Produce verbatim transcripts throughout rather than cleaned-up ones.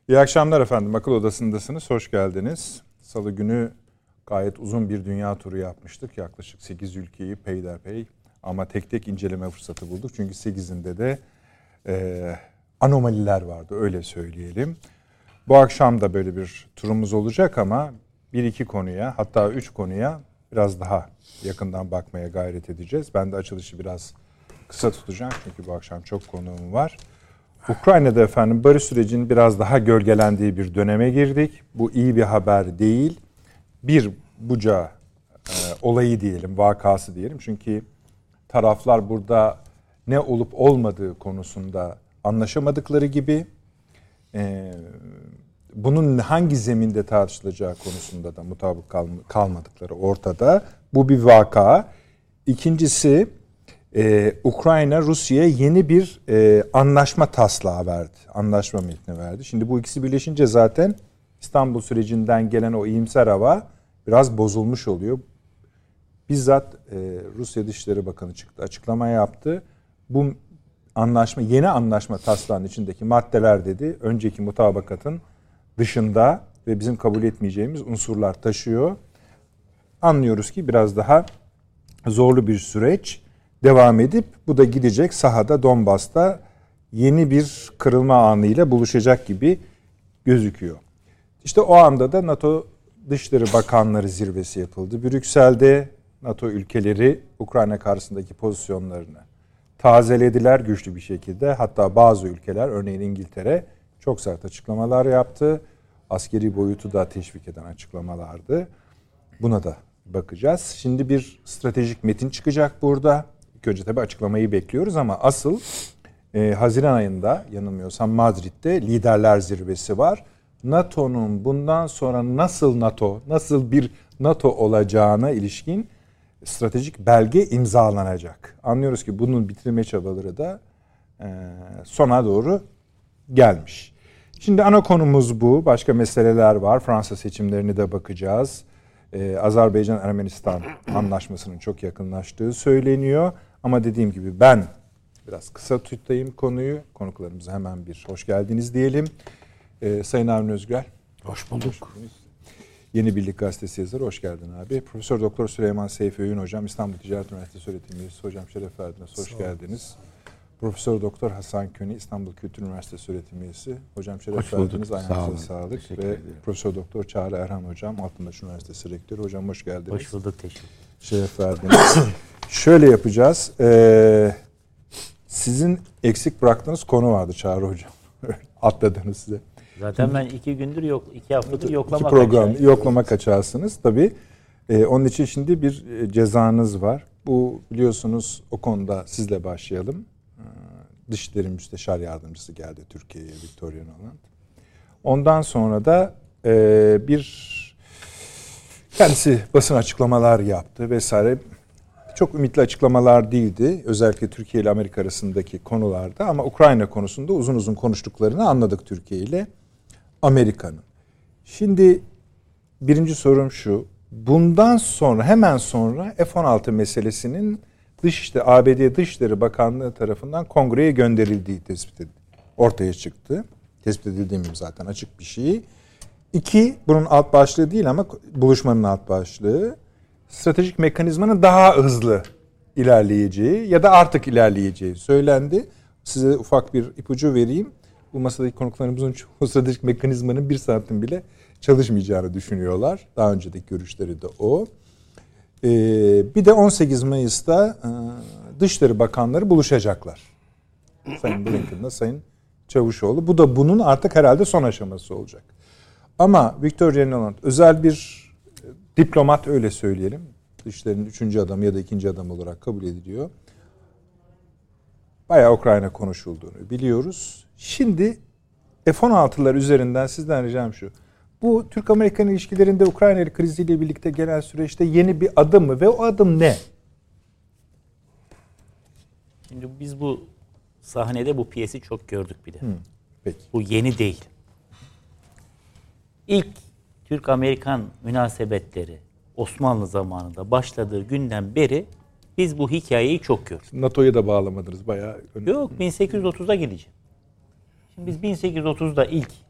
İyi akşamlar efendim. Akıl Odası'ndasınız. Hoş geldiniz. Salı günü gayet uzun bir dünya turu yapmıştık. Yaklaşık sekiz ülkeyi peyderpey ama tek tek inceleme fırsatı bulduk. Çünkü sekizinde de e, anomaliler vardı, öyle söyleyelim. Bu akşam da böyle bir turumuz olacak ama bir iki konuya, hatta üç konuya biraz daha yakından bakmaya gayret edeceğiz. Ben de açılışı biraz kısa tutacağım çünkü bu akşam çok konuğum var. Ukrayna'da efendim barış sürecinin biraz daha gölgelendiği bir döneme girdik. Bu iyi bir haber değil. Bir Buca e, olayı diyelim, vakası diyelim. Çünkü taraflar burada ne olup olmadığı konusunda anlaşamadıkları gibi e, bunun hangi zeminde tartışılacağı konusunda da mutabık kal- kalmadıkları ortada. Bu bir vaka. İkincisi Ee, Ukrayna Rusya'ya yeni bir e, anlaşma taslağı verdi. Anlaşma metni verdi. Şimdi bu ikisi birleşince zaten İstanbul sürecinden gelen o iyimser hava biraz bozulmuş oluyor. Bizzat e, Rusya Dışişleri Bakanı çıktı, açıklama yaptı. Bu anlaşma, yeni anlaşma taslağının içindeki maddeler dedi, önceki mutabakatın dışında ve bizim kabul etmeyeceğimiz unsurlar taşıyor. Anlıyoruz ki biraz daha zorlu bir süreç devam edip bu da gidecek sahada, Donbas'ta yeni bir kırılma anıyla buluşacak gibi gözüküyor. İşte o anda da NATO Dışişleri Bakanları zirvesi yapıldı. Brüksel'de NATO ülkeleri Ukrayna karşısındaki pozisyonlarını tazelediler güçlü bir şekilde. Hatta bazı ülkeler, örneğin İngiltere, çok sert açıklamalar yaptı. Askeri boyutu da teşvik eden açıklamalardı. Buna da bakacağız. Şimdi bir stratejik metin çıkacak burada. İlk önce tabii açıklamayı bekliyoruz ama asıl e, Haziran ayında yanılmıyorsam Madrid'de liderler zirvesi var. NATO'nun bundan sonra nasıl NATO, nasıl bir NATO olacağına ilişkin stratejik belge imzalanacak. Anlıyoruz ki bunun bitirme çabaları da e, sona doğru gelmiş. Şimdi ana konumuz bu. Başka meseleler var. Fransa seçimlerine de bakacağız. Ee, Azerbaycan-Ermenistan anlaşmasının çok yakınlaştığı söyleniyor. Ama dediğim gibi ben biraz kısa tutayım konuyu. Konuklarımıza hemen bir hoş geldiniz diyelim. Ee, Sayın Avni Özgürel. Hoş bulduk. Hoş Yeni Birlik Gazetesi yazarı. Hoş geldin abi. Profesör Doktor Süleyman Seyfi Öğün hocam, İstanbul Ticaret Üniversitesi öğretim üyesi. Hocam şeref verdiniz. Hoş geldiniz. Profesör Doktor Hasan Köni, İstanbul Kültür Üniversitesi öğretim üyesi. Hocam şeref verdiniz. Ayağınıza sağlık. Ve ederim. Profesör Doktor Çağrı Erhan hocam, Altınbaş Üniversitesi rektörü. Hocam hoş geldiniz. Hoş bulduk, teşekkür ederim. Şeref verdiniz. Şöyle yapacağız. Ee, sizin eksik bıraktığınız konu vardı Çağrı hocam. Atladınız size. Zaten ben iki gündür yok, iki haftadır yoklama iki program, kaçağı. yoklama kaçağısınız tabii. Ee, onun için şimdi bir cezanız var. Bu biliyorsunuz, o konuda sizle başlayalım. Dışişleri Müsteşar Yardımcısı geldi Türkiye'ye, Victoria Nuland. Ondan sonra da e, bir kendisi basın açıklamalar yaptı vesaire. Çok ümitli açıklamalar değildi. Özellikle Türkiye ile Amerika arasındaki konularda, ama Ukrayna konusunda uzun uzun konuştuklarını anladık Türkiye ile Amerika'nın. Şimdi birinci sorum şu. Bundan sonra, hemen sonra F on altı meselesinin Dışişleri, A B D Dışişleri Bakanlığı tarafından Kongre'ye gönderildiği tespit edildi. Ortaya çıktı. Tespit edildiğim zaten açık bir şey. İki, bunun alt başlığı değil ama buluşmanın alt başlığı, stratejik mekanizmanın daha hızlı ilerleyeceği ya da artık ilerleyeceği söylendi. Size ufak bir ipucu vereyim. Bu masadaki konuklarımızın çoğu stratejik mekanizmanın bir santim bile çalışmayacağını düşünüyorlar. Daha önceki görüşleri de o. Ee, bir de on sekiz Mayıs'ta e, Dışişleri Bakanları buluşacaklar. Sayın Blinken'la Sayın Çavuşoğlu. Bu da bunun artık herhalde son aşaması olacak. Ama Victoria Nuland özel bir e, diplomat, öyle söyleyelim. Dışişleri'nin üçüncü adamı ya da ikinci adamı olarak kabul ediliyor. Bayağı Ukrayna konuşulduğunu biliyoruz. Şimdi F on altılar üzerinden sizden ricam şu. Bu Türk-Amerikan ilişkilerinde Ukrayna kriziyle birlikte gelen süreçte yeni bir adım mı ve o adım ne? Şimdi biz bu sahnede bu piyesi çok gördük bile. Hı, peki. Bu yeni değil. İlk Türk-Amerikan münasebetleri Osmanlı zamanında başladığı günden beri biz bu hikayeyi çok gördük. NATO'ya da bağlamadınız bayağı. Yok, bin sekiz yüz otuzda gideceğim. Şimdi biz bin sekiz yüz otuzda ilk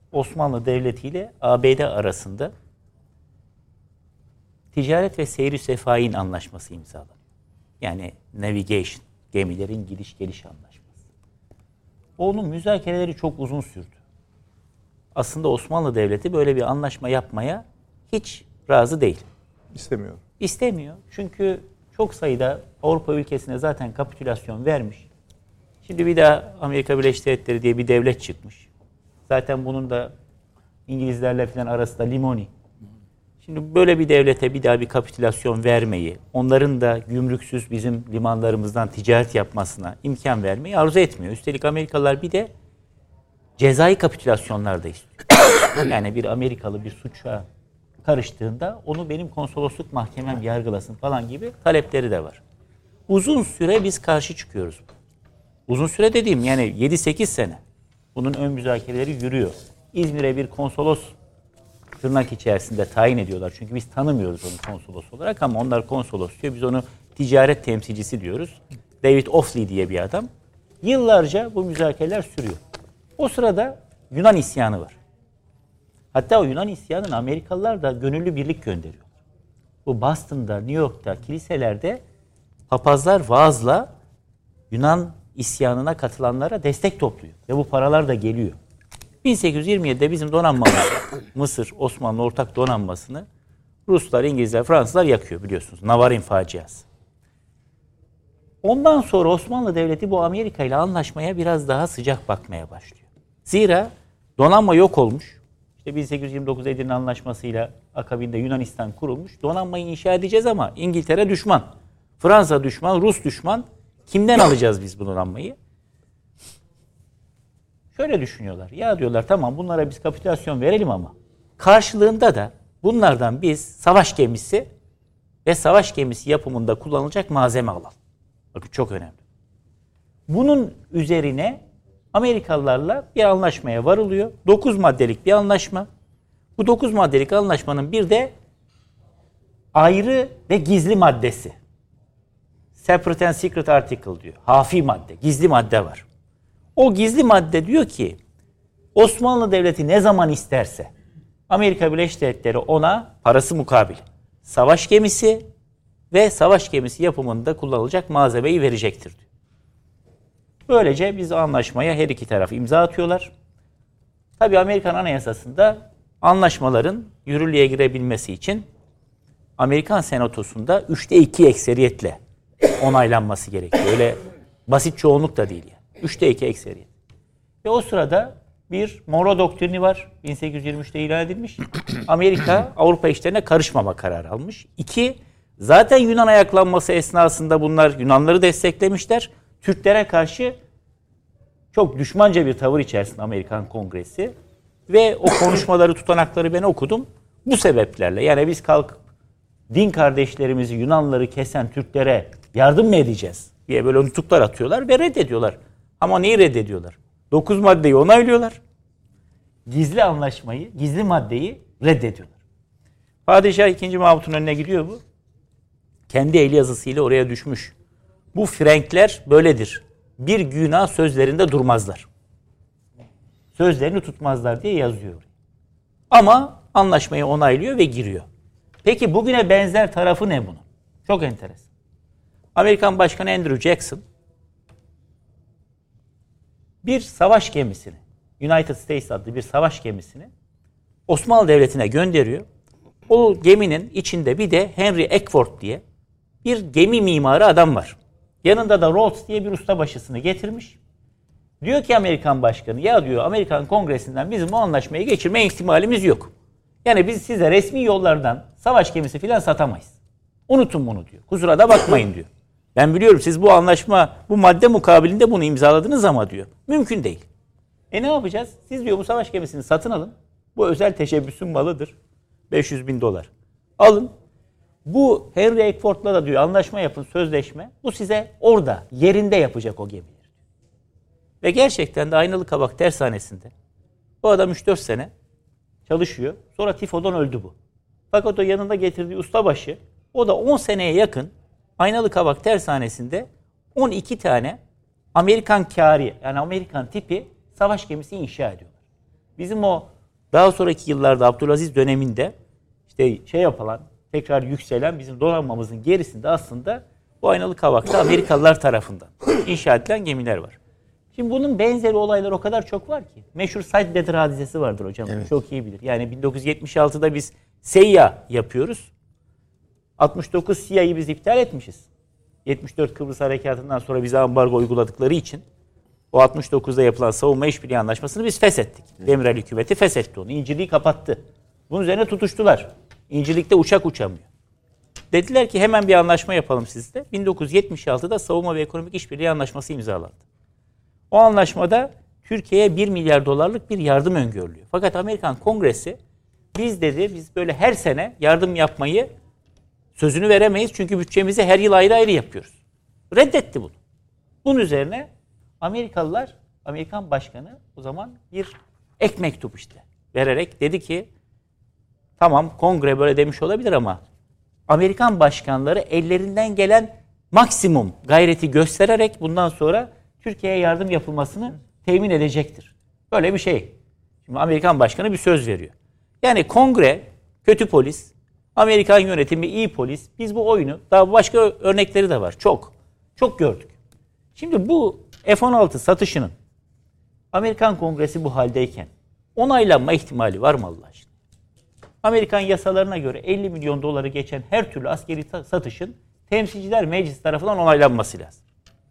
Osmanlı Devleti ile A B D arasında ticaret ve seyri sefahin anlaşması imzalanıyor. Yani navigation, gemilerin gidiş geliş anlaşması. Onun müzakereleri çok uzun sürdü. Aslında Osmanlı Devleti böyle bir anlaşma yapmaya hiç razı değil. İstemiyor. İstemiyor. Çünkü çok sayıda Avrupa ülkesine zaten kapitülasyon vermiş. Şimdi bir daha Amerika Birleşik Devletleri diye bir devlet çıkmış. Zaten bunun da İngilizlerle falan arasında limoni. Şimdi böyle bir devlete bir daha bir kapitülasyon vermeyi, onların da gümrüksüz bizim limanlarımızdan ticaret yapmasına imkan vermeyi arzu etmiyor. Üstelik Amerikalılar bir de cezai kapitülasyonlar da istiyor. Yani bir Amerikalı bir suça karıştığında onu benim konsolosluk mahkemem yargılasın falan gibi talepleri de var. Uzun süre biz karşı çıkıyoruz. Uzun süre dediğim yani yedi sekiz sene. Bunun ön müzakereleri yürüyor. İzmir'e bir konsolos tırnak içerisinde tayin ediyorlar. Çünkü biz tanımıyoruz onu konsolos olarak ama onlar konsolos diyor. Biz onu ticaret temsilcisi diyoruz. David Offley diye bir adam. Yıllarca bu müzakereler sürüyor. O sırada Yunan isyanı var. Hatta o Yunan isyanını Amerikalılar da gönüllü birlik gönderiyor. Bu Boston'da, New York'ta, kiliselerde papazlar vaazla Yunan isyanına katılanlara destek topluyor. Ve bu paralar da geliyor. bin sekiz yüz yirmi yedide bizim donanmamız, Mısır, Osmanlı ortak donanmasını Ruslar, İngilizler, Fransızlar yakıyor biliyorsunuz. Navarin faciası. Ondan sonra Osmanlı Devleti bu Amerika ile anlaşmaya biraz daha sıcak bakmaya başlıyor. Zira donanma yok olmuş. İşte bin sekiz yüz yirmi dokuz Edirne Anlaşması'yla akabinde Yunanistan kurulmuş. Donanmayı inşa edeceğiz ama İngiltere düşman, Fransa düşman, Rus düşman. Kimden alacağız biz bu donanmayı? Şöyle düşünüyorlar. Ya diyorlar tamam bunlara biz kapitülasyon verelim ama karşılığında da bunlardan biz savaş gemisi ve savaş gemisi yapımında kullanılacak malzeme alalım. Bakın çok önemli. Bunun üzerine Amerikalılarla bir anlaşmaya varılıyor. dokuz maddelik bir anlaşma. Bu dokuz maddelik anlaşmanın bir de ayrı ve gizli maddesi. Separate and secret article diyor. Hafi madde, gizli madde var. O gizli madde diyor ki Osmanlı Devleti ne zaman isterse Amerika Birleşik Devletleri ona parası mukabil savaş gemisi ve savaş gemisi yapımında kullanılacak malzemeyi verecektir diyor. Böylece biz anlaşmaya her iki taraf imza atıyorlar. Tabii Amerikan Anayasası'nda anlaşmaların yürürlüğe girebilmesi için Amerikan Senatosu'nda üçte iki ekseriyetle onaylanması gerekiyor. Öyle basit çoğunluk da değil yani. üçte iki ekseriyet. Ve o sırada bir Monroe Doktrini var. bin sekiz yüz yirmi üçte ilan edilmiş. Amerika Avrupa işlerine karışmama kararı almış. İki, zaten Yunan ayaklanması esnasında bunlar Yunanları desteklemişler. Türklere karşı çok düşmanca bir tavır içerisinde Amerikan Kongresi. Ve o konuşmaları, tutanakları ben okudum. Bu sebeplerle yani biz kalkıp din kardeşlerimizi, Yunanları kesen Türklere yardım mı edeceğiz diye böyle nutuklar atıyorlar ve reddediyorlar. Ama neyi reddediyorlar? Dokuz maddeyi onaylıyorlar. Gizli anlaşmayı, gizli maddeyi reddediyorlar. Padişah ikinci. Mahmut'un önüne gidiyor bu. Kendi el yazısıyla oraya düşmüş. Bu Frenkler böyledir. Bir günah sözlerinde durmazlar. Sözlerini tutmazlar diye yazıyor. Ama anlaşmayı onaylıyor ve giriyor. Peki bugüne benzer tarafı ne bunun? Çok enteresan. Amerikan Başkanı Andrew Jackson bir savaş gemisini, United States adlı bir savaş gemisini Osmanlı Devleti'ne gönderiyor. O geminin içinde bir de Henry Eckford diye bir gemi mimarı adam var. Yanında da Rhodes diye bir ustabaşısını getirmiş. Diyor ki Amerikan Başkanı, ya diyor Amerikan Kongresi'nden bizim o anlaşmayı geçirme ihtimalimiz yok. Yani biz size resmi yollardan savaş gemisi falan satamayız. Unutun bunu diyor. Kusura da bakmayın diyor. Ben biliyorum siz bu anlaşma, bu madde mukabilinde bunu imzaladınız ama diyor. Mümkün değil. E ne yapacağız? Siz diyor bu savaş gemisini satın alın. Bu özel teşebbüsün malıdır. beş yüz bin dolar. Alın. Bu Henry Eckford'la da diyor anlaşma yapın, sözleşme. Bu size orada, yerinde yapacak o gemileri. Ve gerçekten de Aynalı Kabak Tersanesi'nde bu adam üç dört sene çalışıyor. Sonra tifodan öldü bu. Fakat o yanında getirdiği ustabaşı, o da on seneye yakın Aynalı Kabak Tersanesi'nde on iki tane Amerikan kâri, yani Amerikan tipi savaş gemisi inşa ediyorlar. Bizim o Daha sonraki yıllarda Abdülaziz döneminde işte şey yapılan, tekrar yükselen bizim donanmamızın gerisinde aslında bu aynalı kavakta Amerikalılar tarafından inşa edilen gemiler var. Şimdi bunun benzeri olaylar o kadar çok var ki. Meşhur Sidebatter hadisesi vardır hocam. Evet. Çok iyi bilir. Yani bin dokuz yüz yetmiş altıda biz S E İ A yapıyoruz. altmış dokuz S İ A'yı biz iptal etmişiz. yetmiş dört Kıbrıs Harekatı'ndan sonra bize ambargo uyguladıkları için o altmış dokuzda yapılan savunma işbirliği anlaşmasını biz feshettik. Demirel hükümeti feshetti onu. İncirliği kapattı. Bunun üzerine tutuştular. İncirlik'te uçak uçamıyor. Dediler ki hemen bir anlaşma yapalım sizle. bin dokuz yüz yetmiş altıda savunma ve ekonomik işbirliği anlaşması imzalandı. O anlaşmada Türkiye'ye bir milyar dolarlık bir yardım öngörülüyor. Fakat Amerikan Kongresi biz dedi biz böyle her sene yardım yapmayı sözünü veremeyiz. Çünkü bütçemizi her yıl ayrı ayrı yapıyoruz. Reddetti bunu. Bunun üzerine Amerikalılar, Amerikan Başkanı o zaman bir ek mektup işte vererek dedi ki tamam kongre böyle demiş olabilir ama Amerikan başkanları ellerinden gelen maksimum gayreti göstererek bundan sonra Türkiye'ye yardım yapılmasını temin edecektir. Böyle bir şey. Şimdi Amerikan başkanı bir söz veriyor. Yani kongre kötü polis, Amerikan yönetimi iyi polis. Biz bu oyunu, daha başka örnekleri de var. Çok. Çok gördük. Şimdi bu F on altı satışının Amerikan Kongresi bu haldeyken onaylanma ihtimali var mı Allah aşkına? Amerikan yasalarına göre elli milyon doları geçen her türlü askeri satışın Temsilciler Meclisi tarafından onaylanması lazım.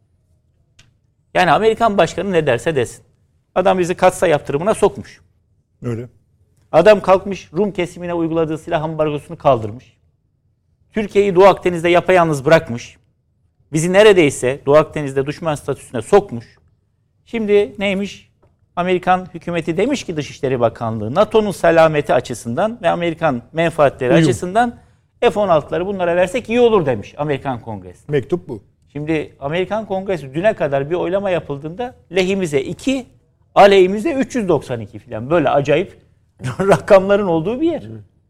Yani Amerikan başkanı ne derse desin. Adam bizi katsayı yaptırımına sokmuş. Öyle. Adam kalkmış Rum kesimine uyguladığı silah ambargosunu kaldırmış. Türkiye'yi Doğu Akdeniz'de yapayalnız bırakmış. Bizi neredeyse Doğu Akdeniz'de düşman statüsüne sokmuş. Şimdi neymiş? Amerikan hükümeti demiş ki Dışişleri Bakanlığı NATO'nun selameti açısından ve Amerikan menfaatleri Uyum. açısından F on altıları bunlara versek iyi olur demiş Amerikan Kongresi. Mektup bu. Şimdi Amerikan Kongresi düne kadar bir oylama yapıldığında lehimize iki, aleyhimize üç yüz doksan iki falan böyle acayip rakamların olduğu bir yer.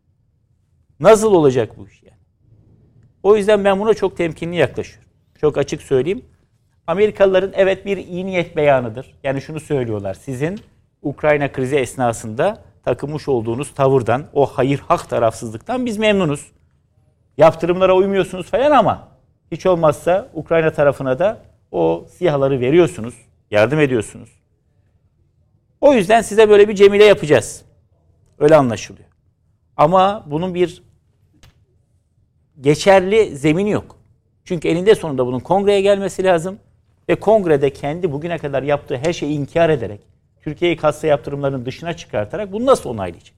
Nasıl olacak bu iş yani? O yüzden ben buna çok temkinli yaklaşıyorum. Çok açık söyleyeyim. Amerikalıların evet bir iyi niyet beyanıdır. Yani şunu söylüyorlar. Sizin Ukrayna krizi esnasında takılmış olduğunuz tavırdan, o hayır hak tarafsızlıktan biz memnunuz. Yaptırımlara uymuyorsunuz falan ama hiç olmazsa Ukrayna tarafına da o SİHA'ları veriyorsunuz, yardım ediyorsunuz. O yüzden size böyle bir cemile yapacağız. Öyle anlaşılıyor. Ama bunun bir geçerli zemini yok. Çünkü eninde sonunda bunun kongreye gelmesi lazım. Ve kongrede kendi bugüne kadar yaptığı her şeyi inkar ederek, Türkiye'yi kassa yaptırımlarının dışına çıkartarak bunu nasıl onaylayacak?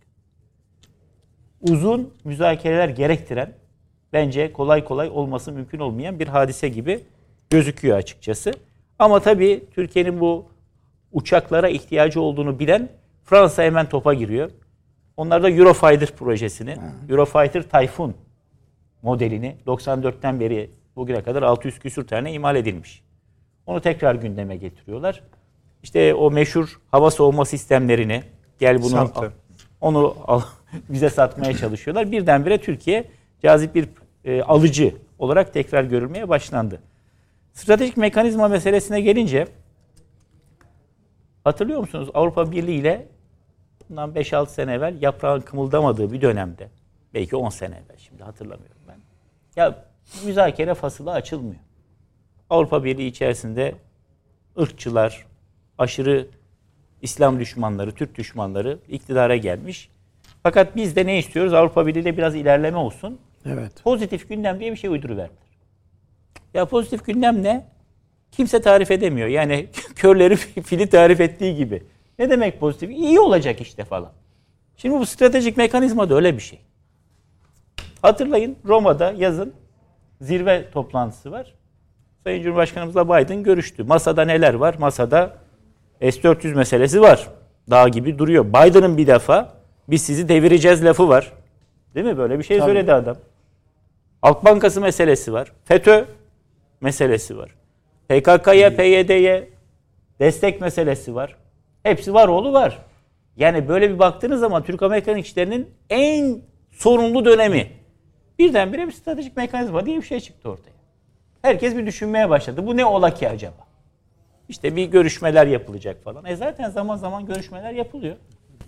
Uzun müzakereler gerektiren, bence kolay kolay olması mümkün olmayan bir hadise gibi gözüküyor açıkçası. Ama tabii Türkiye'nin bu uçaklara ihtiyacı olduğunu bilen Fransa hemen topa giriyor. Onlar da Eurofighter projesini, hmm. Eurofighter Typhoon modelini doksan dörtten beri bugüne kadar altı yüz küsür tane imal edilmiş. Onu tekrar gündeme getiriyorlar. İşte o meşhur hava soğuma sistemlerini gel bunu al, onu al, bize satmaya çalışıyorlar. Birdenbire Türkiye cazip bir e, alıcı olarak tekrar görülmeye başlandı. Stratejik mekanizma meselesine gelince hatırlıyor musunuz? Avrupa Birliği ile bundan beş altı sene evvel yaprağın kımıldamadığı bir dönemde, belki on sene evvel, şimdi hatırlamıyorum ben. Ya müzakere fasılı açılmıyor. Avrupa Birliği içerisinde ırkçılar, aşırı İslam düşmanları, Türk düşmanları iktidara gelmiş. Fakat biz de ne istiyoruz? Avrupa Birliği'de biraz ilerleme olsun. Evet. Pozitif gündem diye bir şey uyduruverdiler. Ya pozitif gündem ne? Kimse tarif edemiyor. Yani körleri fili tarif ettiği gibi. Ne demek pozitif? İyi olacak işte falan. Şimdi bu stratejik mekanizma da öyle bir şey. Hatırlayın Roma'da yazın zirve toplantısı var. Sayın Cumhurbaşkanımızla Biden görüştü. Masada neler var? Masada S dört yüz meselesi var. Dağ gibi duruyor. Biden'ın bir defa biz sizi devireceğiz lafı var. Değil mi? Böyle bir şey Tabii. söyledi adam. Halk Bankası meselesi var. FETÖ meselesi var. P K K'ya, P Y D'ye destek meselesi var. Hepsi var oğlu var. Yani böyle bir baktığınız zaman Türk-Amerikan ilişkilerinin en sorunlu dönemi. Birdenbire bir stratejik mekanizma diye bir şey çıktı ortaya. Herkes bir düşünmeye başladı. Bu ne ola ki acaba? İşte bir görüşmeler yapılacak falan. E zaten zaman zaman görüşmeler yapılıyor.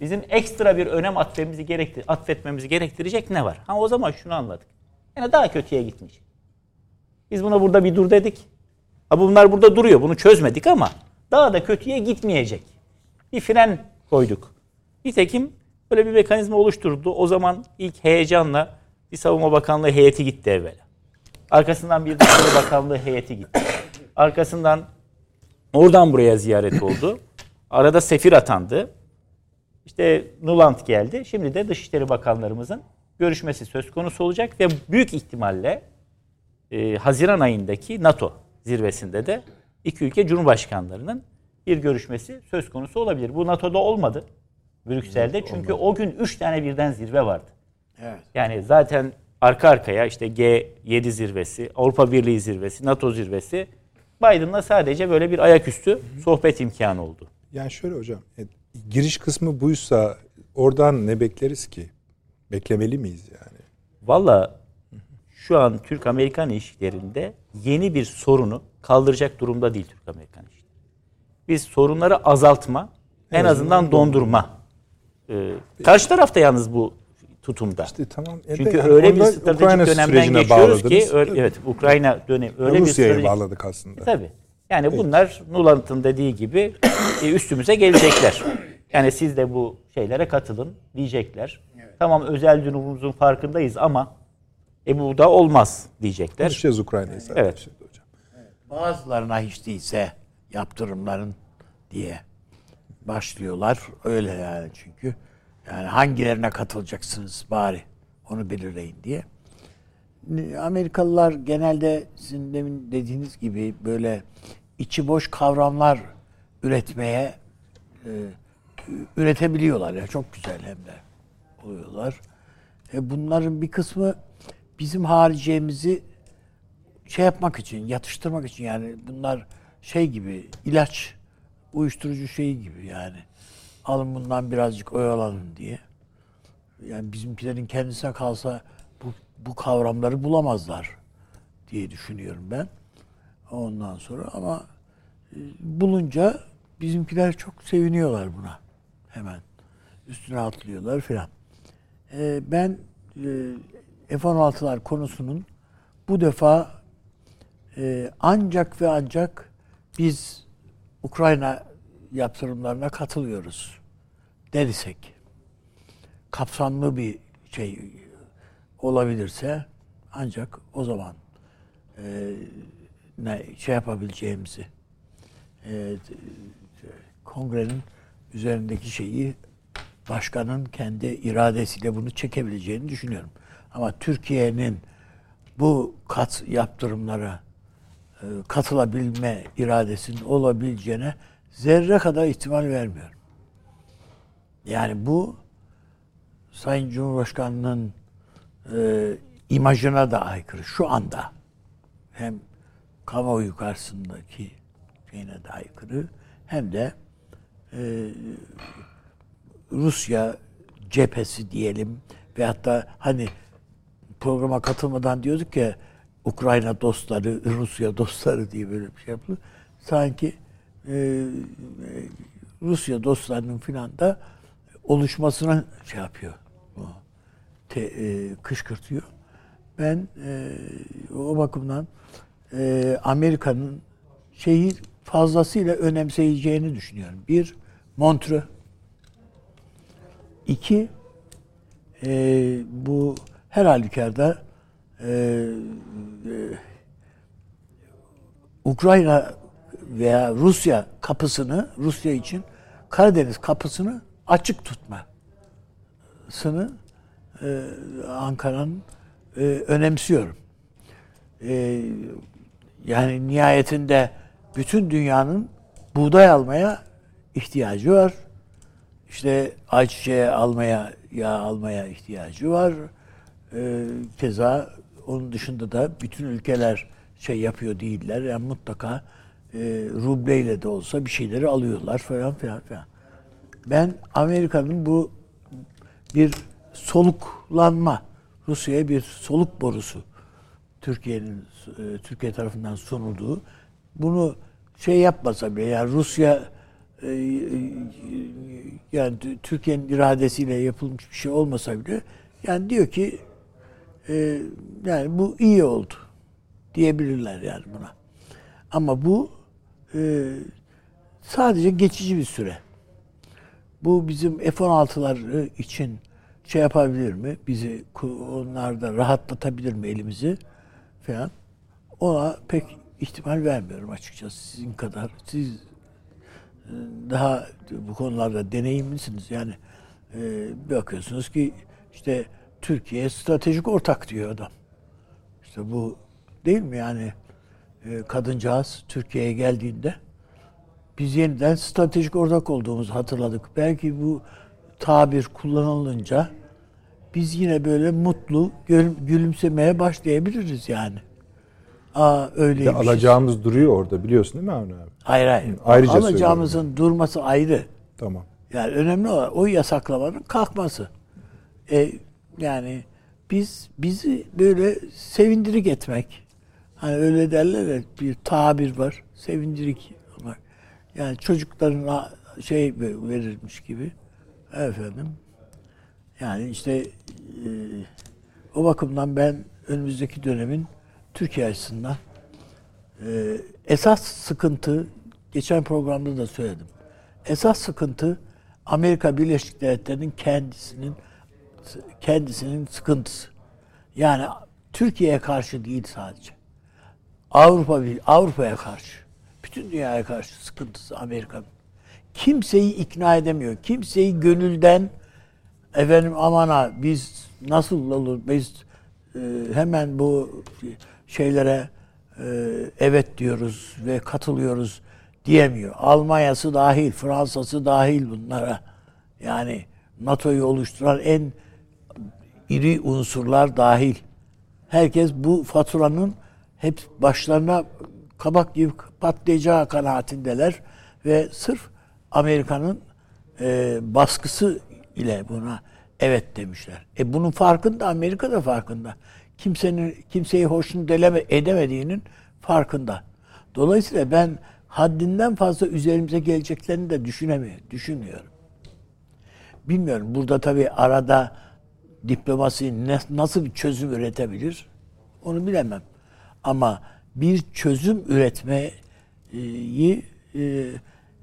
Bizim ekstra bir önem atfetmemizi, gerektir, atfetmemizi gerektirecek ne var? Ha o zaman şunu anladık. Yani daha kötüye gitmeyecek. Biz buna burada bir dur dedik. Ha bunlar burada duruyor. Bunu çözmedik ama daha da kötüye gitmeyecek. Bir fren koyduk. Nitekim böyle bir mekanizma oluşturuldu. O zaman ilk heyecanla bir Savunma Bakanlığı heyeti gitti evvela. Arkasından bir Dışişleri Bakanlığı heyeti gitti. Arkasından oradan buraya ziyaret oldu. Arada sefir atandı. İşte Nuland geldi. Şimdi de Dışişleri Bakanlarımızın görüşmesi söz konusu olacak ve büyük ihtimalle e, Haziran ayındaki NATO zirvesinde de iki ülke Cumhurbaşkanlarının bir görüşmesi söz konusu olabilir. Bu NATO'da olmadı. Brüksel'de. Çünkü o gün üç tane birden zirve vardı. Evet. Yani zaten arka arkaya işte G yedi zirvesi, Avrupa Birliği zirvesi, NATO zirvesi, Biden'la sadece böyle bir ayaküstü sohbet imkanı oldu. Yani şöyle hocam, giriş kısmı buysa oradan ne bekleriz ki? Beklemeli miyiz yani? Valla şu an Türk-Amerikan ilişkilerinde yeni bir sorunu kaldıracak durumda değil Türk-Amerikan ilişkileri. Biz sorunları azaltma, en, en azından dondurma. Ee, karşı tarafta yalnız bu tutumda. İşte tamam. Çünkü yani öyle bir stratejik Ukrayna dönemden geçiyoruz ki öyle, evet Ukrayna dönemi öyle Rusya'ya bir stratejik bağladık aslında. E, tabii. Yani evet. Bunlar Nuland'ın dediği gibi üstümüze gelecekler. Yani siz de bu şeylere katılın diyecekler. Evet. Tamam özel durumumuzun farkındayız ama e bu da olmaz diyecekler. Konuşacağız Ukrayna'yı zaten. Evet. Şimdi hocam. Evet. Bazılarına hiç değilse yaptırımların diye başlıyorlar. Öyle yani çünkü. Yani hangilerine katılacaksınız bari onu belirleyin diye. Amerikalılar genelde sizin demin dediğiniz gibi böyle içi boş kavramlar üretmeye e, üretebiliyorlar. Ya çok güzel hem de oluyorlar. E, bunların bir kısmı bizim hariciyemizi şey yapmak için, yatıştırmak için yani bunlar şey gibi ilaç, uyuşturucu şeyi gibi yani. Alın bundan birazcık oyalanın diye. Yani bizimkilerin kendisine kalsa bu, bu kavramları bulamazlar diye düşünüyorum ben. Ondan sonra ama e, bulunca bizimkiler çok seviniyorlar buna. Hemen üstüne atlıyorlar filan. E, ben e, F on altılar konusunun bu defa e, ancak ve ancak biz Ukrayna yaptırımlarına katılıyoruz dersek, kapsamlı bir şey olabilirse ancak o zaman e, ne şey yapabileceğimizi e, kongrenin üzerindeki şeyi başkanın kendi iradesiyle bunu çekebileceğini düşünüyorum. Ama Türkiye'nin bu kat yaptırımlara e, katılabilme iradesinin olabileceğine zerre kadar ihtimal vermiyorum. Yani bu Sayın Cumhurbaşkanı'nın e, imajına da aykırı şu anda. Hem kamuoyu karşısındaki şeyine de aykırı hem de e, Rusya cephesi diyelim ve hatta hani programa katılmadan diyorduk ya Ukrayna dostları, Rusya dostları diye böyle bir şey yapılıyor. Sanki e, Rusya dostlarının filan da oluşmasına şey yapıyor. Te, e, kışkırtıyor. Ben e, o bakımdan e, Amerika'nın şeyi fazlasıyla önemseyeceğini düşünüyorum. Bir, Montreux. İki, e, bu her halükarda e, e, Ukrayna veya Rusya kapısını, Rusya için Karadeniz kapısını açık tutmasını e, Ankara'nın e, önemsiyorum. E, yani nihayetinde bütün dünyanın buğday almaya ihtiyacı var. İşte ayçiçeği almaya, yağ almaya ihtiyacı var. E, keza onun dışında da bütün ülkeler şey yapıyor değiller. Yani mutlaka e, rubleyle de olsa bir şeyleri alıyorlar falan filan filan. Ben Amerika'nın bu bir soluklanma, Rusya'ya bir soluk borusu Türkiye'nin Türkiye tarafından sunulduğu, bunu şey yapmasa bile yani Rusya e, yani Türkiye'nin iradesiyle yapılmış bir şey olmasa bile yani diyor ki e, yani bu iyi oldu diyebilirler yani buna. Ama bu e, sadece geçici bir süre. Bu bizim F on altılar için şey yapabilir mi? Bizi onlarda rahatlatabilir mi elimizi falan? Ona pek ihtimal vermiyorum açıkçası sizin kadar. Siz daha bu konularda deneyimlisiniz. Yani e, bakıyorsunuz ki işte Türkiye stratejik ortak diyor adam. İşte bu değil mi yani e, kadıncağız Türkiye'ye geldiğinde biz yeniden stratejik ortak olduğumuzu hatırladık. Belki bu tabir kullanılınca biz yine böyle mutlu gülümsemeye başlayabiliriz yani. Aa öyleymiş. Alacağımız duruyor orada biliyorsun değil mi Avni abi? Hayır hayır. Ayrıca alacağımızın söylüyorum. durması ayrı. Tamam. Yani önemli olan o yasaklamanın kalkması. E, yani biz bizi böyle sevindirik etmek. Hani öyle derler ya bir tabir var. Sevindirik olmak. Yani çocuklarına şey verilmiş gibi. Efendim. Yani işte e, o bakımdan ben önümüzdeki dönemin Türkiye açısından e, esas sıkıntı, geçen programda da söyledim. Esas sıkıntı Amerika Birleşik Devletleri'nin kendisinin kendisinin sıkıntısı. Yani Türkiye'ye karşı değil sadece. Avrupa Avrupa'ya karşı, bütün dünyaya karşı sıkıntısı Amerika'nın. Kimseyi ikna edemiyor. Kimseyi gönülden efendim amana biz nasıl olur biz e, hemen bu şeylere e, evet diyoruz ve katılıyoruz diyemiyor. Almanya'sı dahil, Fransa'sı dahil bunlara. Yani NATO'yu oluşturan en iri unsurlar dahil. Herkes bu faturanın hep başlarına kabak gibi patlayacağı kanaatindeler ve sırf Amerika'nın e, baskısı ile buna evet demişler. E bunun farkında Amerika da farkında. Kimsenin kimseyi hoşnut edemediğinin farkında. Dolayısıyla ben haddinden fazla üzerimize geleceklerini de düşünemiyorum, düşünmüyorum. Bilmiyorum. Burada tabii arada diplomasi ne, nasıl bir çözüm üretebilir? Onu bilemem. Ama bir çözüm üretmeyi e,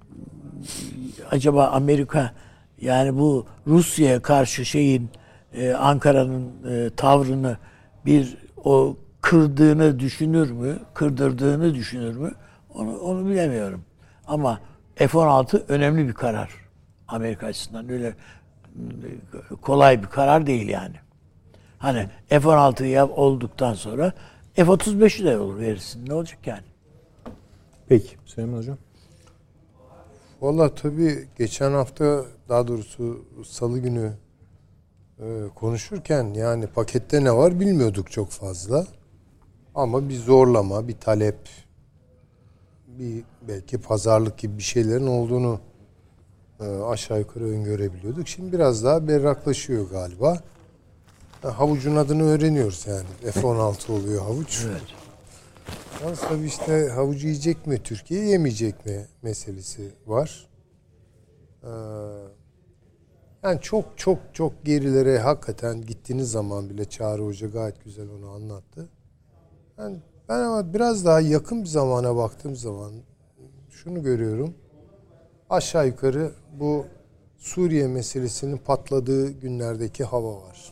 acaba Amerika yani bu Rusya'ya karşı şeyin e, Ankara'nın e, tavrını bir o kırdığını düşünür mü? Kırdırdığını düşünür mü? Onu onu bilemiyorum. Ama F on altı önemli bir karar Amerika açısından. Öyle kolay bir karar değil yani. Hani F on altı yap olduktan sonra F otuz beşi de olur verirsin. Ne olacak yani? Peki Süleyman Hocam. Vallahi tabii geçen hafta daha doğrusu Salı günü e, konuşurken yani pakette ne var bilmiyorduk çok fazla. Ama bir zorlama, bir talep, bir belki pazarlık gibi bir şeylerin olduğunu e, aşağı yukarı öngörebiliyorduk. Şimdi biraz daha berraklaşıyor galiba. E, havucun adını öğreniyoruz yani. F on altı oluyor havuç. Evet. Yalnız tabii işte havucu yiyecek mi Türkiye, yemeyecek mi meselesi var. Ee, yani çok çok çok gerilere hakikaten gittiğiniz zaman bile Çağrı Hoca gayet güzel onu anlattı. Yani ben ama biraz daha yakın bir zamana baktığım zaman şunu görüyorum. Aşağı yukarı bu Suriye meselesinin patladığı günlerdeki hava var.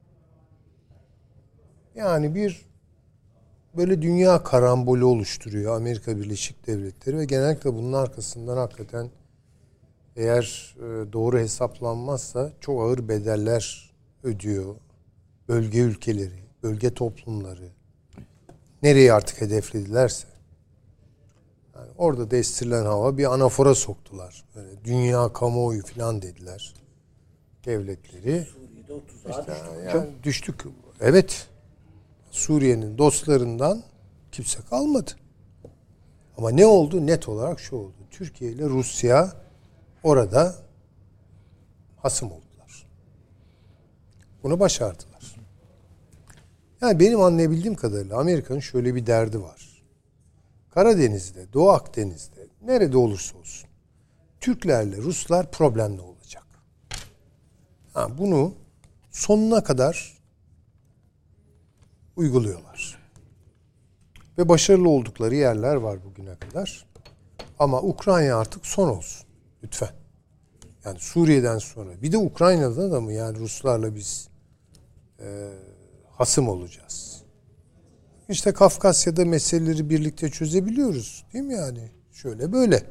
Yani bir böyle dünya karambolü oluşturuyor Amerika Birleşik Devletleri ve genellikle bunun arkasından hakikaten eğer doğru hesaplanmazsa çok ağır bedeller ödüyor bölge ülkeleri, bölge toplumları. Nereyi artık hedefledilerse. Yani orada da estirilen hava bir anafora soktular. Böyle dünya kamuoyu falan dediler devletleri. İşte yani düştük. Evet. Suriye'nin dostlarından kimse kalmadı. Ama ne oldu? Net olarak şu oldu. Türkiye ile Rusya orada hasım oldular. Bunu başardılar. Yani benim anlayabildiğim kadarıyla Amerika'nın şöyle bir derdi var. Karadeniz'de, Doğu Akdeniz'de, nerede olursa olsun Türklerle Ruslar problemli olacak. Ha, bunu sonuna kadar uyguluyorlar. Ve başarılı oldukları yerler var bugüne kadar. Ama Ukrayna artık son olsun. Lütfen. Yani Suriye'den sonra. Bir de Ukrayna'da da mı yani Ruslarla biz e, hasım olacağız? İşte Kafkasya'da meseleleri birlikte çözebiliyoruz. Değil mi yani? Şöyle böyle.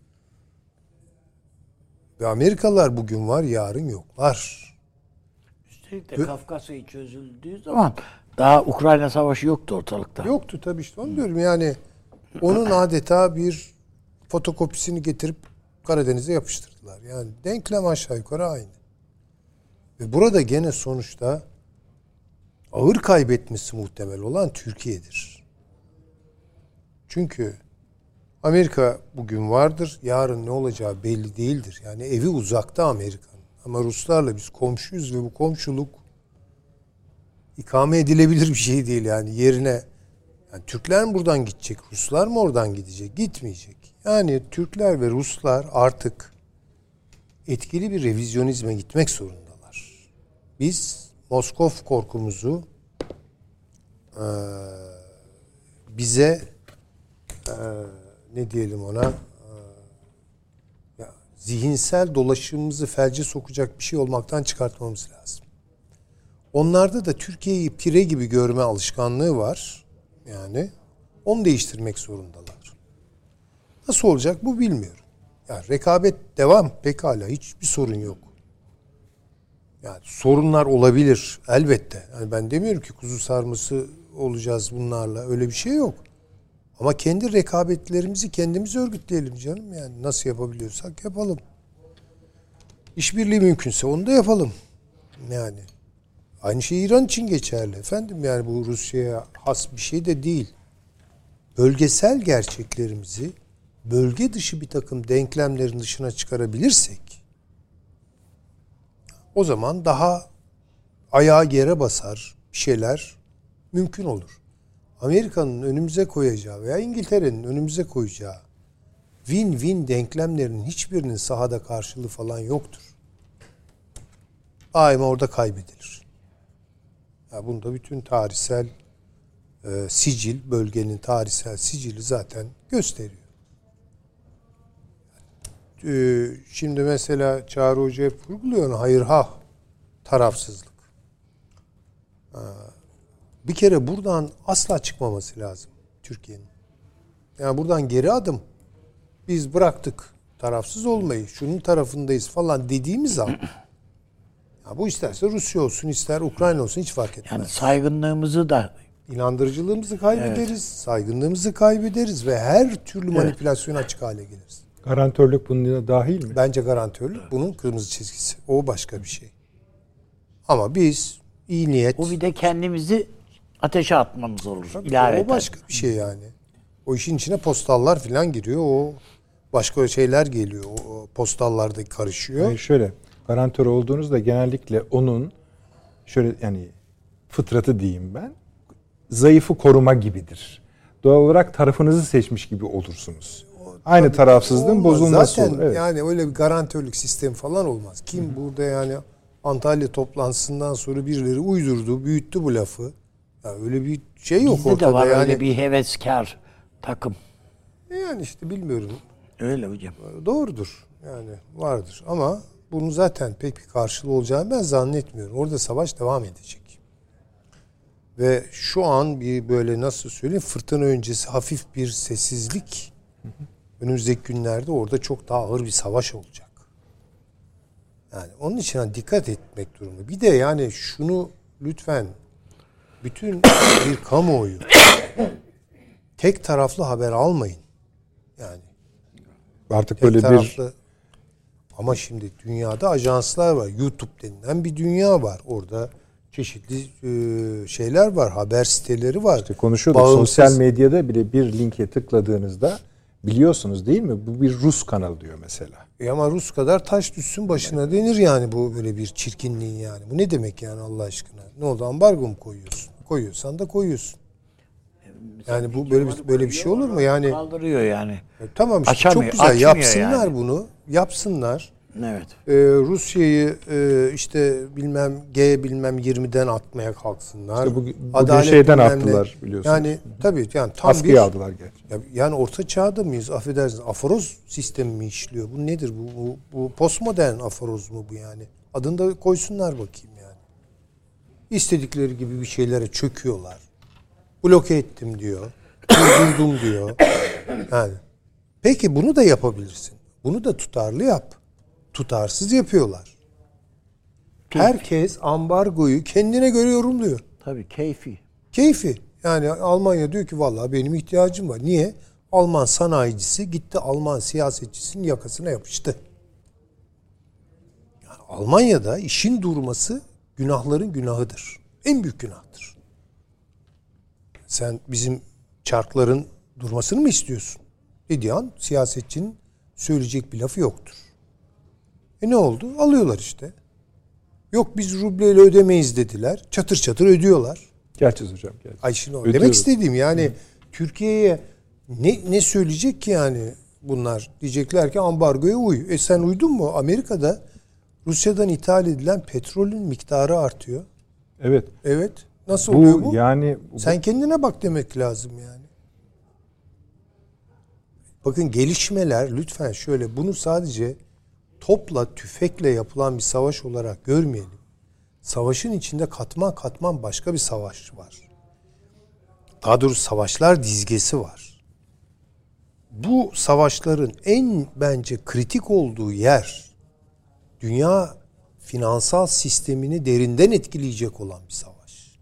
Ve Amerikalılar bugün var, yarın yoklar. Üstelik de Kafkasya çözüldüğü zaman daha Ukrayna Savaşı yoktu ortalıkta. Yoktu tabii, işte onu diyorum. Yani onun adeta bir fotokopisini getirip Karadeniz'e yapıştırdılar. Yani denklem aşağı yukarı aynı. Ve burada gene sonuçta ağır kaybetmesi muhtemel olan Türkiye'dir. Çünkü Amerika bugün vardır, yarın ne olacağı belli değildir. Yani evi uzakta Amerika'nın. Ama Ruslarla biz komşuyuz ve bu komşuluk ikame edilebilir bir şey değil. Yani yerine yani Türkler mi buradan gidecek, Ruslar mı oradan gidecek? Gitmeyecek. Yani Türkler ve Ruslar artık etkili bir revizyonizme gitmek zorundalar. Biz Moskov korkumuzu e, bize e, ne diyelim ona e, ya, zihinsel dolaşımımızı felce sokacak bir şey olmaktan çıkartmamız lazım. Onlarda da Türkiye'yi pire gibi görme alışkanlığı var. Yani onu değiştirmek zorundalar. Nasıl olacak bu bilmiyorum. Yani rekabet devam, pekala, hiçbir sorun yok. Yani sorunlar olabilir elbette. Yani ben demiyorum ki kuzu sarması olacağız bunlarla, öyle bir şey yok. Ama kendi rekabetlerimizi kendimiz örgütleyelim canım. Yani nasıl yapabiliyorsak yapalım. İşbirliği mümkünse onu da yapalım. Yani aynı şey İran için geçerli efendim. Yani bu Rusya'ya has bir şey de değil. Bölgesel gerçeklerimizi bölge dışı bir takım denklemlerin dışına çıkarabilirsek o zaman daha ayağa yere basar bir şeyler mümkün olur. Amerika'nın önümüze koyacağı veya İngiltere'nin önümüze koyacağı win-win denklemlerinin hiçbirinin sahada karşılığı falan yoktur. Daima orada kaybedilir. Ya bunda bütün tarihsel e, sicil, bölgenin tarihsel sicili zaten gösteriyor. E, şimdi mesela Çağrı Hoca hep vurguluyor onu, hayır ha, tarafsızlık. E, bir kere buradan asla çıkmaması lazım Türkiye'nin. Yani buradan geri adım. Biz bıraktık tarafsız olmayı, şunun tarafındayız falan dediğimiz zaman ya bu isterse Rusya olsun, ister Ukrayna olsun hiç fark etmez. Yani saygınlığımızı da İnandırıcılığımızı kaybederiz, evet. Saygınlığımızı kaybederiz ve her türlü manipülasyona açık hale geliriz. Garantörlük bunun dahil mi? Bence garantörlük bunun kırmızı çizgisi. O başka bir şey. Ama biz iyi niyet... O bir de kendimizi ateşe atmamız olur. Tabii, o başka bir şey yani. O işin içine postallar falan giriyor. O başka şeyler geliyor. O postallarda karışıyor. Yani şöyle, garantör olduğunuzda genellikle onun şöyle yani fıtratı diyeyim ben, zayıfı koruma gibidir. Doğal olarak tarafınızı seçmiş gibi olursunuz. Aynı tabii, tarafsızlığın bozulması zaten olur. Evet. Yani öyle bir garantörlük sistemi falan olmaz. Kim Hı-hı. burada yani Antalya toplantısından sonra birileri uydurdu, büyüttü bu lafı. Yani öyle bir şey yok Bizde ortada. de var yani. Öyle bir heveskar takım. Yani işte bilmiyorum. Öyle hocam. Doğrudur. Yani vardır ama bunun zaten pek bir karşılığı olacağını ben zannetmiyorum. Orada savaş devam edecek. Ve şu an bir böyle nasıl söyleyeyim fırtına öncesi hafif bir sessizlik. Hı hı. Önümüzdeki günlerde orada çok daha ağır bir savaş olacak. Yani onun için hani dikkat etmek durumunda. Bir de yani şunu lütfen bütün bir kamuoyu tek taraflı haber almayın. Yani artık böyle taraflı, bir ama şimdi dünyada ajanslar var. YouTube denilen bir dünya var. Orada çeşitli e, şeyler var. Haber siteleri var. İşte konuşuyorduk. Bağımsız... Sosyal medyada bile bir linke tıkladığınızda biliyorsunuz değil mi? Bu bir Rus kanalı diyor mesela. E ama Rus kadar taş düşsün başına evet. denir yani bu böyle bir çirkinliğin yani. Bu ne demek yani Allah aşkına? Ne oldu? Ambargo mu koyuyorsun? Koyuyorsan da koyuyorsun. Yani bu böyle bir, böyle bir şey olur mu? Yani kaldırıyor yani. E, tamam işte Açamıyor, çok güzel açmıyor yapsınlar yani. bunu. Yapsınlar. Evet. Ee, Rusya'yı e, işte bilmem G bilmem yirmiden atmaya kalksınlar. İşte bugün- bugün Adalet şeyden bilmem ne. attılar biliyorsunuz. Yani tabii yani tam Askıya bir aldılar gerçi. ya- yani orta çağda mıyız? Affedersiniz. Aforoz sistemi mi işliyor? Bu nedir bu? Bu, bu postmodern aforoz mu bu yani? Adını da koysunlar bakayım yani. İstedikleri gibi bir şeylere çöküyorlar. Bloke ettim diyor. Durdurdum diyor. Yani. Peki bunu da yapabilirsin. Bunu da tutarlı yap. Tutarsız yapıyorlar. Herkes ambargoyu kendine göre yorumluyor. Tabii keyfi. Keyfi. Yani Almanya diyor ki vallahi benim ihtiyacım var. Niye? Alman sanayicisi gitti Alman siyasetçisinin yakasına yapıştı. Yani Almanya'da işin durması günahların günahıdır. En büyük günahtır. Sen bizim çarkların durmasını mı istiyorsun? Dediği an siyasetçinin söyleyecek bir lafı yoktur. E ne oldu? Alıyorlar işte. Yok biz rubleyle ödemeyiz dediler. Çatır çatır ödüyorlar. Gerçi hocam. Gerçi. Ay şimdi o. Ödüyoruz. Demek istediğim yani Türkiye'ye ne ne söyleyecek ki yani bunlar? Diyecekler ki ambargoya uy. E sen uydun mu? Amerika'da Rusya'dan ithal edilen petrolün miktarı artıyor. Evet. Evet. Nasıl Bu oluyor bu? yani Sen kendine bak demek lazım yani. Bakın gelişmeler lütfen şöyle bunu sadece topla tüfekle yapılan bir savaş olarak görmeyelim. Savaşın içinde katman katman başka bir savaş var. Daha doğrusu savaşlar dizgesi var. Bu savaşların en bence kritik olduğu yer dünya finansal sistemini derinden etkileyecek olan bir savaş.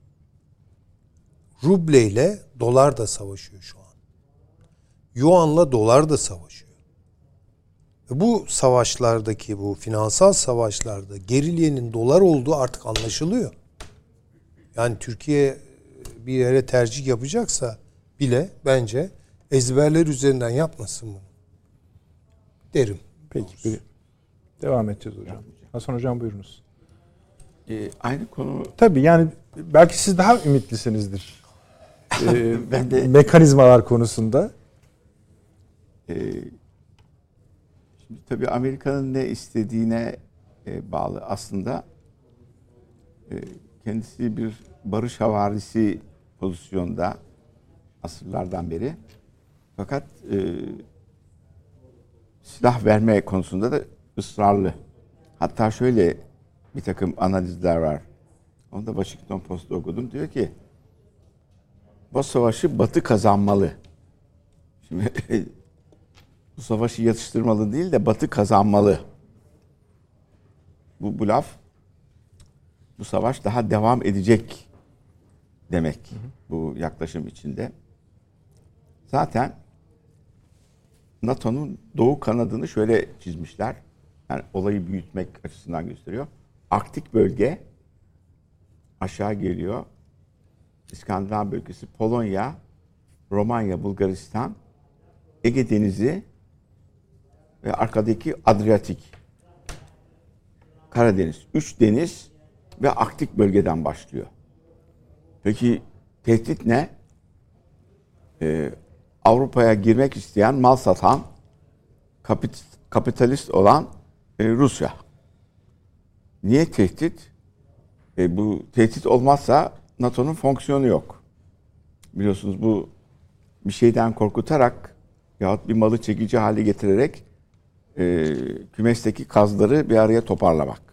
Ruble ile dolar da savaşıyor şu an. Yuan'la dolar da savaşıyor. Ve bu savaşlardaki bu finansal savaşlarda gerilyenin dolar olduğu artık anlaşılıyor. Yani Türkiye bir yere tercih yapacaksa bile bence ezberler üzerinden yapmasın bunu. Derim. peki bir devam edeceğiz hocam. Hasan hocam buyurunuz. E, aynı konu Tabii yani belki siz daha ümitlisinizdir. Ee, Ben de- mekanizmalar konusunda. e, şimdi tabii Amerika'nın ne istediğine e, bağlı. Aslında e, kendisi bir barış havarisi pozisyonda asırlardan beri. Fakat e, silah verme konusunda da ısrarlı. Hatta şöyle bir takım analizler var. Onu da Washington Post'ta okudum. Diyor ki bu savaşı Batı kazanmalı. Şimdi bu savaşı yatıştırmalı değil de Batı kazanmalı. Bu, bu laf bu savaş daha devam edecek demek bu yaklaşım içinde. Zaten NATO'nun doğu kanadını şöyle çizmişler. Yani olayı büyütmek açısından gösteriyor. Arktik bölge aşağı geliyor. İskandinav bölgesi, Polonya, Romanya, Bulgaristan, Ege Denizi ve arkadaki Adriyatik, Karadeniz. Üç deniz ve Arktik bölgeden başlıyor. Peki tehdit ne? Ee, Avrupa'ya girmek isteyen, mal satan, kapit, kapitalist olan e, Rusya. Niye tehdit? E, bu tehdit olmazsa NATO'nun fonksiyonu yok. Biliyorsunuz bu bir şeyden korkutarak yahut bir malı çekici hale getirerek e, kümesteki kazları bir araya toparlamak.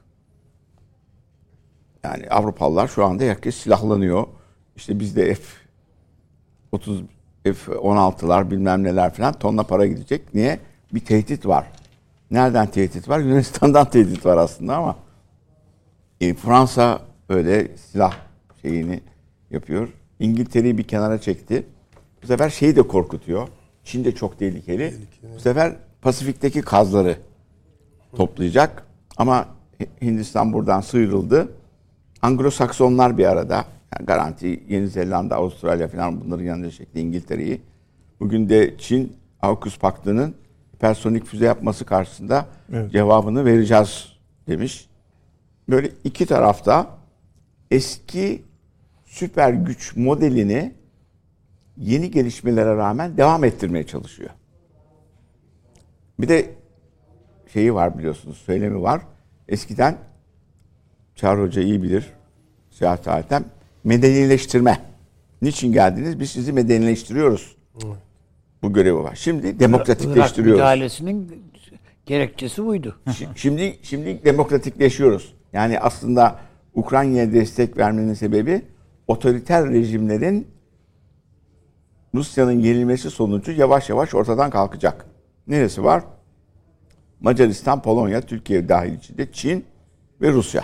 Yani Avrupalılar şu anda herkes silahlanıyor. İşte bizde F otuz, F on altılar bilmem neler falan tonla para gidecek. Niye? Bir tehdit var. Nereden tehdit var? Yunanistan'dan tehdit var aslında ama e, Fransa öyle silah şeyini yapıyor. İngiltere'yi bir kenara çekti. Bu sefer şeyi de korkutuyor. Çin de çok tehlikeli. tehlikeli. Bu sefer Pasifik'teki kazları toplayacak. Ama Hindistan buradan sıyrıldı. Anglo-Saksonlar bir arada. Yani garanti Yeni Zelanda, Avustralya falan bunların yanında çekti İngiltere'yi. Bugün de Çin, AUKUS Paktı'nın hipersonik füze yapması karşısında evet. cevabını vereceğiz demiş. Böyle iki tarafta eski süper güç modelini yeni gelişmelere rağmen devam ettirmeye çalışıyor. Bir de şeyi var biliyorsunuz, söylemi var. Eskiden Çağrı Hoca iyi bilir, Siyahat Hatem, medenileştirme. Niçin geldiniz? Biz sizi medenileştiriyoruz. Evet. Bu görevi var. Şimdi demokratikleştiriyoruz. Irak müdahalesinin gerekçesi buydu. Şimdi şimdi demokratikleşiyoruz. Yani aslında Ukrayna'ya destek vermenin sebebi otoriter rejimlerin Rusya'nın yenilmesi sonucu yavaş yavaş ortadan kalkacak. Neresi var? Macaristan, Polonya, Türkiye dahil içinde Çin ve Rusya.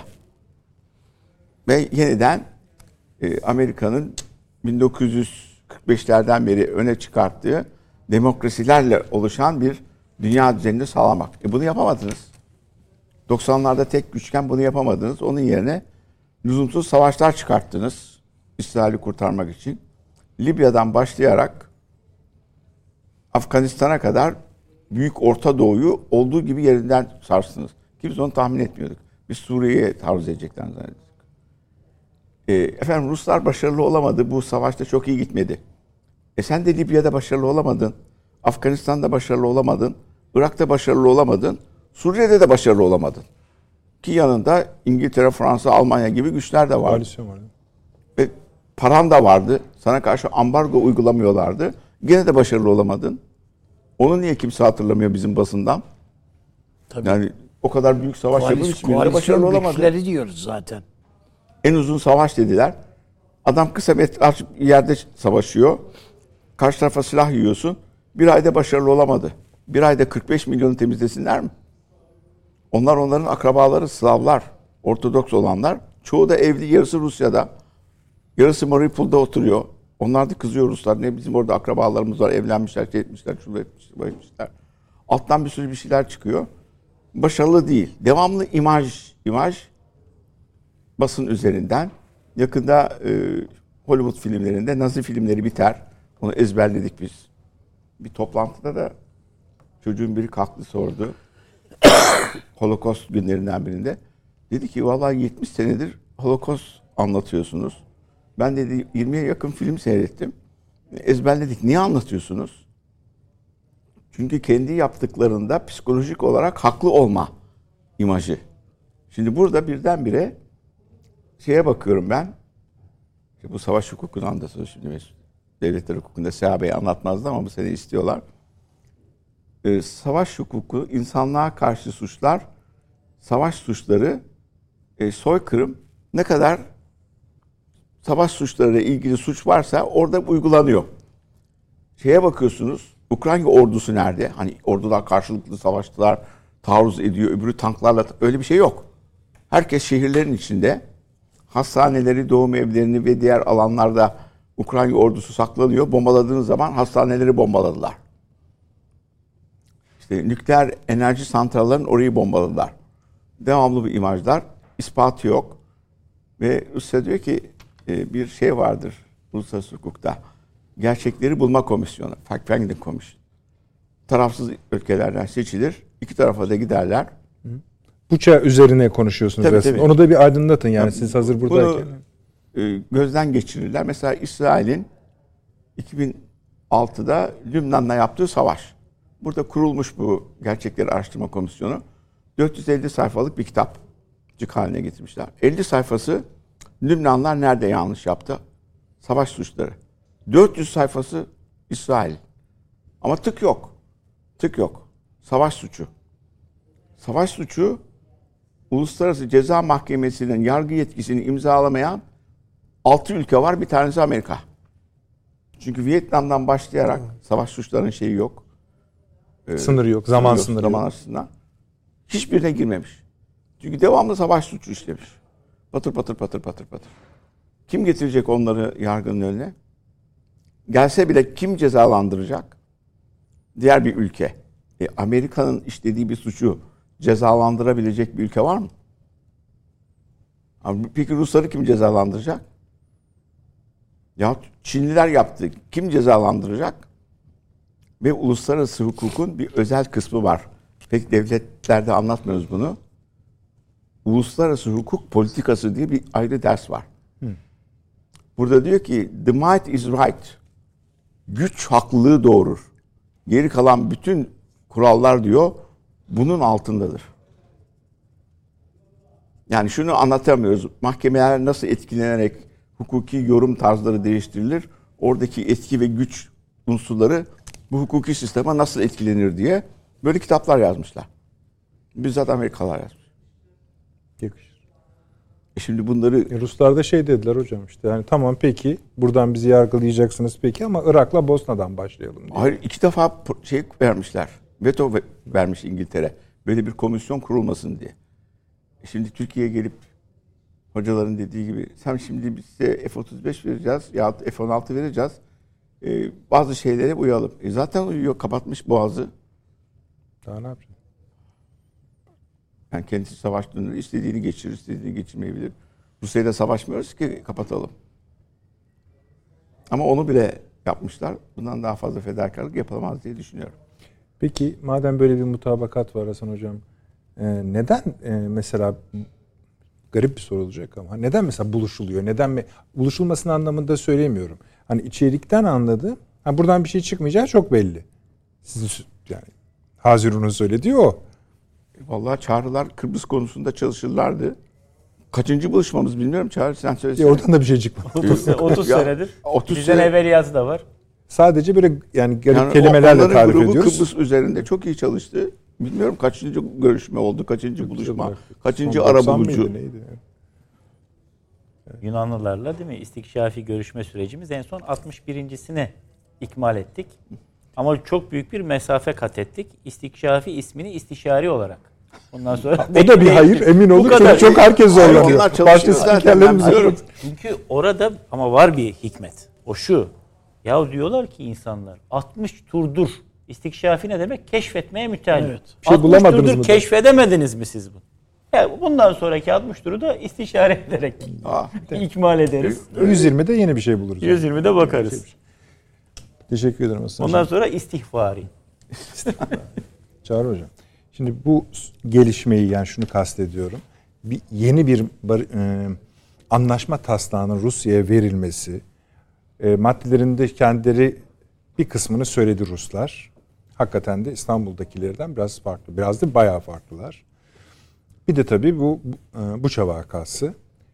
Ve yeniden e, Amerika'nın bin dokuz yüz kırk beşlerden beri öne çıkarttığı demokrasilerle oluşan bir dünya düzenini sağlamak. E bunu yapamadınız. doksanlarda tek güçken bunu yapamadınız. Onun yerine lüzumsuz savaşlar çıkarttınız. İsrail'i kurtarmak için. Libya'dan başlayarak Afganistan'a kadar Büyük Orta Doğu'yu olduğu gibi yerinden sarstınız. Kimse onu tahmin etmiyorduk. Biz Suriye'ye taarruz edeceklerini zannediyorduk. E, efendim Ruslar başarılı olamadı. Bu savaşta çok iyi gitmedi. E sen de Libya'da başarılı olamadın. Afganistan'da başarılı olamadın. Irak'ta başarılı olamadın. Suriye'de de başarılı olamadın. Ki yanında İngiltere, Fransa, Almanya gibi güçler de vardı. Ve paran da vardı. Sana karşı ambargo uygulamıyorlardı. Gene de başarılı olamadın. Onu niye kimse hatırlamıyor bizim basından? Tabii. Yani o kadar büyük savaş yapıp hiçbirinde başarılı olamadı. Güçleri diyoruz zaten. En uzun savaş dediler. Adam kısa bir yerde savaşıyor. Karşı tarafa silah yiyorsun. Bir ayda başarılı olamadı. Bir ayda kırk beş milyonu temizlesinler mi? Onlar onların akrabaları, Slavlar, Ortodoks olanlar. Çoğu da evli, yarısı Rusya'da. Yarısı Mariupol'da oturuyor. Onlar da kızıyor Ruslar. Ne bizim orada akrabalarımız var, evlenmişler, şey etmişler, şunu etmişler, etmişler. Alttan bir sürü bir şeyler çıkıyor. Başarılı değil. Devamlı imaj, imaj basın üzerinden. Yakında e, Hollywood filmlerinde Nazi filmleri biter. Onu ezberledik biz. Bir toplantıda da çocuğun biri kalktı sordu. Holocaust günlerinden birinde. Dedi ki vallahi yetmiş senedir Holocaust anlatıyorsunuz. Ben dedi yirmiye yakın film seyrettim. Ezberledik. Niye anlatıyorsunuz? Çünkü kendi yaptıklarında psikolojik olarak haklı olma imajı. Şimdi burada birdenbire şeye bakıyorum ben. İşte bu savaş hukukunu anlatıyor şimdi Mesut. Devletler hukukunda Seha Bey anlatmazdı ama bu sene istiyorlar. Ee, savaş hukuku, insanlığa karşı suçlar, savaş suçları, e, soykırım ne kadar savaş suçlarıyla ilgili suç varsa orada uygulanıyor. Şeye bakıyorsunuz, Ukrayna ordusu nerede? Hani ordular karşılıklı savaştılar, taarruz ediyor, öbürü tanklarla, öyle bir şey yok. Herkes şehirlerin içinde, hastaneleri, doğum evlerini ve diğer alanlarda Ukrayna ordusu saklanıyor. Bombaladığınız zaman hastaneleri bombaladılar. İşte nükleer enerji santrallerinin orayı bombaladılar. Devamlı bir imajlar, ispatı yok. Ve Rusya diyor ki bir şey vardır uluslararası hukukta. Gerçekleri bulma komisyonu. Fact-finding Commission. Tarafsız ülkelerden seçilir. İki tarafa da giderler. Buça üzerine konuşuyorsunuz tabii, aslında. tabii. Onu da bir aydınlatın yani tabii, siz hazır buradayken. Bunu e, gözden geçirirler. Mesela İsrail'in iki bin altıda Lübnan'la yaptığı savaş. Burada kurulmuş bu Gerçekleri Araştırma Komisyonu. dört yüz elli sayfalık bir kitapcık haline getirmişler. elli sayfası Lübnanlar nerede yanlış yaptı? Savaş suçları. dört yüz sayfası İsrail. Ama tık yok. Tık yok. Savaş suçu. Savaş suçu Uluslararası Ceza Mahkemesi'nin yargı yetkisini imzalamayan altı ülke var. Bir tanesi Amerika. Çünkü Vietnam'dan başlayarak savaş suçlarının şeyi yok. Ee, sınırı yok. Zaman sınırı yok. Sınırı zaman yok. Açısından. Hiçbirine girmemiş. Çünkü devamlı savaş suçu işlemiş. Patır patır patır patır patır. Kim getirecek onları yargının önüne? Gelse bile kim cezalandıracak? Diğer bir ülke. E, Amerika'nın işlediği bir suçu cezalandırabilecek bir ülke var mı? Peki Rusları kim cezalandıracak? Ya Çinliler yaptı. Kim cezalandıracak? Ve uluslararası hukukun bir özel kısmı var. Pek devletlerde anlatmıyoruz bunu. Uluslararası hukuk politikası diye bir ayrı ders var. Hı. Burada diyor ki the might is right. güç haklılığı doğurur. Geri kalan bütün kurallar diyor bunun altındadır. Yani şunu anlatamıyoruz. Mahkemeler nasıl etkilenerek hukuki yorum tarzları değiştirilir? Oradaki etki ve güç unsurları bu hukuki sisteme nasıl etkilenir diye böyle kitaplar yazmışlar. Bizzat Amerikalılar yazmış. Yakışır. E şimdi bunları E Ruslar da şey dediler hocam işte yani tamam peki buradan bizi yargılayacaksınız peki ama Irak'la Bosna'dan başlayalım diye. hayır iki defa şey vermişler. Veto vermiş İngiltere. Böyle bir komisyon kurulmasın diye. E şimdi Türkiye'ye gelip hocaların dediği gibi sen şimdi bize F otuz beş vereceğiz ya F on altı vereceğiz. Ee, bazı şeylere uyalım. E zaten uyuyor. Kapatmış boğazı. Daha ne yapacağız? Yani kendisi savaş dönemi istediğini geçirir, istediğini geçirmeyebilir. Rusya'yla savaşmıyoruz ki kapatalım. Ama onu bile yapmışlar. Bundan daha fazla fedakarlık yapılamaz diye düşünüyorum. Peki madem böyle bir mutabakat var Hasan Hocam, e, neden e, mesela garip bir soru olacak ama neden mesela buluşuluyor? Neden mi buluşulmasının anlamında söylemiyorum. Hani içerikten anladım. Ha buradan bir şey çıkmayacağı çok belli. Sizin yani Hazirun'un söylediği o. Vallahi Çağrılar Kıbrıs konusunda çalışırlardı. Kaçıncı buluşmamız bilmiyorum Çağrı sen Ya söylesene. oradan da bir şey çıkmadı. otuz Ya, senedir. otuz Bizden sene- evveliyatı da var. Sadece böyle yani garip Yani kelimelerle onların tarif grubu ediyoruz. Kıbrıs üzerinde çok iyi çalıştı. Bilmiyorum kaçıncı görüşme oldu, kaçıncı buluşma, kaçıncı Son ara doksan bulucu. mıydı, neydi yani? Yunanlılarla değil mi? İstikşafi görüşme sürecimiz en son altmış birincisini ikmal ettik. Ama çok büyük bir mesafe kat ettik. İstikşafi ismini istişari olarak. Ondan sonra O da bir hayır emin olun çünkü çok herkes zorlanıyor. Onlar çalışıyor Başka zaten, spikerlerimiz ben biliyorum. yok. Çünkü orada ama var bir hikmet. O şu. Ya diyorlar ki insanlar altmış turdur. İstikşafi ne demek? Keşfetmeye müteallim. Evet. Bir şey altmış bulamadınız turdur mı da? keşfedemediniz mi siz bunu? Ya bundan sonraki altmış turu da istişare ederek Aa, ikmal ederiz. yüz yirmide yeni bir şey buluruz. yüz yirmide bakarız. Teşekkür ederim Hasan Ondan Hocam. sonra istihvari. Çağrı Hocam. Şimdi bu gelişmeyi yani şunu kastediyorum. Bir, yeni bir bar, e, anlaşma taslağının Rusya'ya verilmesi, e, maddelerinde kendileri bir kısmını söyledi Ruslar. Hakikaten de İstanbul'dakilerden biraz farklı. Biraz da bayağı farklılar. Bir de tabii bu bu, Buça vakası.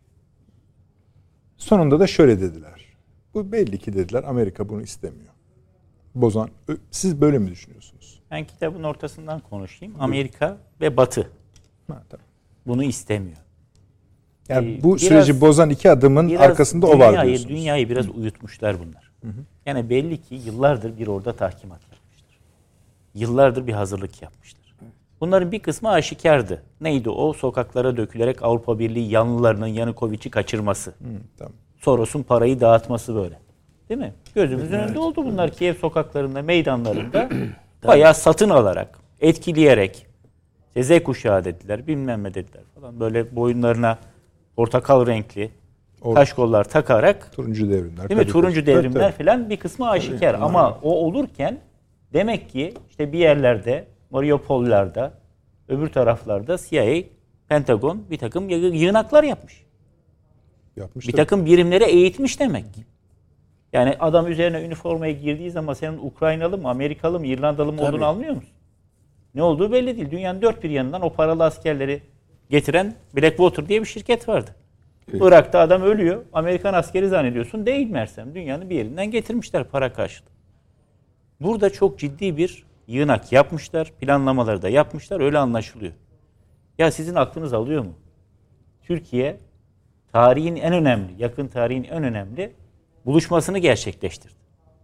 Sonunda da şöyle dediler. Bu belli ki dediler Amerika bunu istemiyor. Bozan, siz böyle mi düşünüyorsunuz? Ben kitabın ortasından konuşayım. Amerika ve Batı Ha, tabii. bunu istemiyor. Yani Ee, bu biraz- süreci bozan iki adımın Biraz arkasında o var dünyayı, diyorsunuz. dünyayı biraz uyutmuşlar bunlar. Yani belli ki yıllardır bir orada tahkimat yapmıştır. Yıllardır bir hazırlık yapmışlar. Bunların bir kısmı aşikardı. Neydi o? Sokaklara dökülerek Avrupa Birliği yanlılarının Yanukovic'i kaçırması. Hı, tamam. Soros'un parayı dağıtması böyle. Değil mi? Gözümüzün önünde oldu bunlar. Kiev sokaklarında, meydanlarında bayağı satın alarak, etkileyerek, işte Z kuşağı dediler, bilmem ne dediler falan. Böyle boyunlarına portakal renkli Or- taş kollar takarak, Turuncu devrimler. değil mi? tabii, Turuncu tabii. devrimler Tabii, tabii. falan bir kısmı aşikar. Ama o olurken demek ki işte bir yerlerde, Mariupol'larda, öbür taraflarda C I A, Pentagon bir takım yı- yığınaklar yapmış. Yapmış Bir tabii. takım birimlere eğitmiş demek ki. Yani adam üzerine üniformaya girdiği zaman senin Ukraynalı mı, Amerikalı mı, İrlandalı mı olduğunu Tabii. anlıyor musun? Ne olduğu belli değil. Dünyanın dört bir yanından o paralı askerleri getiren Blackwater diye bir şirket vardı. Evet. Irak'ta adam ölüyor. Amerikan askeri zannediyorsun. Değil meğersem. Dünyanın bir yerinden getirmişler para karşılığı. Burada çok ciddi bir yığınak yapmışlar. Planlamaları da yapmışlar. Öyle anlaşılıyor. Ya sizin aklınız alıyor mu? Türkiye tarihin en önemli, yakın tarihin en önemli buluşmasını gerçekleştirdi.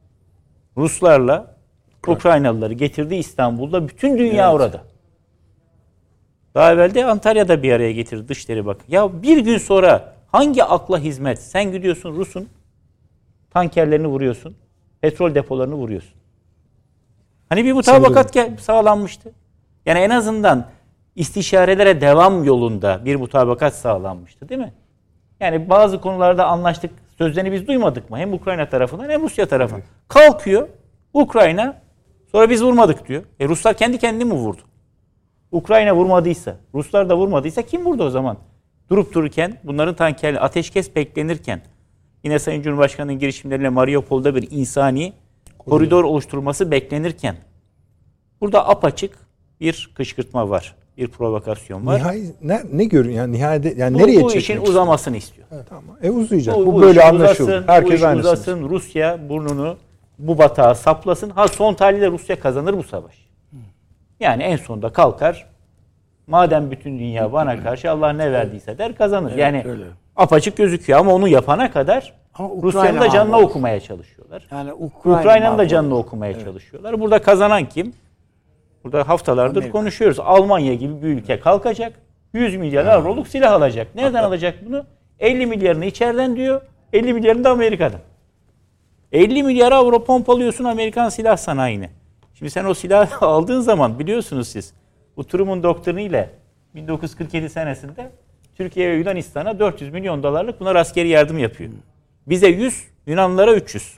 Ruslarla Ukraynalıları getirdi İstanbul'da. Bütün dünya Evet. orada. Daha evvel de Antalya'da bir araya getirdi Dışişleri Bakanı. Ya bir gün sonra hangi akla hizmet? Sen gidiyorsun Rus'un tankerlerini vuruyorsun. Petrol depolarını vuruyorsun. Hani bir mutabakat gel- sağlanmıştı. Yani en azından istişarelere devam yolunda bir mutabakat sağlanmıştı değil mi? Yani bazı konularda anlaştık. Sözlerini biz duymadık mı? Hem Ukrayna tarafından hem Rusya tarafından. Kalkıyor Ukrayna sonra biz vurmadık diyor. E Ruslar kendi kendini mi vurdu? Ukrayna vurmadıysa, Ruslar da vurmadıysa kim vurdu o zaman? Durup dururken bunların tankerli ateşkes beklenirken yine Sayın Cumhurbaşkanı'nın girişimleriyle Mariupol'da bir insani koridor oluşturulması beklenirken burada apaçık bir kışkırtma var. Bir provokasyon var. Nihai, ne, ne görün yani nihayede yani Bu, nereye bu çekmek işin istiyor? uzamasını istiyor. Tamam. E uzayacak. Bu, Bu, bu böyle iş anlaşıldı. uzasın, Herkes bu iş aynısını. uzasın. Rusya burnunu bu batağa saplasın. Ha son tahlilde Rusya kazanır bu savaş. Yani en sonunda kalkar. Madem bütün dünya bana karşı Allah ne verdiyse der kazanır. Evet, yani öyle. apaçık gözüküyor ama onu yapana kadar Ama Ukrayna Rusya'nın da canını mahvoldu. okumaya çalışıyorlar. Yani Ukrayna Ukrayna'nın da mahvoldu. canını okumaya çalışıyorlar. Burada kazanan kim? Burada haftalardır Amerika. konuşuyoruz. Almanya gibi bir ülke kalkacak. yüz milyar avroluk silah alacak. Nereden alacak bunu? elli milyarını içeriden diyor. elli milyarını da Amerika'dan. elli milyar avro pompalıyorsun Amerikan silah sanayine. Şimdi sen o silahı aldığın zaman biliyorsunuz siz bu Truman doktrini ile bin dokuz yüz kırk yedi senesinde Türkiye ve Yunanistan'a dört yüz milyon dolarlık bunlar askeri yardım yapıyor. Bize yüz, Yunanlılara üç yüz.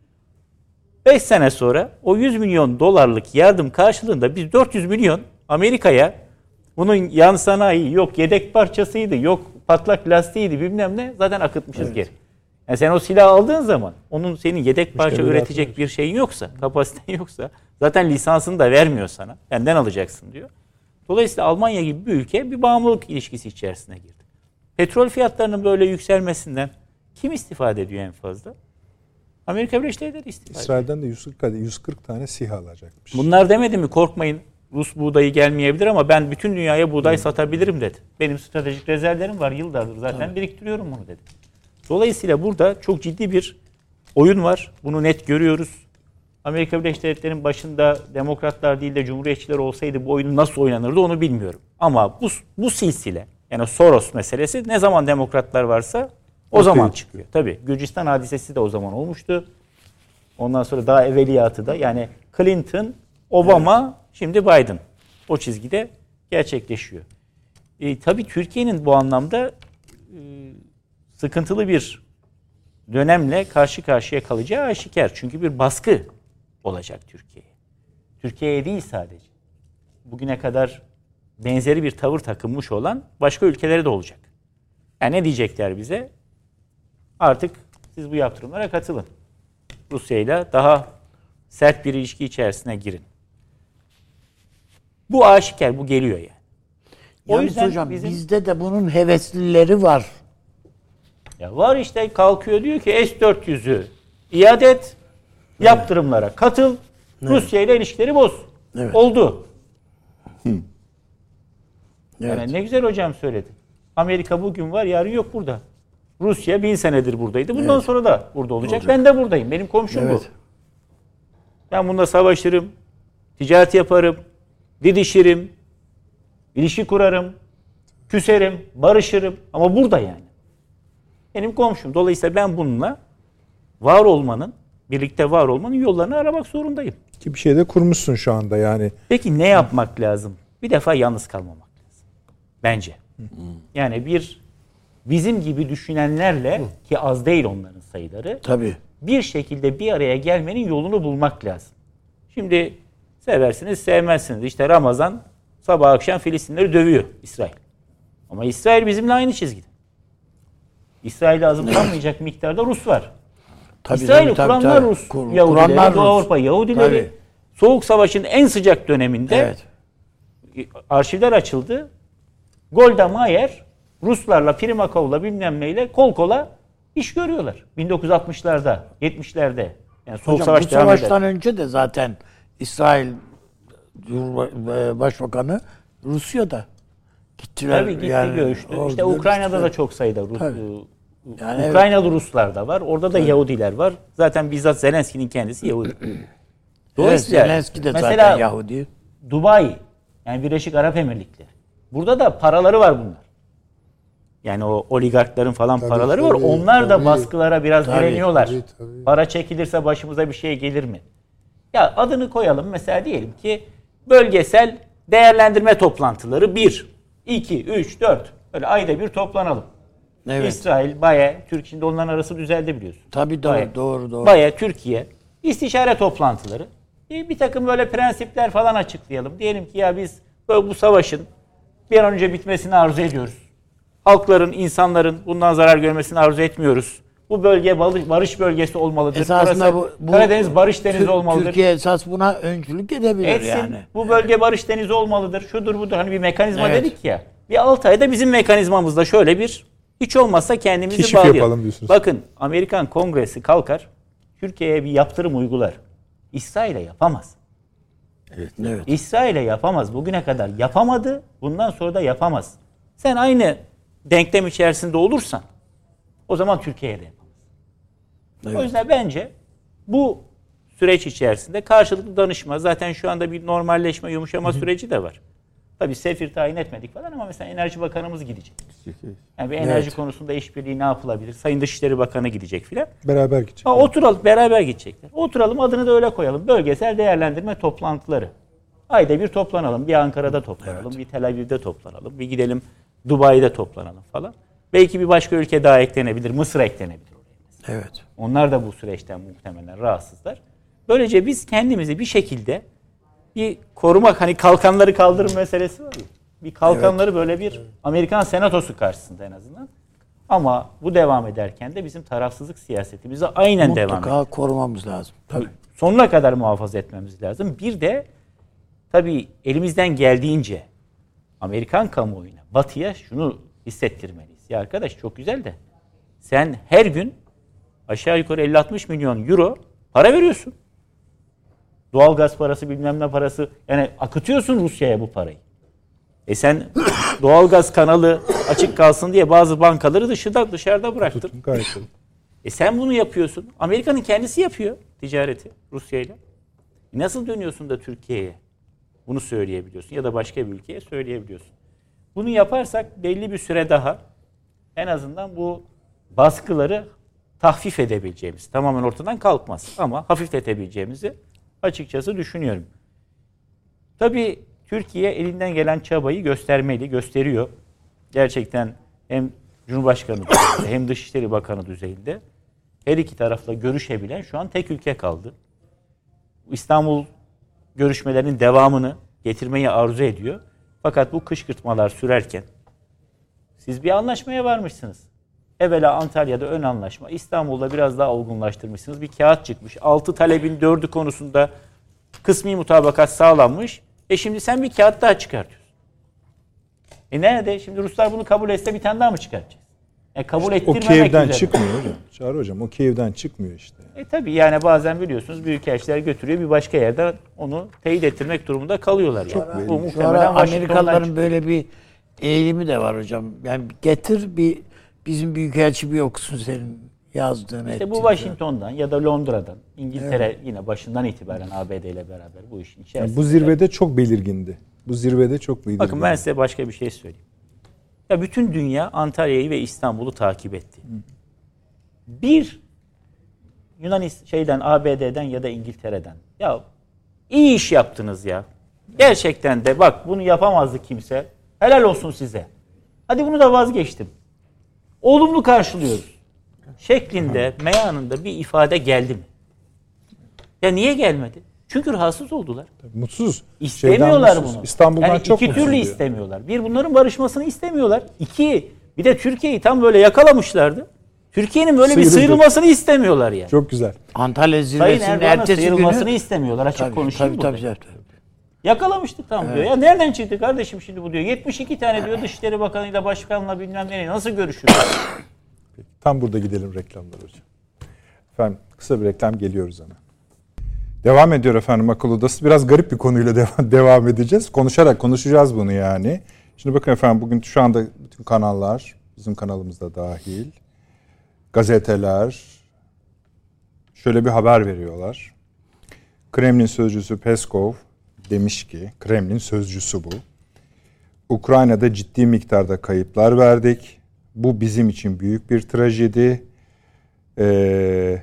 beş sene sonra o yüz milyon dolarlık yardım karşılığında biz dört yüz milyon Amerika'ya bunun yan sanayi yok, yedek parçasıydı, yok patlak lastiğiydi bilmem ne zaten akıtmışız Evet. geri. Yani sen o silahı aldığın zaman onun senin yedek parça Müşteriler üretecek atılır. bir şeyin yoksa, kapasiten yoksa zaten lisansını da vermiyor sana. Benden alacaksın diyor. Dolayısıyla Almanya gibi bir ülke bir bağımlılık ilişkisi içerisine girdi. Petrol fiyatlarının böyle yükselmesinden kim istifade ediyor en fazla? Amerika Birleşik Devletleri istifade ediyor. İsrail'den de yüz kırk, yüz kırk tane SİHA alacakmış. Bunlar demedi mi korkmayın Rus buğdayı gelmeyebilir ama ben bütün dünyaya buğday satabilirim dedi. Benim stratejik rezervlerim var yıllardır zaten Tabii. biriktiriyorum bunu dedi. Dolayısıyla burada çok ciddi bir oyun var. Bunu net görüyoruz. Amerika Birleşik Devletleri'nin başında demokratlar değil de cumhuriyetçiler olsaydı bu oyun nasıl oynanırdı onu bilmiyorum. Ama bu, bu silsile yani Soros meselesi ne zaman demokratlar varsa o Ortaya zaman çıkıyor. çıkıyor. Tabii Gürcistan hadisesi de o zaman olmuştu. Ondan sonra daha evveliyatı da yani Clinton, Obama, evet. Şimdi Biden. O çizgide gerçekleşiyor. E, tabii Türkiye'nin bu anlamda e, sıkıntılı bir dönemle karşı karşıya kalacağı aşikar. Çünkü bir baskı olacak Türkiye'ye. Türkiye'ye değil sadece. Bugüne kadar benzeri bir tavır takınmış olan başka ülkelere de olacak. Yani ne diyecekler bize? Artık siz bu yaptırımlara katılın. Rusya'yla daha sert bir ilişki içerisine girin. Bu aşikar, bu geliyor yani. O Yalnız yüzden hocam bizim... bizde de bunun heveslileri var. Ya var işte kalkıyor diyor ki S dört yüzü iade et, yaptırımlara katıl, evet. Rusya ile ilişkileri boz. Evet. Oldu. Evet. Yani ne güzel hocam söyledi. Amerika bugün var, yarın yok burada. Rusya bin senedir buradaydı. Bundan evet. sonra da burada olacak. olacak. Ben de buradayım. Benim komşum evet. bu. Ben bununla savaşırım, ticaret yaparım, didişirim, ilişki kurarım, küserim, barışırım. Ama burada yani. Benim komşum. Dolayısıyla ben bununla var olmanın, birlikte var olmanın yollarını aramak zorundayım. Ki bir şey de kurmuşsun şu anda yani. Peki ne yapmak lazım? Bir defa yalnız kalmamak lazım. Bence. Yani bir bizim gibi düşünenlerle ki az değil onların sayıları. Tabii. Bir şekilde bir araya gelmenin yolunu bulmak lazım. Şimdi seversiniz, sevmezsiniz. İşte Ramazan sabah akşam Filistinleri dövüyor İsrail. Ama İsrail bizimle aynı çizgide. İsrail'e azımsanmayacak miktarda Rus var. Tabii, İsrail'i tabii, kuranlar tabii. Rus. Kur, Yahudileri, Doğu Rus. Avrupa Yahudileri. Tabii. Soğuk Savaş'ın en sıcak döneminde evet. arşivler açıldı. Golda Meir Ruslarla, Primakov'la bilmem neyle kol kola iş görüyorlar. bin dokuz yüz altmışlarda, yetmişlerde. Yani Soğuk Hocam, Savaş bu devam savaştan eder. önce de zaten İsrail Başbakanı Rusya'da gittiler. Tabii gitti yani, görüştü. orada İşte Ukrayna'da gittiler. da çok sayıda Rus, yani Ukraynalı evet. Ruslar da var. Orada da Tabii. Yahudiler var. Zaten bizzat Zelenski'nin kendisi Yahudi. Dolayısıyla evet, Zelenski de mesela zaten Yahudi. Dubai, yani Birleşik Arap Emirlikleri. Burada da paraları var bunlar. Yani o oligarkların falan tabii, paraları tabii, var. Onlar tabii, da baskılara biraz tabii, direniyorlar. tabii, tabii. Para çekilirse başımıza bir şey gelir mi? Ya adını koyalım mesela diyelim ki bölgesel değerlendirme toplantıları bir, iki, üç, dört. Böyle ayda bir toplanalım. Evet. İsrail, Baye, Türk şimdi onların arası düzeldi biliyorsun. Tabii doğru, Baye, doğru, doğru. Baye, Türkiye istişare toplantıları. Bir, bir takım böyle prensipler falan açıklayalım. Diyelim ki ya biz böyle bu savaşın bir an önce bitmesini arzu ediyoruz. Halkların, insanların bundan zarar görmesini arzu etmiyoruz. Bu bölge barış bölgesi olmalıdır. Esasında bu, bu Karadeniz barış denizi Tür- olmalıdır. Türkiye esas buna öncülük edebilir Etsin. yani. Bu bölge barış denizi olmalıdır. Şudur budur. Hani bir mekanizma Evet. dedik ya. Bir altı ayda bizim mekanizmamızda şöyle bir hiç olmazsa kendimizi Keşif bağlayalım. yapalım diyorsunuz. Bakın Amerikan Kongresi kalkar. Türkiye'ye bir yaptırım uygular. İsrail'e yapamaz. Evet. Evet. İsrail'e yapamaz. Bugüne kadar yapamadı. Bundan sonra da yapamaz. Sen aynı denklem içerisinde olursan o zaman Türkiye'ye de yapamaz. Evet. O yüzden bence bu süreç içerisinde karşılıklı danışma, zaten şu anda bir normalleşme, yumuşama süreci de var. Tabii sefir tayin etmedik falan ama mesela Enerji Bakanımız gidecek. Yani bir enerji Evet. konusunda işbirliği ne yapılabilir? Sayın Dışişleri Bakanı gidecek filan. Beraber gidecek. Ha, oturalım, beraber gidecekler. Oturalım, adını da öyle koyalım. Bölgesel değerlendirme toplantıları. Ayda bir toplanalım. Bir Ankara'da toplanalım, bir Tel Aviv'de toplanalım, bir gidelim Dubai'de toplanalım falan. Belki bir başka ülke daha eklenebilir. Mısır eklenebilir oraya. Evet. Onlar da bu süreçten muhtemelen rahatsızlar. Böylece biz kendimizi bir şekilde bir korumak, hani kalkanları kaldırım meselesi var ya. Bir kalkanları böyle bir Amerikan Senatosu karşısında en azından. Ama bu devam ederken de bizim tarafsızlık siyasetimizi aynen devam Mutlaka ediyor. korumamız lazım. Tabii. Sonuna kadar muhafaza etmemiz lazım. Bir de tabii elimizden geldiğince Amerikan kamuoyuna, Batı'ya şunu hissettirmeliyiz. Ya arkadaş çok güzel de sen her gün aşağı yukarı elli altmış milyon euro para veriyorsun. Doğalgaz parası, bilmem ne parası. Yani akıtıyorsun Rusya'ya bu parayı. E sen doğalgaz kanalı açık kalsın diye bazı bankaları dışarıda dışarıda bıraktın. Tutun, gayet iyi. E sen bunu yapıyorsun. Amerika'nın kendisi yapıyor ticareti Rusya ile. Nasıl dönüyorsun da Türkiye'ye bunu söyleyebiliyorsun ya da başka bir ülkeye söyleyebiliyorsun. Bunu yaparsak belli bir süre daha en azından bu baskıları tahfif edebileceğimiz, tamamen ortadan kalkmaz ama hafifletebileceğimizi açıkçası düşünüyorum. Tabii Türkiye elinden gelen çabayı göstermeli, gösteriyor. Gerçekten hem Cumhurbaşkanı düzeyinde hem Dışişleri Bakanı düzeyinde her iki tarafla görüşebilen şu an tek ülke kaldı. İstanbul görüşmelerinin devamını getirmeyi arzu ediyor. Fakat bu kışkırtmalar sürerken siz bir anlaşmaya varmışsınız. Evvela Antalya'da ön anlaşma, İstanbul'da biraz daha olgunlaştırmışsınız. Bir kağıt çıkmış. Altı talebin dördü konusunda kısmi mutabakat sağlanmış. E şimdi sen bir kağıt daha çıkartıyorsun. E nerede? Şimdi Ruslar bunu kabul etse bir tane daha mı çıkartacağız? E kabul O ettirmemek Kiev'den üzere. çıkmıyor hocam. Çağrı hocam, o Kiev'den çıkmıyor işte. E tabii yani bazen biliyorsunuz büyükelçiler götürüyor, bir başka yerde onu teyit ettirmek durumunda kalıyorlar. Yani. Çok belli. Bu Şu muhtemelen ara Washington'dan Amerikalıların çıkıyor. böyle bir eğilimi de var hocam. Yani getir bir bizim büyükelçi bir okusun senin yazdığını. İşte bu ettiğini. Washington'dan ya da Londra'dan, İngiltere yine başından itibaren A B D ile beraber bu işin Yani içerisinde. bu zirvede çok belirgindi. Bu zirvede çok belirgindi. Bakın ben size başka bir şey söyleyeyim. Ya bütün dünya Antalya'yı ve İstanbul'u takip etti. Bir Yunanistan şeyden, A B D'den ya da İngiltere'den. Ya iyi iş yaptınız ya. Gerçekten de bak bunu yapamazdı kimse. Helal olsun size. Hadi bunu da vazgeçtim. Olumlu karşılıyoruz. Şeklinde, meyanında bir ifade geldi mi? Ya niye gelmedi? Çünkü rahatsız oldular. Mutsuz. İstemiyorlar Şeyden mutsuz. bunu. İstanbul'dan yani çok iki mutsuz türlü diyor. istemiyorlar. Bir, bunların barışmasını istemiyorlar. İki, bir de Türkiye'yi tam böyle yakalamışlardı. Türkiye'nin böyle Sıyrıldı. bir sıyrılmasını istemiyorlar yani. Çok güzel. Antalya Sayın zirvesinin Erdoğan'ın ertesi sıyrılmasını günü istemiyorlar. Açık tabii, konuşayım tabii, burada. tabii, tabii. Yakalamıştık tam diyor. Ya nereden çıktı kardeşim şimdi bu diyor. yetmiş iki tane diyor Dışişleri Bakanı'yla başkanla bilmem ne nasıl görüşürüz? Tam burada gidelim reklamlar hocam. Efendim kısa bir reklam, geliyoruz hemen. Devam ediyor efendim akıl odası. Biraz garip bir konuyla devam, devam edeceğiz. Konuşarak konuşacağız bunu yani. Şimdi bakın efendim, bugün şu anda bütün kanallar, bizim kanalımızda dahil, gazeteler şöyle bir haber veriyorlar. Kremlin sözcüsü Peskov demiş ki, Kremlin sözcüsü bu, Ukrayna'da ciddi miktarda kayıplar verdik. Bu bizim için büyük bir trajedi. Ee,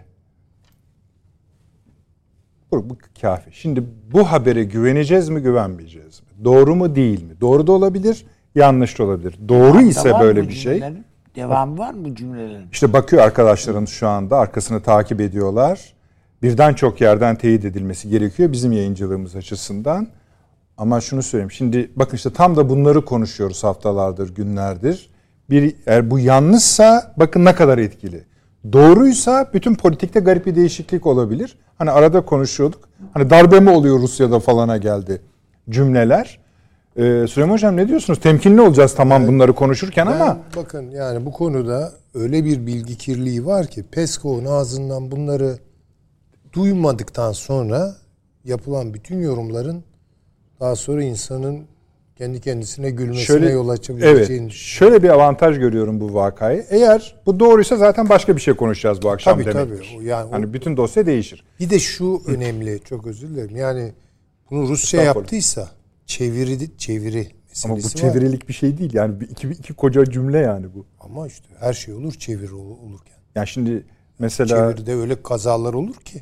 bu, bu kafi. Şimdi bu habere güveneceğiz mi, güvenmeyeceğiz mi? Doğru mu, değil mi? Doğru da olabilir, yanlış da olabilir. Doğru ise Var böyle mı bir şey. cümlelerin? Devam var mı cümlelerin? İşte bakıyor arkadaşların şu anda, arkasını takip ediyorlar. Birden çok yerden teyit edilmesi gerekiyor bizim yayıncılığımız açısından. Ama şunu söyleyeyim. Şimdi bakın işte tam da bunları konuşuyoruz haftalardır, günlerdir. Bir, eğer bu yanlışsa bakın ne kadar etkili. Doğruysa bütün politikte garip bir değişiklik olabilir. Hani arada konuşuyorduk. Hani darbe mi oluyor Rusya'da falana geldi cümleler. Ee, Süleyman Hocam ne diyorsunuz? Temkinli olacağız tamam evet. bunları konuşurken ben, ama. Bakın yani bu konuda öyle bir bilgi kirliliği var ki Peskov'un ağzından bunları duymadıktan sonra yapılan bütün yorumların daha sonra insanın kendi kendisine gülmesine şöyle, yol açabileceğini. Evet. Şöyle bir avantaj görüyorum bu vakayı. Eğer bu doğruysa zaten başka bir şey konuşacağız bu akşam tabii, demektir. Tabii yani hani o, bütün dosya değişir. Bir de şu önemli, çok özür dilerim. Yani bunu Rusya yaptıysa çeviri çeviri meselesi Ama bu çevirilik var. Bir şey değil. Yani iki, iki koca cümle yani bu. Ama işte her şey olur çeviri olurken. Yani şimdi mesela çeviride öyle kazalar olur ki.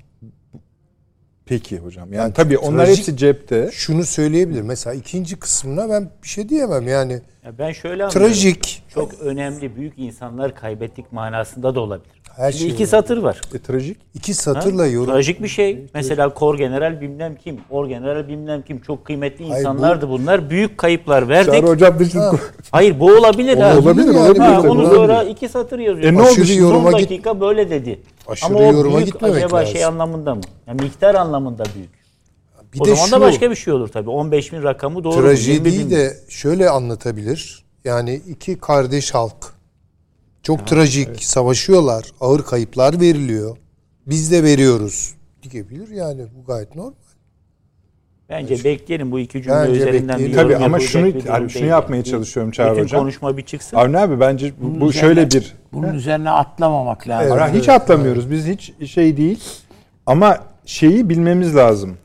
Peki hocam. Yani, yani tabii onlar hepsi cepte. Şunu söyleyebilir. Mesela ikinci kısmına ben bir şey diyemem. Yani ya ben şöyle anlıyorum. Trajik. Çok önemli büyük insanlar kaybettik manasında da olabilir. Her Şimdi şey iki var. satır var. E, trajik. İki satırla yorum. Trajik bir şey. Mesela Kor General bilmem kim, Or General bilmem kim çok kıymetli Hayır, insanlardı bu... bunlar. Büyük kayıplar verdik. Çağrı hocam dışında. Hayır bu olabilir ha. Olabilir yani, olabilir. Ha, olabilir. onu sonra iki satır yazıyor. E, ne oldu? Son dakika git... böyle dedi. Aşırı Ama o yoruma büyük gitmemek acaba lazım. şey anlamında mı? Yani miktar anlamında büyük. Bir o de zaman şu, da başka bir şey olur tabii. on beş bin rakamı doğru. Trajediyi de şöyle anlatabilir. Yani iki kardeş halk. Çok ha, trajik. Evet. Savaşıyorlar. Ağır kayıplar veriliyor. Biz de veriyoruz. Diyebilir yani. Bu gayet normal. Bence yani bekleyelim bu iki cümle üzerinden bir tabii ama şunu yani şunu yapmaya yani. çalışıyorum Çağrı Hocam. Bütün konuşma bir çıksın. Avni abi bence bu, bu üzerine, şöyle bir bunun he? üzerine atlamamak lazım. Evet, evet, hiç atlamıyoruz. Evet. Biz hiç şey değil. Ama şeyi bilmemiz lazım.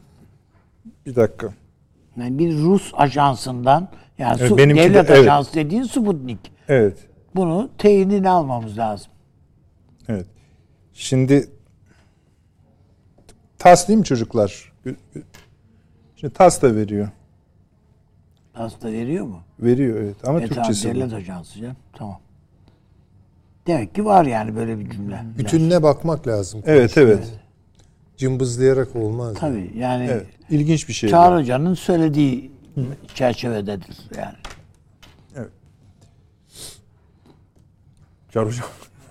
Bir dakika. Yani bir Rus ajansından yani evet, su, devlet de, ajansı evet. dediğin Sputnik. Evet. Bunu teyinini almamız lazım. Evet. Şimdi TASS değil mi çocuklar? Şimdi TASS da veriyor. TASS da veriyor mu? Veriyor evet ama e, Türkçesi tamam, devlet ajansı canım. Tamam. Demek ki var yani böyle bir cümle. Bütününe bakmak lazım. Evet evet. evet. Cımbızlayarak olmaz. Tabii yani evet. ilginç bir şey. Çağrı Hoca'nın söylediği Hı. çerçevededir yani. Evet. Çağrı Hocam.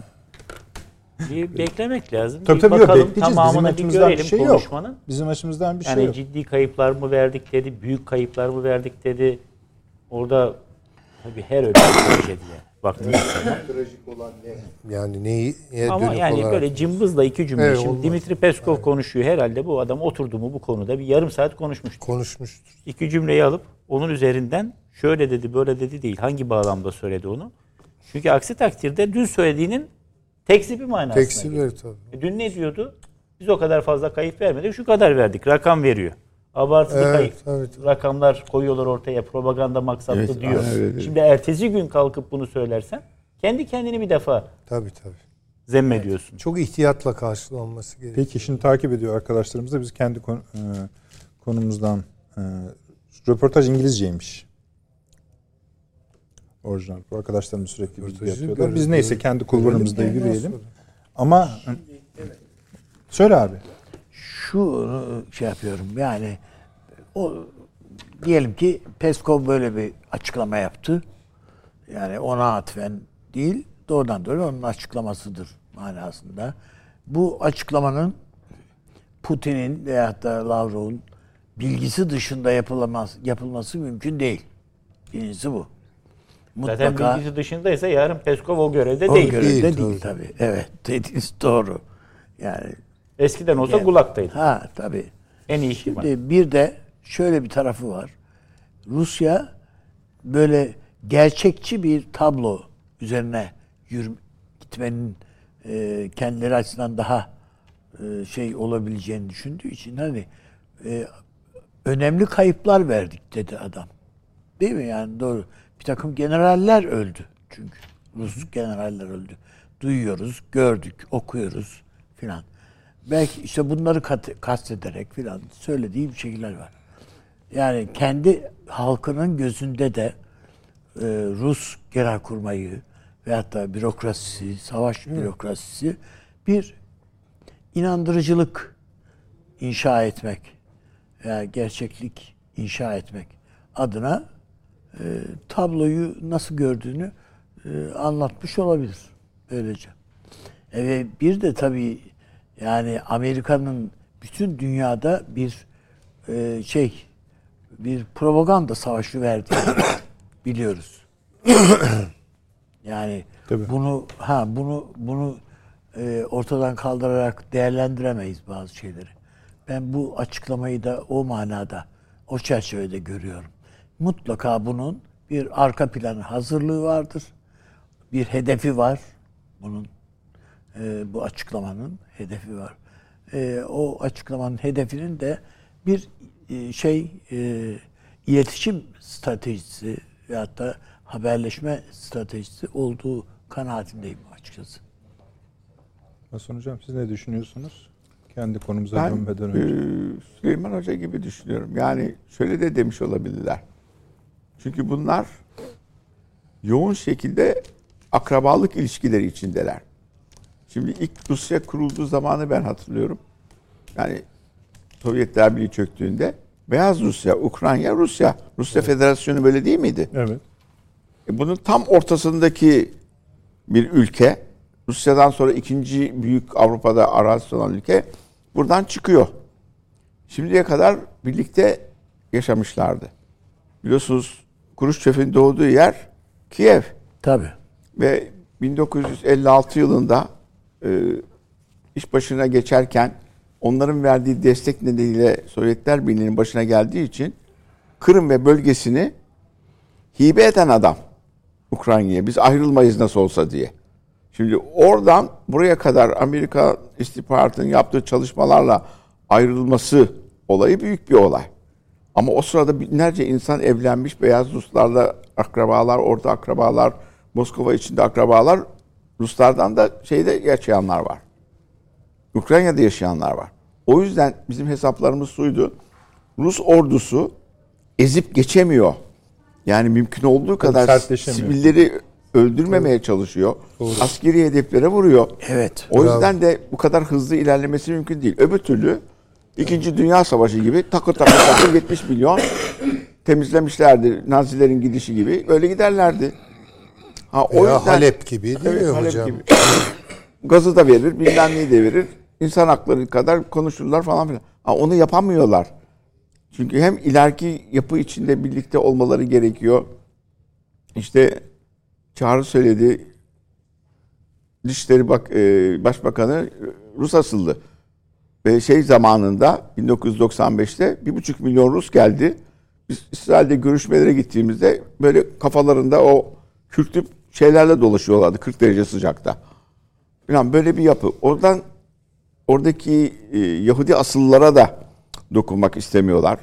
Bir beklemek lazım. Tabii bir tabii bakalım bekleyeceğiz. tamamını bir görelim bir şey konuşmanın. Yok. Bizim açımızdan bir yani şey yok. Yani ciddi kayıplar mı verdik dedi, büyük kayıplar mı verdik dedi. Orada tabii her öyle bir şey diye baktığınız zaman. Trajik olan ne? Yani neyi neye ama yani olarak... böyle cımbızla iki cümle. Evet, Şimdi olmaz. Dimitri Peskov evet. konuşuyor. Herhalde bu adam oturdu mu bu konuda bir yarım saat konuşmuştur. Konuşmuştur. İki cümleyi alıp onun üzerinden şöyle dedi böyle dedi değil. Hangi bağlamda söyledi onu? Çünkü aksi takdirde dün söylediğinin tekzibi manasına Tekzibi evet tabii. E dün ne diyordu? Biz o kadar fazla kayıp vermedik. Şu kadar verdik. Rakam veriyor. Abartılı evet, kayıp. Evet. Rakamlar koyuyorlar ortaya. Propaganda maksatlı evet, diyor. Evet, Şimdi ertesi gün kalkıp bunu söylersen kendi kendini bir defa tabii tabii. zemmediyorsun. Evet, çok ihtiyatla karşılanması gerekiyor. Peki şimdi takip ediyor arkadaşlarımız da biz kendi konu, e, konumuzdan e, röportaj İngilizceymiş. Orijinal. Bu arkadaşlarımız sürekli bilgi yapıyorlar. Biz neyse kendi kulvarımızda yürüyelim. Ama evet. Söyle abi. Şu şey yapıyorum yani o diyelim ki Peskov böyle bir açıklama yaptı. Yani ona atfen değil doğrudan doğruya onun açıklamasıdır manasında. Bu açıklamanın Putin'in veyahut da Lavrov'un bilgisi dışında yapılamaz, yapılması mümkün değil. Birincisi bu. Mutlaka, zaten bilgisi dışındaysa yarın Peskov o görevde o değil. O görevde değil, değil tabii. Evet, dediğiniz doğru. Yani eskiden olsa yani, Gulag'taydı. Ha tabii. En iyi şey var. Şimdi bir de şöyle bir tarafı var. Rusya böyle gerçekçi bir tablo üzerine yürü, gitmenin e, kendileri açısından daha e, şey olabileceğini düşündüğü için hani e, önemli kayıplar verdik dedi adam. Değil mi? Yani doğru. Bir takım generaller öldü çünkü. Rus generaller öldü. Duyuyoruz, gördük, okuyoruz filan. Belki işte bunları kat, kastederek filan söylediği bir şeyler var. Yani kendi halkının gözünde de e, Rus genelkurmayı veyahut da bürokrasisi, savaş Hı. bürokrasisi bir inandırıcılık inşa etmek veya gerçeklik inşa etmek adına e, tabloyu nasıl gördüğünü e, anlatmış olabilir böylece. Evet, bir de tabii yani Amerika'nın bütün dünyada bir e, şey bir propaganda savaşı verdiğini biliyoruz. Yani Tabii. bunu ha bunu bunu e, ortadan kaldırarak değerlendiremeyiz bazı şeyleri. Ben bu açıklamayı da o manada, o çerçevede görüyorum. Mutlaka bunun bir arka planı hazırlığı vardır. Bir hedefi var bunun. E, bu açıklamanın hedefi var. E, o açıklamanın hedefinin de bir e, şey e, iletişim stratejisi veyahut da haberleşme stratejisi olduğu kanaatindeyim açıkçası. Hasan Hocam siz ne düşünüyorsunuz? Kendi konumuza Ben dönmeden önce. e, Süleyman Hoca gibi düşünüyorum. Yani şöyle de demiş olabilirler. Çünkü bunlar yoğun şekilde akrabalık ilişkileri içindeler. Şimdi ilk Rusya kurulduğu zamanı ben hatırlıyorum. Yani Sovyetler Birliği çöktüğünde Beyaz Rusya, Ukrayna, Rusya. Rusya evet. Federasyonu böyle değil miydi? Evet. E bunun tam ortasındaki bir ülke. Rusya'dan sonra ikinci büyük Avrupa'da arazisi olan ülke buradan çıkıyor. Şimdiye kadar birlikte yaşamışlardı. Biliyorsunuz Kruşçev'in doğduğu yer Kiev. Tabii. Ve bin dokuz yüz elli altı yılında e, iş başına geçerken onların verdiği destek nedeniyle Sovyetler Birliği'nin başına geldiği için Kırım ve bölgesini hibe eden adam Ukrayna'ya. Biz ayrılmayız nasıl olsa diye. Şimdi oradan buraya kadar Amerika istihbaratının yaptığı çalışmalarla ayrılması olayı büyük bir olay. Ama o sırada binlerce insan evlenmiş, Beyaz Ruslarla akrabalar, orta akrabalar, Moskova içinde akrabalar, Ruslardan da şeyde yaşayanlar var. Ukrayna'da yaşayanlar var. O yüzden bizim hesaplarımız şuydu. Rus ordusu ezip geçemiyor. Yani mümkün olduğu kadar sivilleri öldürmemeye çalışıyor. Doğru. Askeri hedeflere vuruyor. Evet. O yüzden de bu kadar hızlı ilerlemesi mümkün değil. Öbür türlü İkinci Dünya Savaşı gibi takır takır takır yetmiş milyon temizlemişlerdi. Nazilerin gidişi gibi. Öyle giderlerdi. Ha, o ya yüzden, Halep gibi değil evet, mi Halep hocam? Gibi. Gazı da verir, bilmem neyi de verir. İnsan hakları kadar konuşurlar falan filan. Ha, onu yapamıyorlar. Çünkü hem ileriki yapı içinde birlikte olmaları gerekiyor. İşte Çağrı söyledi. Dışişleri Bak, e, Başbakanı Rus asıllı. Ve şey zamanında bin dokuz yüz doksan beşte bir buçuk milyon Rus geldi. Biz İsrail'de görüşmelere gittiğimizde böyle kafalarında o kürklü şeylerle dolaşıyorlardı kırk derece sıcakta. Yani böyle bir yapı. Oradan oradaki e, Yahudi asıllılara da dokunmak istemiyorlar.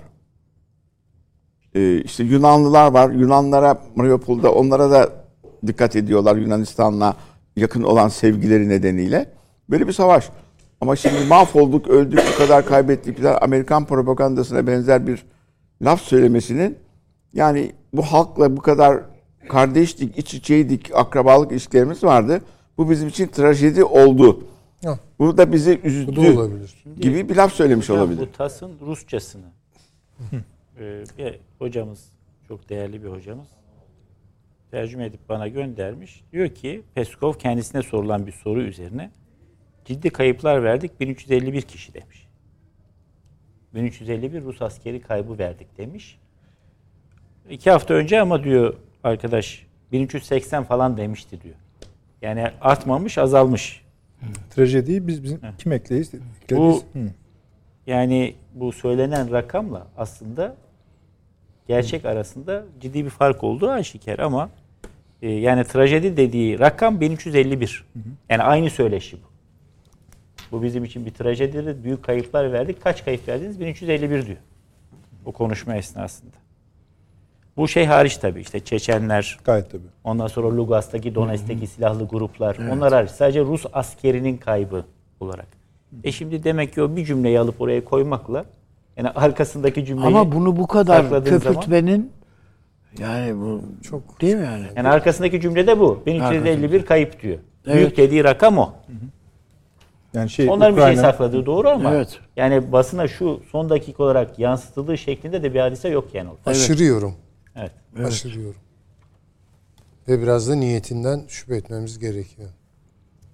E, işte Yunanlılar var. Yunanlara Mariupol'da onlara da dikkat ediyorlar Yunanistan'la yakın olan sevgileri nedeniyle. Böyle bir savaş. Ama şimdi mahvolduk, öldük, bu kadar kaybettik. Amerikan propagandasına benzer bir laf söylemesinin yani bu halkla bu kadar kardeşlik, iç içeydik, akrabalık ilişkilerimiz vardı. Bu bizim için trajedi oldu. Ha. Bu da bizi üzdü bu da olabilir. Gibi bir laf söylemiş hocam, olabilir. Bu TAS'ın Rusçasını ee, bir hocamız, çok değerli bir hocamız tercüme edip bana göndermiş. Diyor ki Peskov kendisine sorulan bir soru üzerine ciddi kayıplar verdik, bin üç yüz elli bir kişi demiş. bin üç yüz elli bir Rus askeri kaybı verdik demiş. İki hafta önce ama diyor arkadaş bin üç yüz seksen falan demişti diyor. Yani artmamış, azalmış. Trajediyi biz bizim Heh. kim ekleyiz? Bu, yani bu söylenen rakamla aslında gerçek arasında ciddi bir fark olduğu aşikar ama e, yani trajedi dediği rakam bin üç yüz elli bir. Hı hı. Yani aynı söyleşi bu. Bu bizim için bir trajedidir. Büyük kayıplar verdik. Kaç kayıp verdiniz? bin üç yüz elli bir diyor. O konuşma esnasında. Bu şey hariç tabii işte Çeçenler. Gayet tabii. Ondan sonra Lugansk'taki, Donetsk'teki silahlı gruplar. Evet. Onlar hariç. Sadece Rus askerinin kaybı olarak. E şimdi demek ki o bir cümleyi alıp oraya koymakla yani arkasındaki cümleyi ama bunu bu kadar köpürtmenin zaman, yani bu çok değil mi yani? Yani arkasındaki cümlede bu. bin üç yüz elli bir kayıp diyor. Evet. Büyük dediği rakam o. Yani şey, onların Ukrayna... bir şey sakladığı doğru ama evet. Yani basına şu son dakika olarak yansıtıldığı şeklinde de bir hadise yok yani. Orada. Aşırıyorum. Evet. evet. Aşırıyorum. Ve biraz da niyetinden şüphe etmemiz gerekiyor.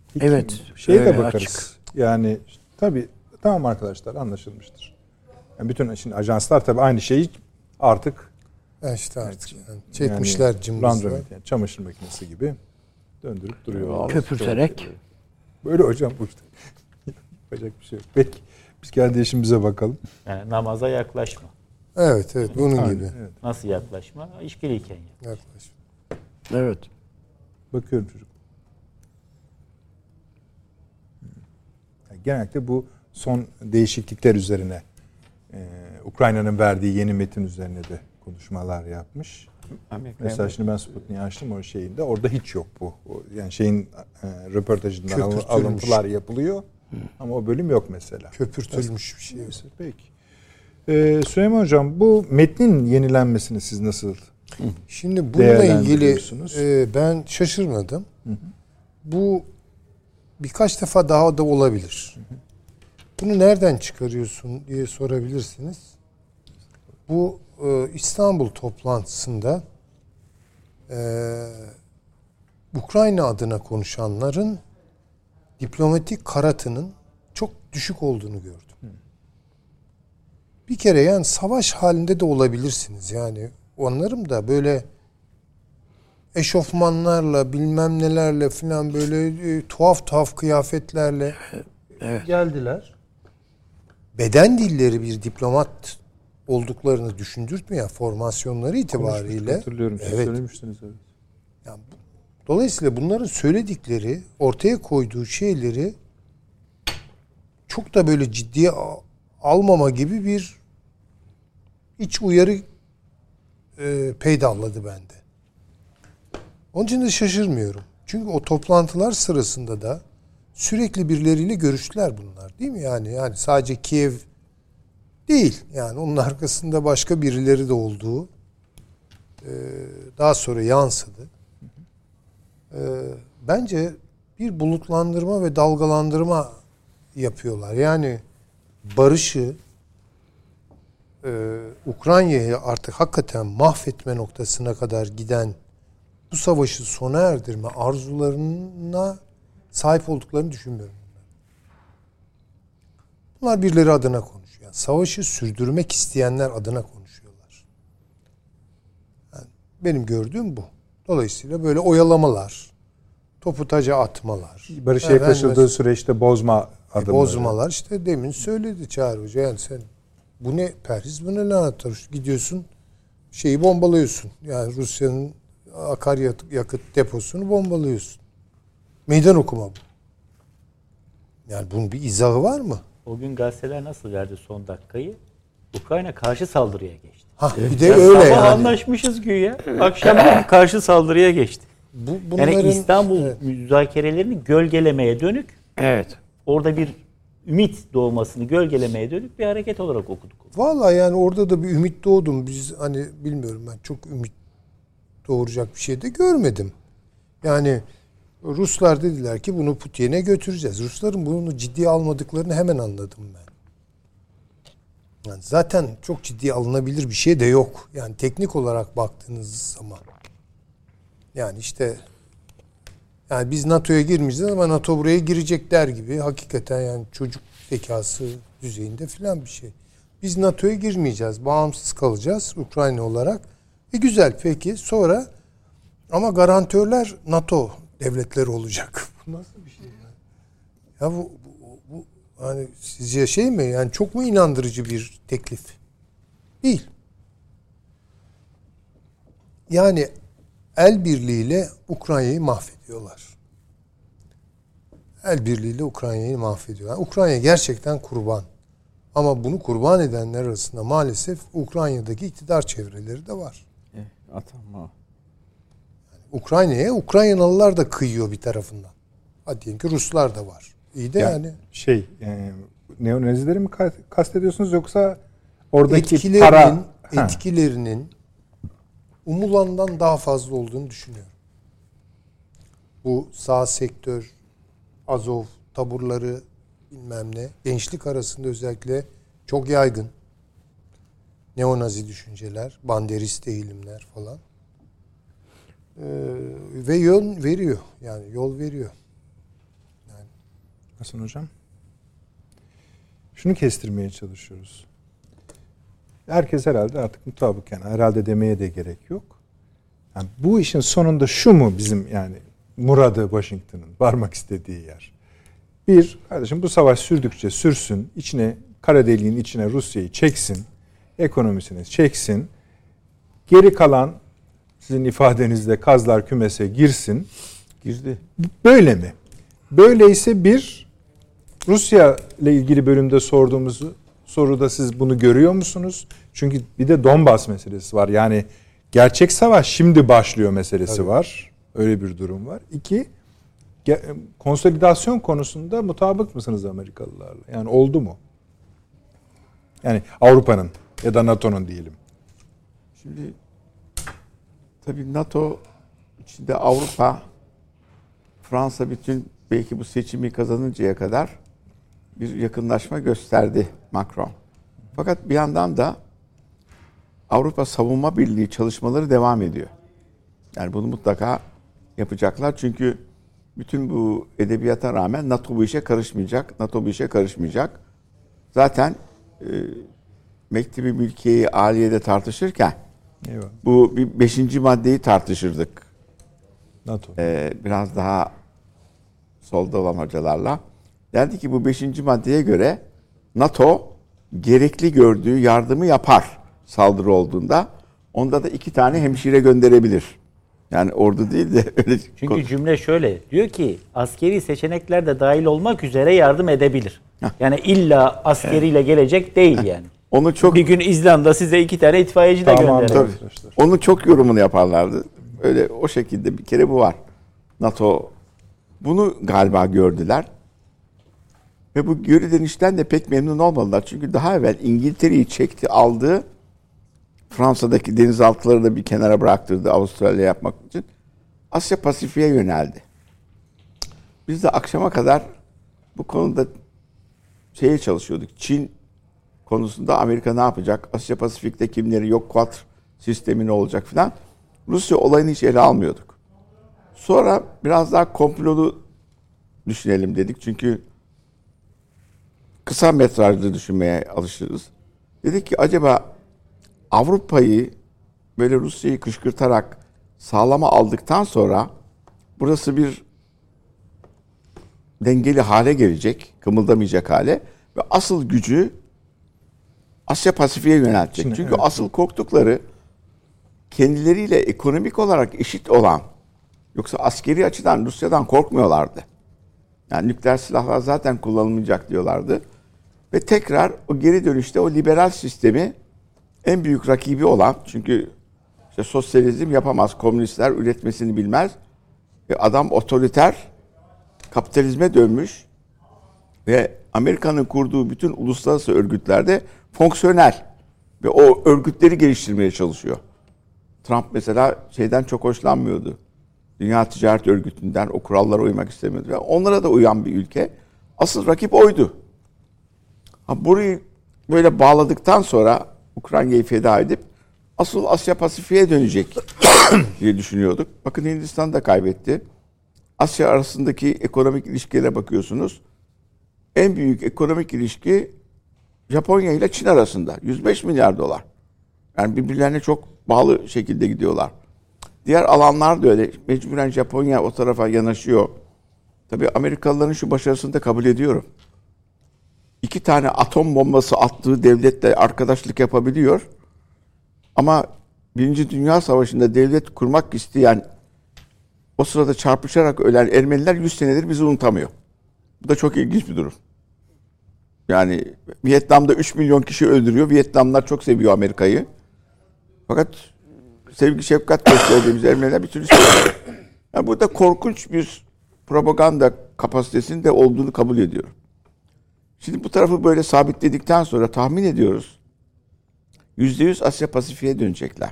Evet. Şeye de öyle bakarız. açık. Yani tabii tamam arkadaşlar, anlaşılmıştır. Yani bütün şimdi ajanslar tabii aynı şeyi artık Ya işte artık yani çekmişler yani, cımbızla. laundromat, yani çamaşır makinesi gibi döndürüp duruyorlar. Köpürterek. Böyle hocam bu işte. Yapacak bir şey yok. Peki biz kendi işimize bakalım. Yani namaza yaklaşma. Evet evet bunun Aynen, gibi. evet. Nasıl yaklaşma? İşkiliyken yap. Yaklaş. Evet. Bakıyorum çocuk. Yani genellikle bu son değişiklikler üzerine e, Ukrayna'nın verdiği yeni metin üzerine de konuşmalar yapmış. Amerika Mesela şimdi ben Sputnik'i açtım o şeyinde. Orada hiç yok bu. O, yani şeyin e, röportajından al- Köpürtülmüş. alıntılar yapılıyor. Ama o bölüm yok mesela. Köpürtülmüş bir şey. Neyse, peki. Ee, Süleyman Hocam bu metnin yenilenmesini siz nasıl? Şimdi bununla ilgili Değerlendiriyorsunuz. e, ben şaşırmadım. Bu birkaç defa daha da olabilir. Bunu nereden çıkarıyorsun diye sorabilirsiniz. Bu e, İstanbul toplantısında e, Ukrayna adına konuşanların diplomatik karatının çok düşük olduğunu gördüm. Bir kere yani savaş halinde de olabilirsiniz. Yani onların da böyle eşofmanlarla bilmem nelerle filan böyle e, tuhaf tuhaf kıyafetlerle Evet. geldiler. Beden dilleri bir diplomat olduklarını düşündürtmüyor formasyonları itibariyle. Hatırlıyorum. Siz Evet. söylemiştiniz. Evet. Yani bu- dolayısıyla bunların söyledikleri, ortaya koyduğu şeyleri çok da böyle ciddiye a- almama gibi bir iç uyarı e, peydahladı bende. Onun için de şaşırmıyorum. Çünkü o toplantılar sırasında da sürekli birileriyle görüştüler bunlar, değil mi? Yani yani sadece Kiev değil. Yani onun arkasında başka birileri de olduğu e, daha sonra yansıdı. E, bence bir bulutlandırma ve dalgalandırma yapıyorlar. Yani barışı e, Ukrayna'yı artık hakikaten mahvetme noktasına kadar giden bu savaşı sona erdirme arzularına sahip olduklarını düşünmüyorum. Bunlar birileri adına konuşuyor. Yani savaşı sürdürmek isteyenler adına konuşuyorlar. Yani benim gördüğüm bu. Dolayısıyla böyle oyalamalar, topu taca atmalar. Barış'a efendim, yaklaşıldığı süreçte bozma adımları. bozmalar işte demin söyledi Çağrı Hoca. Yani sen bu ne perhiz bu ne lanet gidiyorsun şeyi bombalıyorsun. Yani Rusya'nın akaryakıt deposunu bombalıyorsun. Meydan okuma bu. Yani bunun bir izahı var mı? O gün gazeteler nasıl verdi son dakikayı? Ukrayna karşı saldırıya geçti. Ha bir de Ya öyle sabah yani. anlaşmışız güya. Akşam karşı saldırıya geçti. Bu, bunların, Yani İstanbul evet. müzakerelerini gölgelemeye dönük, Evet. orada bir ümit doğmasını gölgelemeye dönük bir hareket olarak okuduk. Vallahi yani orada da bir ümit doğdum. Biz hani bilmiyorum ben çok ümit doğuracak bir şey de görmedim. Yani Ruslar dediler ki bunu Putin'e götüreceğiz. Rusların bunu ciddiye almadıklarını hemen anladım ben. Yani zaten çok ciddiye alınabilir bir şey de yok. Yani teknik olarak baktığınız zaman. Yani işte yani biz NATO'ya girmeyeceğiz ama NATO buraya girecek der gibi. Hakikaten yani çocuk zekası düzeyinde filan bir şey. Biz NATO'ya girmeyeceğiz. Bağımsız kalacağız Ukrayna olarak. E güzel peki sonra ama garantörler NATO devletleri olacak. Bu nasıl bir şey ya? Ya bu, bu, bu hani sizce şey mi? Yani çok mu inandırıcı bir teklif? Değil. Yani el birliğiyle Ukrayna'yı mahvediyorlar. El birliğiyle Ukrayna'yı mahvediyorlar. Ukrayna gerçekten kurban. Ama bunu kurban edenler arasında maalesef Ukrayna'daki iktidar çevreleri de var. Atamma. Ukrayna'ya Ukraynalılar da kıyıyor bir tarafından. Hadi diyelim ki Ruslar da var. İyi de yani, Yani şey, e, neonazileri mi ka- kastediyorsunuz yoksa oradaki etkilerinin, para Ha. etkilerinin umulandan daha fazla olduğunu düşünüyorum. Bu sağ sektör, Azov taburları bilmem ne, gençlik arasında özellikle çok yaygın. Neonazi düşünceler, banderist eğilimler falan. Ee, ve yol veriyor. Yani yol veriyor. Hasan Hocam. Şunu kestirmeye çalışıyoruz. Herkes herhalde artık mutabık, yani herhalde demeye de gerek yok. Yani bu işin sonunda şu mu bizim yani muradı Washington'ın varmak istediği yer? Bir, kardeşim bu savaş sürdükçe sürsün, içine kara deliğin içine Rusya'yı çeksin, ekonomisini çeksin, geri kalan sizin ifadenizde kazlar kümese girsin. Girdi. Böyle mi? Böyleyse bir, Rusya ile ilgili bölümde sorduğumuz soruda siz bunu görüyor musunuz? Çünkü bir de Donbas meselesi var. Yani gerçek savaş şimdi başlıyor meselesi Tabii. var. Öyle bir durum var. İki, konsolidasyon konusunda mutabık mısınız Amerikalılarla? Yani oldu mu? Yani Avrupa'nın ya da NATO'nun diyelim. Şimdi tabii NATO içinde Avrupa, Fransa bütün belki bu seçimi kazanıncaya kadar bir yakınlaşma gösterdi Macron. Fakat bir yandan da Avrupa Savunma Birliği çalışmaları devam ediyor. Yani bunu mutlaka yapacaklar. Çünkü bütün bu edebiyata rağmen NATO bu işe karışmayacak. NATO bu işe karışmayacak. Zaten e, Mektebi Mülkiye-i Aliye'de tartışırken Eyvallah. bu bir beşinci maddeyi tartışırdık. NATO. Ee, biraz daha solda olan hocalarla. Derdi ki bu beşinci maddeye göre NATO gerekli gördüğü yardımı yapar saldırı olduğunda. Onda da iki tane hemşire gönderebilir. Yani ordu değil de öyle. Çünkü cümle şöyle diyor ki askeri seçenekler de dahil olmak üzere yardım edebilir. Heh. Yani illa askeriyle evet. gelecek değil yani. Onu çok bir gün İzlanda size iki tane itfaiyeci de tamam, gönderir. Onu çok yorumunu yaparlardı. Öyle o şekilde bir kere bu var. NATO bunu galiba gördüler. Ve bu geri dönüşten de pek memnun olmadılar. Çünkü daha evvel İngiltere'yi çekti, aldı. Fransa'daki denizaltıları da bir kenara bıraktırdı Avustralya yapmak için. Asya Pasifik'e yöneldi. Biz de akşama kadar bu konuda şeye çalışıyorduk. Çin konusunda Amerika ne yapacak? Asya Pasifik'te kimleri yok? Quad sistemi ne olacak filan. Rusya olayını hiç ele almıyorduk. Sonra biraz daha komplolu düşünelim dedik. Çünkü kısa metrajlı düşünmeye alışırız. Dedik ki acaba Avrupa'yı böyle Rusya'yı kışkırtarak sağlama aldıktan sonra burası bir dengeli hale gelecek, kımıldamayacak hale ve asıl gücü Asya Pasifik'e yöneltecek. Şimdi, Çünkü evet. asıl korktukları kendileriyle ekonomik olarak eşit olan, yoksa askeri açıdan Rusya'dan korkmuyorlardı. Yani nükleer silahlar zaten kullanılmayacak diyorlardı. Ve tekrar o geri dönüşte o liberal sistemi en büyük rakibi olan, çünkü işte sosyalizm yapamaz, komünistler üretmesini bilmez. Ve adam otoriter, kapitalizme dönmüş ve Amerika'nın kurduğu bütün uluslararası örgütlerde fonksiyonel ve o örgütleri geliştirmeye çalışıyor. Trump mesela şeyden çok hoşlanmıyordu. Dünya Ticaret Örgütü'nden o kurallara uymak istemiyordu. Yani onlara da uyan bir ülke. Asıl rakip oydu. Ha, burayı böyle bağladıktan sonra Ukrayna'yı feda edip asıl Asya Pasifik'e dönecek diye düşünüyorduk. Bakın Hindistan da kaybetti. Asya arasındaki ekonomik ilişkilere bakıyorsunuz. En büyük ekonomik ilişki Japonya ile Çin arasında. yüz beş milyar dolar. Yani birbirlerine çok bağlı şekilde gidiyorlar. Diğer alanlar da öyle. Mecburen Japonya o tarafa yanaşıyor. Tabii Amerikalıların şu başarısını da kabul ediyorum. İki tane atom bombası attığı devletle arkadaşlık yapabiliyor. Ama Birinci Dünya Savaşı'nda devlet kurmak isteyen, o sırada çarpışarak ölen Ermeniler yüz senedir bizi unutamıyor. Bu da çok ilginç bir durum. Yani Vietnam'da üç milyon kişi öldürüyor. Vietnamlılar çok seviyor Amerika'yı. Fakat sevgi şefkat gösterdiğimiz Ermeniler bir türlü sevmiyor. Yani burada korkunç bir propaganda kapasitesinin de olduğunu kabul ediyorum. Şimdi bu tarafı böyle sabitledikten sonra tahmin ediyoruz. Yüzde yüz Asya Pasifik'e dönecekler.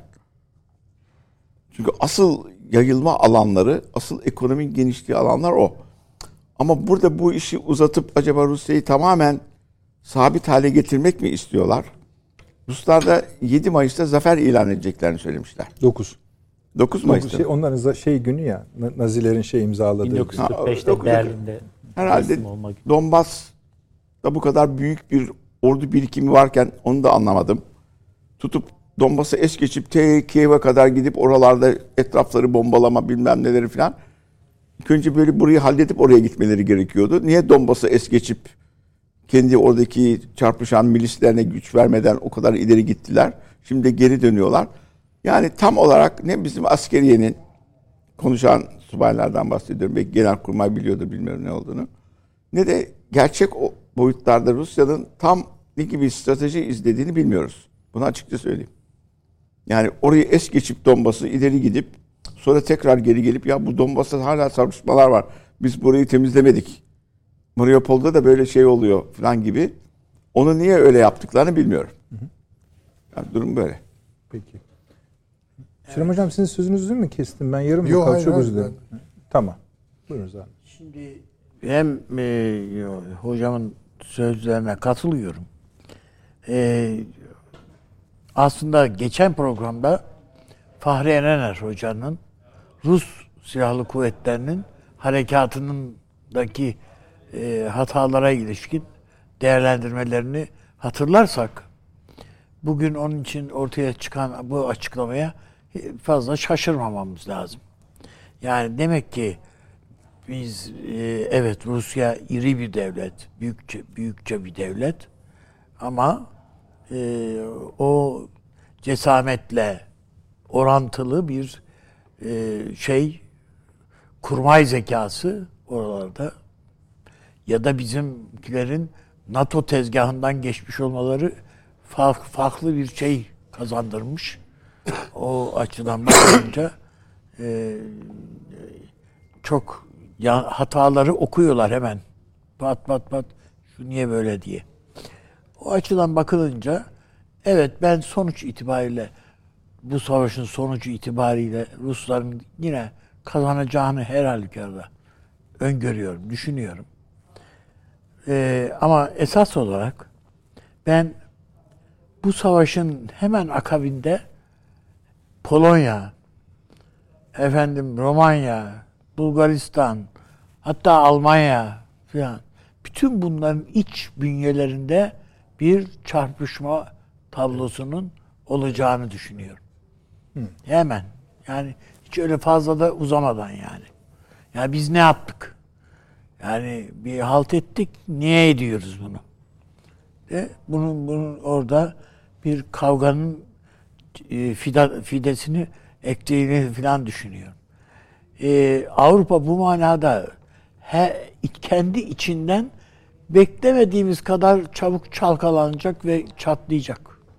Çünkü asıl yayılma alanları, asıl ekonominin genişliği alanlar o. Ama burada bu işi uzatıp acaba Rusya'yı tamamen sabit hale getirmek mi istiyorlar? Ruslar da yedi Mayıs'ta zafer ilan edeceklerini söylemişler. dokuz. dokuz Mayıs'ta. Şey, onların şey günü ya, Nazilerin şey imzaladığı. bin dokuz yüz kırk beşte Berlin'de. Herhalde teslim olma gibi. Donbas'ta bu kadar büyük bir ordu birikimi varken onu da anlamadım. Tutup Donbas'ı es geçip T Kiev'e kadar gidip oralarda etrafları bombalama bilmem neleri falan. İlk önce böyle burayı halledip oraya gitmeleri gerekiyordu. Niye Donbas'ı es geçip kendi oradaki çarpışan milislerine güç vermeden o kadar ileri gittiler? Şimdi geri dönüyorlar. Yani tam olarak ne bizim askeriyenin, konuşan subaylardan bahsediyorum. Belki Genelkurmay biliyordur, bilmiyorum ne olduğunu. Ne de gerçek o boyutlarda Rusya'nın tam ne gibi strateji izlediğini bilmiyoruz. Bunu açıkça söyleyeyim. Yani orayı es geçip Donbas'ı ileri gidip sonra tekrar geri gelip ya bu Donbas'ta hala çarpışmalar var. Biz burayı temizlemedik. Mariupol'da da böyle şey oluyor falan gibi. Onu niye öyle yaptıklarını bilmiyorum. Yani durum böyle. Peki. Süleyman Hocam sizin sözünüzü mü kestim? Ben yarım Yok, kaldı. hayır, Çok hayır, özür dilerim. Tamam. Buyurunuz abi. Şimdi hem e, hocamın sözlerine katılıyorum. E, aslında geçen programda Fahri Erener hocanın Rus Silahlı Kuvvetleri'nin harekatındaki e, hatalara ilişkin değerlendirmelerini hatırlarsak bugün onun için ortaya çıkan bu açıklamaya fazla şaşırmamamız lazım. Yani demek ki biz e, evet Rusya iri bir devlet, büyükçe büyükçe bir devlet ama e, o cesametle orantılı bir e, şey kurmay zekası oralarda ya da bizimkilerin NATO tezgahından geçmiş olmaları fark, farklı bir şey kazandırmış. O açıdan bakınca e, çok ya, hataları okuyorlar hemen. Pat pat pat şu niye böyle diye. O açıdan bakılınca evet ben sonuç itibariyle bu savaşın sonucu itibariyle Rusların yine kazanacağını her halükarda öngörüyorum, düşünüyorum. Ee, ama esas olarak ben bu savaşın hemen akabinde Polonya, efendim Romanya, Bulgaristan, hatta Almanya falan bütün bunların iç bünyelerinde bir çarpışma tablosunun olacağını düşünüyorum. Hı. Hemen. Yani hiç öyle fazla da uzamadan yani. Yani biz ne yaptık? Yani bir halt ettik. Niye ediyoruz bunu? De bunun bunun orada bir kavganın e, fida, fidesini ektiğini falan düşünüyorum. Ee, Avrupa bu manada he, kendi içinden beklemediğimiz kadar çabuk çalkalanacak ve çatlayacak.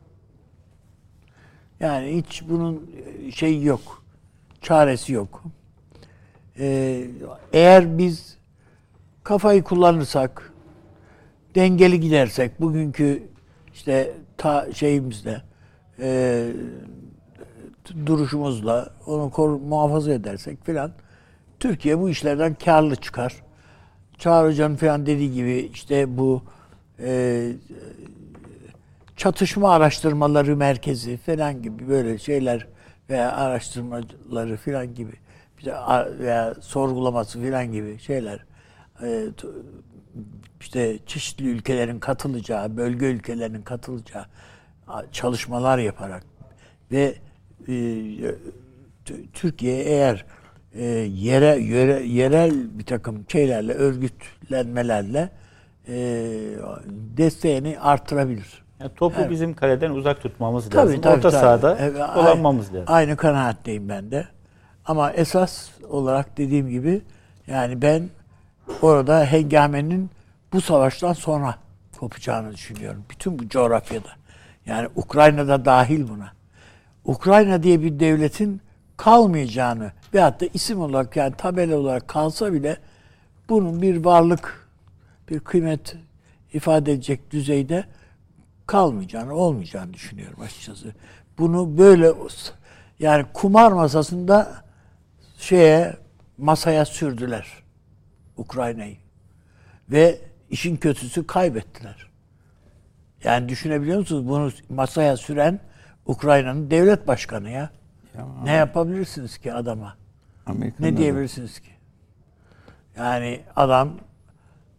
Yani hiç bunun şeyi yok. Çaresi yok. Ee, eğer biz kafayı kullanırsak, dengeli gidersek, bugünkü işte ta şeyimizle, e, duruşumuzla onu kor, muhafaza edersek filan Türkiye bu işlerden karlı çıkar. Çağrı Hoca'nın filan dediği gibi işte bu e, çatışma araştırmaları merkezi falan gibi böyle şeyler veya araştırmaları filan gibi veya sorgulaması filan gibi şeyler e, işte çeşitli ülkelerin katılacağı, bölge ülkelerinin katılacağı çalışmalar yaparak ve e, Türkiye eğer e, yere, yere yerel bir takım şeylerle, örgütlenmelerle e, desteğini artırabilir. Yani topu evet. bizim kaleden uzak tutmamız tabii, lazım. Tabii, Orta tabii. sahada evet, kullanmamız lazım. Aynı kanaatteyim ben de. Ama esas olarak dediğim gibi yani ben orada hengamenin bu savaştan sonra kopacağını düşünüyorum. Bütün bu coğrafyada. Yani Ukrayna'da dahil buna. Ukrayna diye bir devletin kalmayacağını ve hatta isim olarak yani tabela olarak kalsa bile bunun bir varlık, bir kıymet ifade edecek düzeyde kalmayacağını, olmayacağını düşünüyorum açıkçası. Bunu böyle yani kumar masasında şeye masaya sürdüler Ukrayna'yı. Ve işin kötüsü kaybettiler. Yani düşünebiliyor musunuz? Bunu masaya süren Ukrayna'nın devlet başkanı ya. ya ne yapabilirsiniz ki adama? Amerika'nın ne diyebilirsiniz ki? Yani adam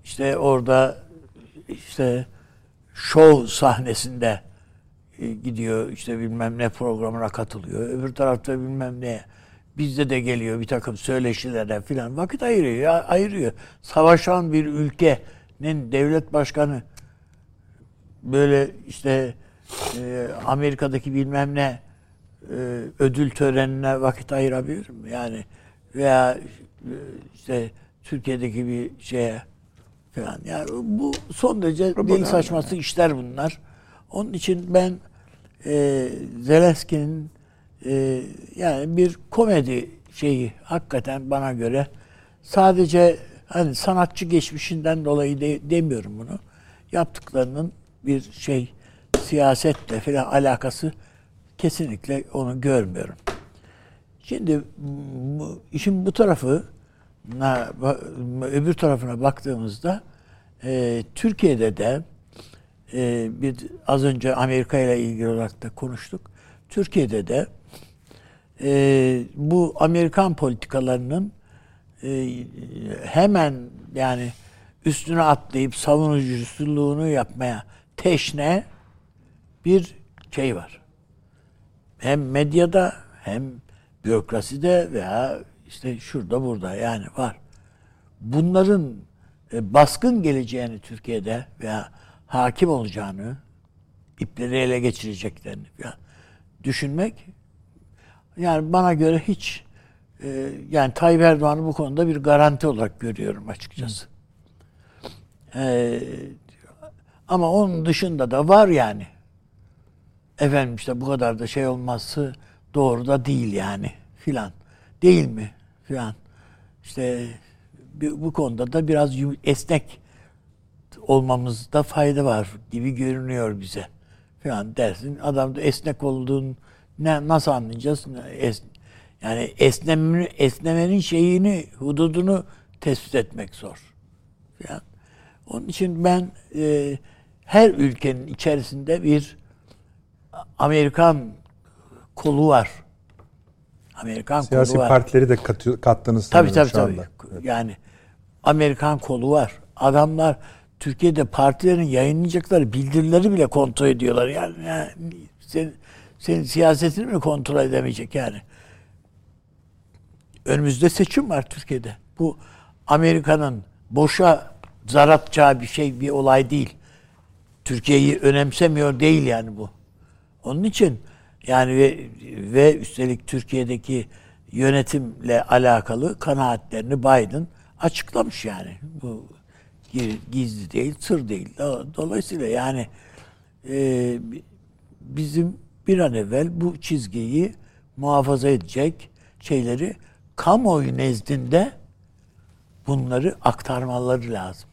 işte orada işte şov sahnesinde gidiyor, işte bilmem ne programına katılıyor. Öbür tarafta bilmem ne. Bizde de geliyor bir takım söyleşilere filan. Vakit ayırıyor. Ya, ayırıyor. Savaşan bir ülkenin devlet başkanı böyle işte e, Amerika'daki bilmem ne e, ödül törenine vakit ayırabilir mi? Yani veya e, işte Türkiye'deki bir şeye falan. Yani bu son derece deli saçması işler bunlar. Onun için ben e, Zelenski'nin e, yani bir komedi şeyi hakikaten bana göre sadece hani sanatçı geçmişinden dolayı de, demiyorum bunu. Yaptıklarının bir şey siyasetle falan alakası kesinlikle onu görmüyorum. Şimdi bu, işin bu tarafı öbür tarafına baktığımızda e, Türkiye'de de e, bir az önce Amerika ile ilgili olarak da konuştuk. Türkiye'de de e, bu Amerikan politikalarının e, hemen yani üstüne atlayıp savunuculuğunu yapmaya teşne bir şey var. Hem medyada hem bürokraside veya işte şurada burada yani var. Bunların e, baskın geleceğini Türkiye'de veya hakim olacağını, ipleri ele geçireceklerini falan düşünmek yani bana göre hiç e, yani Tayyip Erdoğan'ı bu konuda bir garanti olarak görüyorum açıkçası. E, ama onun dışında da var yani. Efendim işte bu kadar da şey olması doğru da değil yani filan. Değil mi filan. İşte bu konuda da biraz esnek olmamızda fayda var gibi görünüyor bize filan dersin. Adam da esnek olduğunu ne, nasıl anlayacağız? Es, yani esneme, esnemenin şeyini, hududunu tespit etmek zor filan. Onun için ben e, her ülkenin içerisinde bir Amerikan kolu var. Amerikan Siyasi kolu var. partileri de katı, kattınız tabii, sanırım tabii, şu tabii. anda. Evet. Yani Amerikan kolu var. Adamlar Türkiye'de partilerin yayınlayacakları bildirileri bile kontrol ediyorlar. Yani, yani sen, senin siyasetini mi kontrol edemeyecek yani? Önümüzde seçim var Türkiye'de. Bu Amerika'nın boşa zar atacağı bir şey, bir olay değil. Türkiye'yi önemsemiyor değil yani bu. Onun için yani ve, ve üstelik Türkiye'deki yönetimle alakalı kanaatlerini Biden açıklamış yani. Bu gizli değil, sır değil. Dolayısıyla yani e, bizim bir an evvel bu çizgiyi muhafaza edecek şeyleri kamuoyu nezdinde bunları aktarmaları lazım.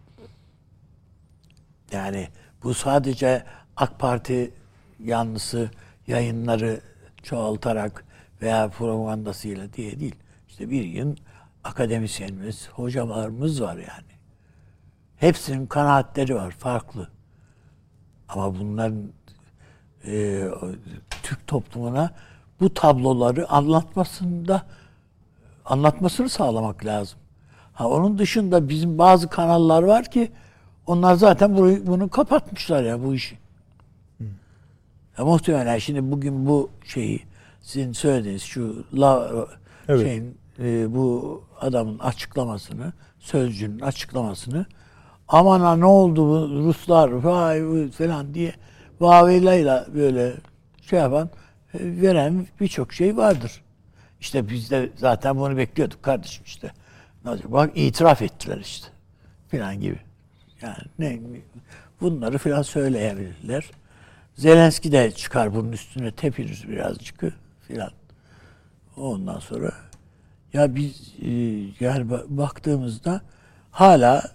Yani bu sadece AK Parti yanlısı yayınları çoğaltarak veya propagandasıyla diye değil. İşte bir yıl akademisyenimiz, hocalarımız var yani. Hepsinin kanaatleri var, farklı. Ama bunların e, Türk toplumuna bu tabloları anlatmasında anlatmasını sağlamak lazım. Ha onun dışında bizim bazı kanallar var ki onlar zaten bunu, bunu kapatmışlar ya bu işi. Hmm. Ya muhtemelen şimdi bugün bu şeyi sizin söylediğiniz şu la, evet. şeyin e, bu adamın açıklamasını, sözcünün açıklamasını aman ha ne oldu bu Ruslar vay falan diye vavelayla böyle şey yapan veren birçok şey vardır. İşte biz de zaten bunu bekliyorduk kardeşim işte. Bak itiraf ettiler işte falan gibi. Yani ne bunları falan söyleyebilirler. Zelenski de çıkar bunun üstüne tepinir birazcık filan. Ondan sonra ya biz e, yani baktığımızda hala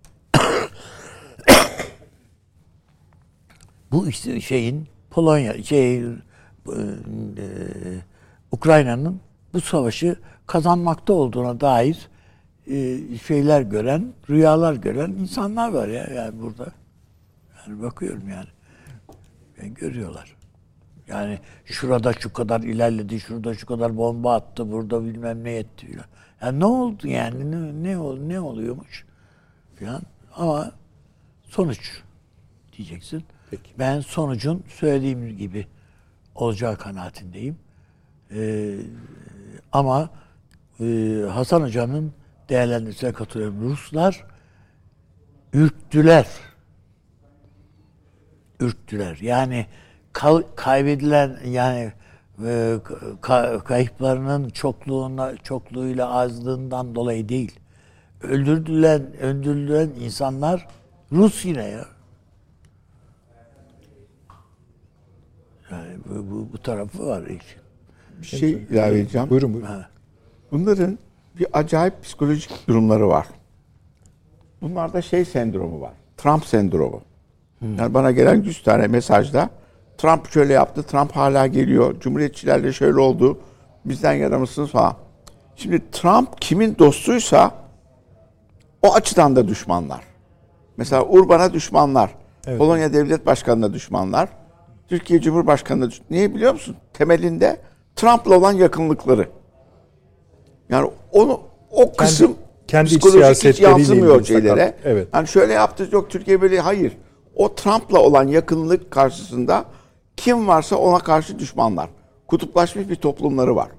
bu işte şeyin Polonya şey e, e, Ukrayna'nın bu savaşı kazanmakta olduğuna dair e, şeyler gören, rüyalar gören insanlar var ya yani burada. Yani bakıyorum yani. Yani görüyorlar. Yani şurada şu kadar ilerledi, şurada şu kadar bomba attı, burada bilmem ne etti. Yani ne oldu yani? Ne ne, ne oluyormuş? falan. Ama sonuç diyeceksin. Peki. Ben sonucun söylediğim gibi olacağı kanaatindeyim. Ee, ama e, Hasan Hoca'nın değerlendirmesine katılıyorum. Ruslar ürktüler. Ürktüler. Yani kal, kaybedilen yani e, ka, kayıplarının çokluğuna çokluğuyla azlığından dolayı değil. Öldürülen öldürülen insanlar Rus yine ya. Yani bu, bu, bu tarafı var işin. Bir şey ilave edeceğim. Buyurun buyurun. Ha. Bunların bir acayip psikolojik durumları var. Bunlarda şey sendromu var. Trump sendromu. Yani bana gelen yüz tane mesajda Trump şöyle yaptı, Trump hala geliyor, Cumhuriyetçilerle şöyle oldu, bizden yana mısınız falan. Şimdi Trump kimin dostuysa o açıdan da düşmanlar. Mesela Urban'a düşmanlar, Evet. Polonya Devlet Başkanı'na düşmanlar, Türkiye Cumhurbaşkanı'na düşmanlar. Niye biliyor musun? Temelinde Trump'la olan yakınlıkları. Yani onu o kısım kendi iç psikolojik hiç siyasetleriyle yansımıyor ilgili şeylere. sakat. Evet. Yani şöyle yaptı, yok Türkiye böyle, hayır. O Trump'la olan yakınlık karşısında kim varsa ona karşı düşmanlar. Kutuplaşmış bir toplumları var.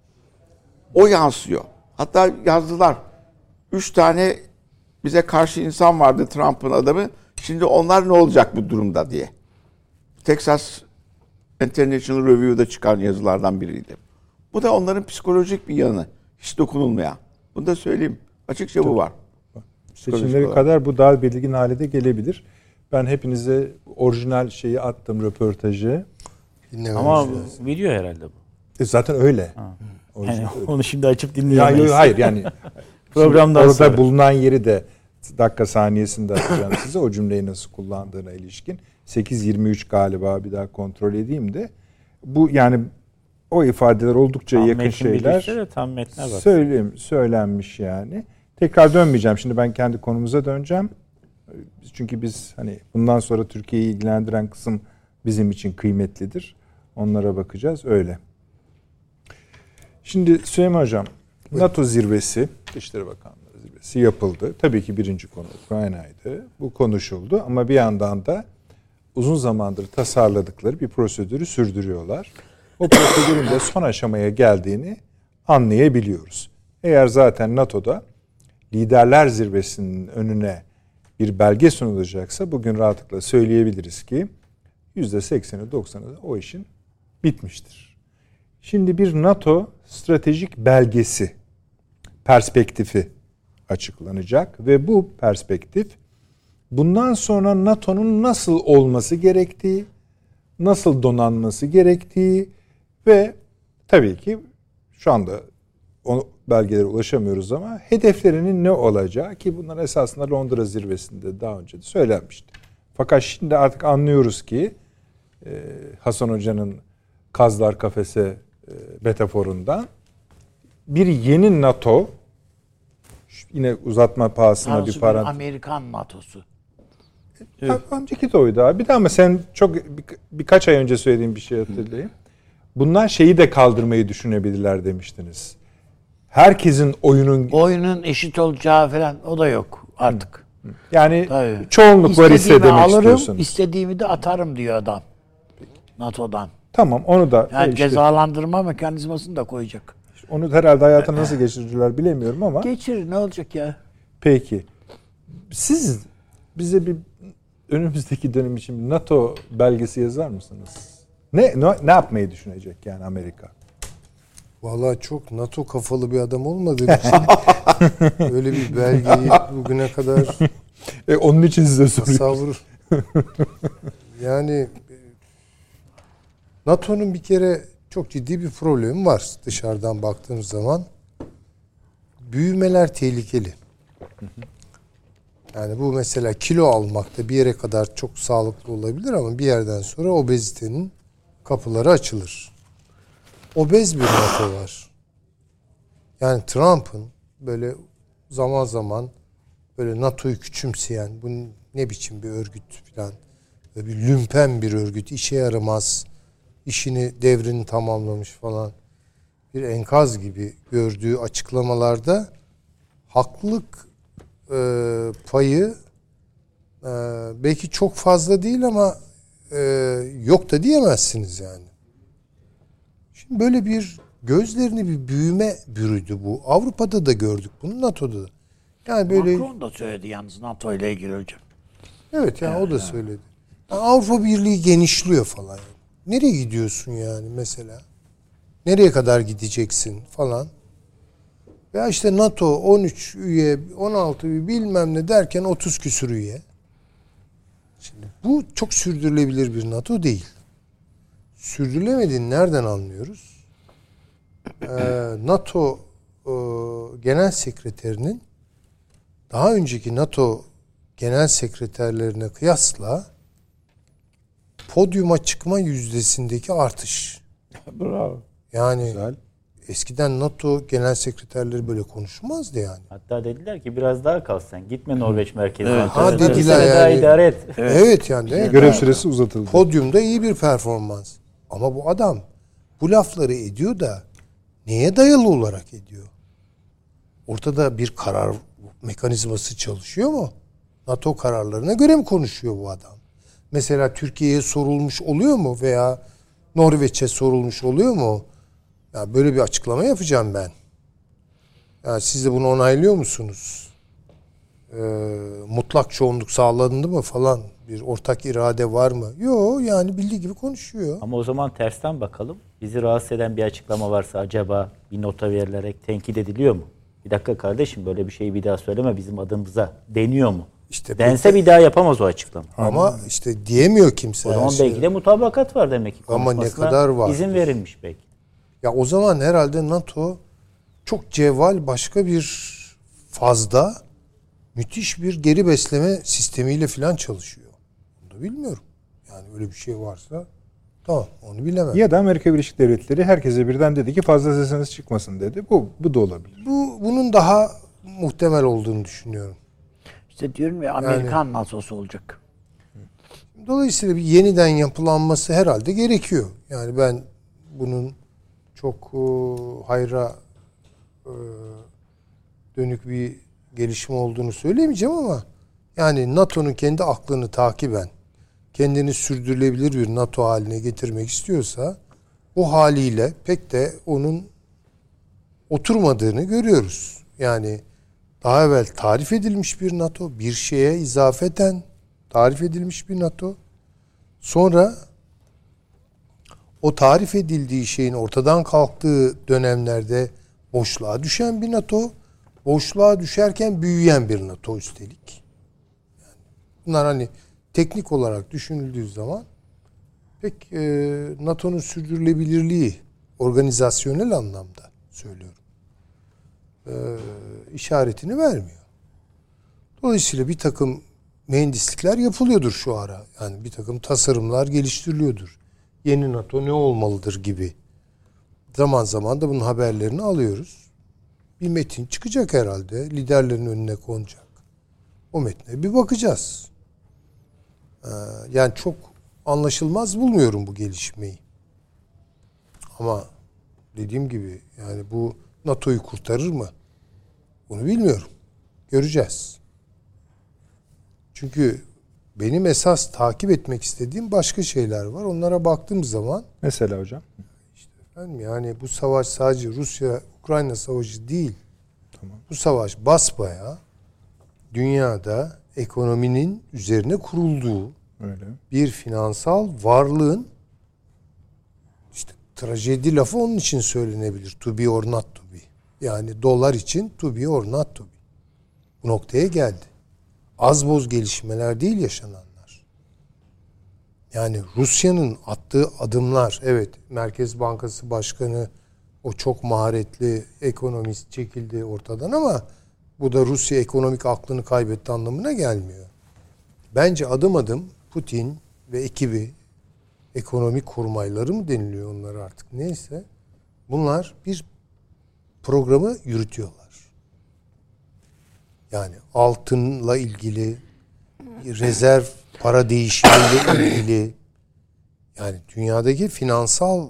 O yansıyor. Hatta yazdılar. Üç tane bize karşı insan vardı, Trump'ın adamı. Şimdi onlar ne olacak bu durumda diye. Texas International Review'da çıkan yazılardan biriydi. Bu da onların psikolojik bir yanı. Hiç dokunulmayan. Bunu da söyleyeyim. Açıkça bu var. Seçimleri olarak. kadar bu daha belirgin hale de gelebilir. Ben hepinize orijinal şeyi attım, röportajı. Dinlememiz Ama lazım. video herhalde bu. E zaten öyle. Yani Orijinal öyle. onu şimdi açıp Ya, dinleyemeyiz. yok, hayır yani Programdan orada sonra. bulunan yeri de dakika saniyesinde atacağım size o cümleyi nasıl kullandığına ilişkin. sekiz yirmi üç galiba, bir daha kontrol edeyim de. Bu yani o ifadeler oldukça Tam yakın metin şeyler. bilirse de tam metne bak. Söyleyeyim, söylenmiş yani. Tekrar dönmeyeceğim. Şimdi ben kendi konumuza döneceğim. Çünkü biz hani bundan sonra Türkiye'yi ilgilendiren kısım bizim için kıymetlidir. Onlara bakacağız. Öyle. Şimdi Süleyman Hocam, NATO zirvesi, Dışişleri Bakanları zirvesi yapıldı. Tabii ki birinci konu Ukrayna'ydı. Bu konuşuldu ama bir yandan da uzun zamandır tasarladıkları bir prosedürü sürdürüyorlar. O prosedürün de son aşamaya geldiğini anlayabiliyoruz. Eğer zaten NATO'da liderler zirvesinin önüne bir belge sunulacaksa bugün rahatlıkla söyleyebiliriz ki yüzde sekseni doksanı o işin bitmiştir. Şimdi bir NATO stratejik belgesi, perspektifi açıklanacak ve bu perspektif bundan sonra NATO'nun nasıl olması gerektiği, nasıl donanması gerektiği ve tabii ki şu anda o belgelere ulaşamıyoruz ama hedeflerinin ne olacağı, ki bunlar esasında Londra zirvesinde daha önce de söylenmişti. Fakat şimdi artık anlıyoruz ki Hasan Hoca'nın kazlar kafese metaforundan bir yeni NATO, yine uzatma pahasına Arzu bir bir parantez. Amerikan NATO'su. Evet. Önceki de oydu abi. Bir daha ama sen çok bir, birkaç ay önce söylediğin bir şey hatırlayayım. Bunlar şeyi de kaldırmayı düşünebilirler demiştiniz. Herkesin oyunun Oyunun eşit olacağı falan o da yok artık. yani Tabii. çoğunluk var ise İstediğimi demek alırım, istiyorsunuz. istediğimi de atarım diyor adam. NATO'dan. Tamam, onu da Yani işte, cezalandırma mekanizmasını da koyacak. onu herhalde hayata nasıl geçirirler bilemiyorum ama Geçir, ne olacak ya? peki. Siz bize bir önümüzdeki dönem için bir NATO belgesi yazar mısınız? Ne ne, ne yapmayı düşünecek yani Amerika? Vallahi çok NATO kafalı bir adam olmadığı için öyle bir belgeyi bugüne kadar E, onun için size soruyorum. tasavvur. Yani e, NATO'nun bir kere çok ciddi bir problemi var dışarıdan baktığımız zaman. Büyümeler tehlikeli. Yani bu mesela kilo almakta bir yere kadar çok sağlıklı olabilir ama bir yerden sonra obezitenin kapıları açılır. Obez bir NATO var. Yani Trump'ın böyle zaman zaman böyle NATO'yu küçümseyen, bu ne biçim bir örgüt falan, böyle bir lümpen bir örgüt, işe yaramaz, işini devrini tamamlamış falan bir enkaz gibi gördüğü açıklamalarda haklılık e, payı e, belki çok fazla değil ama e, yok da diyemezsiniz yani. Şimdi böyle bir gözlerini bir büyüme bürüdü bu. Avrupa'da da gördük bunu, NATO'da da. Yani böyle Macron da söyledi yalnız NATO ile ilgili hocam. evet yani o da söyledi. Yani Avrupa Birliği genişliyor falan. Nereye gidiyorsun yani mesela? Nereye kadar gideceksin falan? Veya işte NATO on üç üye, on altı üye bilmem ne derken otuz küsur üye. Şimdi bu çok sürdürülebilir bir NATO değil. Sürdürülemediğini nereden anlıyoruz? Ee, NATO e, Genel Sekreterinin daha önceki NATO Genel Sekreterlerine kıyasla podyuma çıkma yüzdesindeki artış. Bravo. Yani Güzel. eskiden NATO Genel Sekreterleri böyle konuşmazdı yani. Hatta dediler ki biraz daha kal sen. Gitme Norveç merkezine. Evet, ha Bir dediler sene daha yani. idare et. Evet, yani demek Görev ki süresi uzatıldı. podyumda iyi bir performans. Ama bu adam bu lafları ediyor da neye dayalı olarak ediyor? Ortada bir karar mekanizması çalışıyor mu? NATO kararlarına göre mi konuşuyor bu adam? Mesela Türkiye'ye sorulmuş oluyor mu veya Norveç'e sorulmuş oluyor mu? Ya böyle bir açıklama yapacağım ben. Ya siz de bunu onaylıyor musunuz? Ee, mutlak çoğunluk sağlandı mı falan? Bir ortak irade var mı? Yok, yani bildiği gibi konuşuyor. Ama o zaman tersten bakalım. Bizi rahatsız eden bir açıklama varsa acaba bir nota verilerek tenkit ediliyor mu? Bir dakika kardeşim, böyle bir şeyi bir daha söyleme bizim adımıza deniyor mu? İşte Dense peki- bir daha yapamaz o açıklama. Ama işte diyemiyor kimse. O her zaman şeyi. belki de mutabakat var demek ki. Ama ne konuşmasına kadar var? İzin verilmiş belki. Ya o zaman herhalde NATO çok cevval başka bir fazda müthiş bir geri besleme sistemiyle falan çalışıyor. Bunu da bilmiyorum. Yani öyle bir şey varsa tamam, onu bilemem. Ya da Amerika Birleşik Devletleri herkese birden dedi ki fazla sesiniz çıkmasın dedi. Bu bu da olabilir. Bu bunun daha muhtemel olduğunu düşünüyorum. İşte diyorum ya, Amerikan NATO'su olacak. Dolayısıyla bir yeniden yapılanması herhalde gerekiyor. Yani ben bunun çok e, hayra e, dönük bir gelişme olduğunu söyleyemeyeceğim ama yani NATO'nun kendi aklını takiben kendini sürdürülebilir bir NATO haline getirmek istiyorsa o haliyle pek de onun oturmadığını görüyoruz. Yani daha evvel tarif edilmiş bir NATO, bir şeye izafeten tarif edilmiş bir NATO. Sonra o tarif edildiği şeyin ortadan kalktığı dönemlerde boşluğa düşen bir NATO, boşluğa düşerken büyüyen bir NATO üstelik. Yani bunlar hani teknik olarak düşünüldüğü zaman pek e, NATO'nun sürdürülebilirliği organizasyonel anlamda söylüyorum. E, işaretini vermiyor. Dolayısıyla bir takım mühendislikler yapılıyordur şu ara. Yani bir takım tasarımlar geliştiriliyordur. Yeni NATO ne olmalıdır gibi. Zaman zaman da bunun haberlerini alıyoruz. Bir metin çıkacak herhalde. Liderlerin önüne konacak. O metne bir bakacağız. Ee, yani çok anlaşılmaz bulmuyorum bu gelişmeyi. Ama dediğim gibi yani bu NATO'yu kurtarır mı? Bunu bilmiyorum. Göreceğiz. Çünkü benim esas takip etmek istediğim başka şeyler var. Onlara baktığım zaman Mesela hocam. efendim yani bu savaş sadece Rusya-Ukrayna savaşı değil. Tamam. Bu savaş basbayağı dünyada ekonominin üzerine kurulduğu Öyle. bir finansal varlığın işte trajedi lafı onun için söylenebilir. To be or not to be. Yani dolar için to be or not to be. Bu noktaya geldi. Az boz gelişmeler değil yaşananlar. Yani Rusya'nın attığı adımlar, evet Merkez Bankası Başkanı o çok maharetli ekonomist çekildi ortadan ama bu da Rusya ekonomik aklını kaybetti anlamına gelmiyor. Bence adım adım Putin ve ekibi, ekonomik kurmayları mı deniliyor onlar artık neyse, bunlar bir programı yürütüyorlar. Yani altınla ilgili, rezerv para değişimiyle ilgili, yani dünyadaki finansal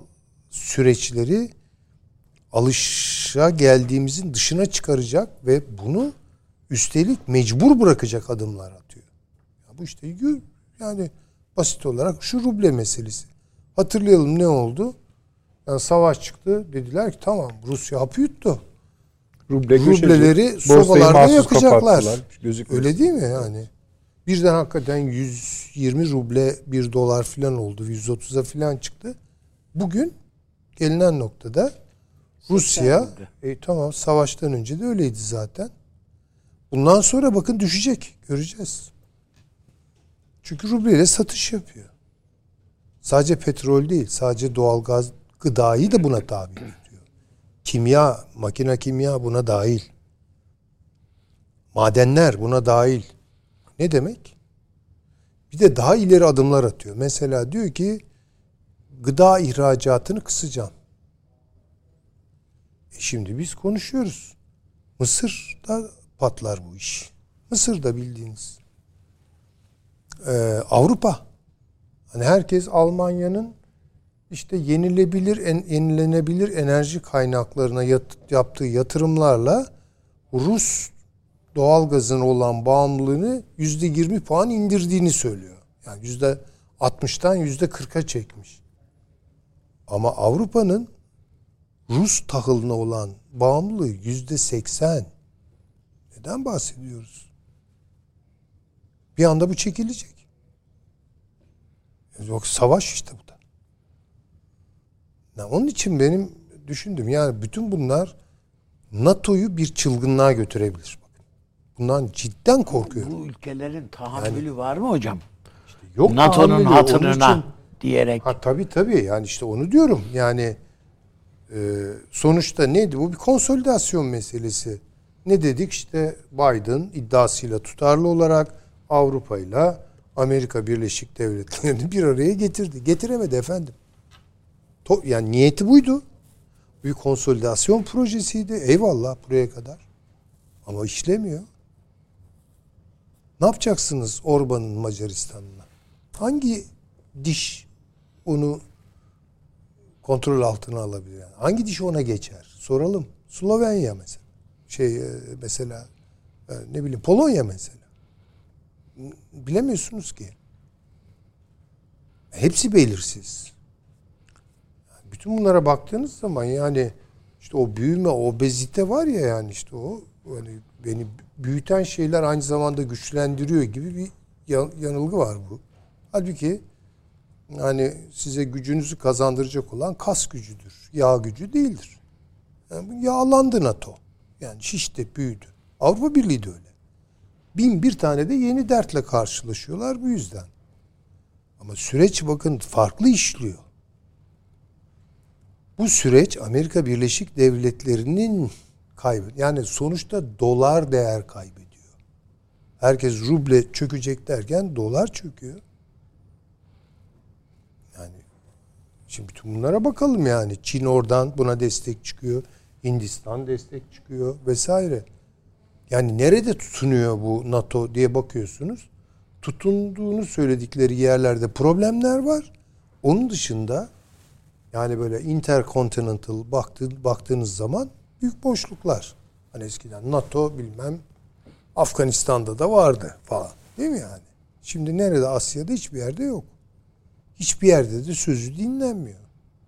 süreçleri alışa geldiğimizin dışına çıkaracak ve bunu Üstelik mecbur bırakacak adımlar atıyor. Ya bu işte yani basit olarak şu ruble meselesi. Hatırlayalım ne oldu? Yani savaş çıktı. Dediler ki tamam Rusya hapı yuttu. Ruble Rubleleri sobalarda yakacaklar. Öyle değil mi yani? Birden hakikaten yüz yirmi ruble bir dolar falan oldu. yüz otuza falan çıktı. Bugün gelinen noktada Rusya e, tamam savaştan önce de öyleydi zaten. Bundan sonra bakın düşecek. Göreceğiz. Çünkü rubleyle satış yapıyor. Sadece petrol değil, sadece doğalgaz, gıdayı da buna tabi tutuyor. Kimya, makine kimya buna dahil. Madenler buna dahil. Ne demek? Bir de daha ileri adımlar atıyor. Mesela diyor ki gıda ihracatını kısacağım. E şimdi biz konuşuyoruz. Mısır'da patlar bu iş. Mısır'da bildiğiniz. Ee, Avrupa. Hani herkes Almanya'nın işte yenilebilir, en, yenilenebilir enerji kaynaklarına yat, yaptığı yatırımlarla Rus doğalgazın olan bağımlılığını yüzde yirmi puan indirdiğini söylüyor. Yani yüzde altmıştan yüzde kırka çekmiş. Ama Avrupa'nın Rus tahılına olan bağımlılığı yüzde seksen. Neden bahsediyoruz? Bir anda bu çekilecek. Yok savaş işte bu da. Yani onun için benim düşündüm yani bütün bunlar NATO'yu bir çılgınlığa götürebilir. Bakın. Bundan cidden korkuyorum. Bu ülkelerin tahammülü yani, var mı hocam? Işte yok NATO'nun hatırına için, diyerek. Ha tabii tabii yani işte onu diyorum. Yani e, sonuçta neydi? Bu bir konsolidasyon meselesi. Ne dedik? İşte Biden iddiasıyla tutarlı olarak Avrupa ile Amerika Birleşik Devletleri'ni bir araya getirdi. Getiremedi efendim. To- yani niyeti buydu. Bir konsolidasyon projesiydi. Eyvallah buraya kadar. Ama işlemiyor. Ne yapacaksınız Orban'ın Macaristan'la? Hangi diş onu kontrol altına alabilir? Yani? Hangi diş ona geçer? Soralım. Slovenya mesela. Şey mesela ne bileyim Polonya mesela. Bilemiyorsunuz ki. Hepsi belirsiz. Yani bütün bunlara baktığınız zaman yani işte o büyüme, o obezite var ya yani işte o hani beni büyüten şeyler aynı zamanda güçlendiriyor gibi bir yanılgı var bu. Halbuki yani size gücünüzü kazandıracak olan kas gücüdür. Yağ gücü değildir. Yani yağlandı NATO. Yani şişti, büyüdü. Avrupa Birliği de öyle. Bin bir tane de yeni dertle karşılaşıyorlar bu yüzden. Ama süreç bakın farklı işliyor. Bu süreç Amerika Birleşik Devletleri'nin kaybı. Yani sonuçta dolar değer kaybediyor. Herkes ruble çökecek derken dolar çöküyor. Yani şimdi bütün bunlara bakalım yani. Çin oradan buna destek çıkıyor. Hindistan destek çıkıyor vesaire. Yani nerede tutunuyor bu NATO diye bakıyorsunuz. Tutunduğunu söyledikleri yerlerde problemler var. Onun dışında yani böyle intercontinental baktı, baktığınız zaman büyük boşluklar. Hani eskiden NATO bilmem Afganistan'da da vardı falan. Değil mi yani? Şimdi nerede? Asya'da hiçbir yerde yok. Hiçbir yerde de sözü dinlenmiyor.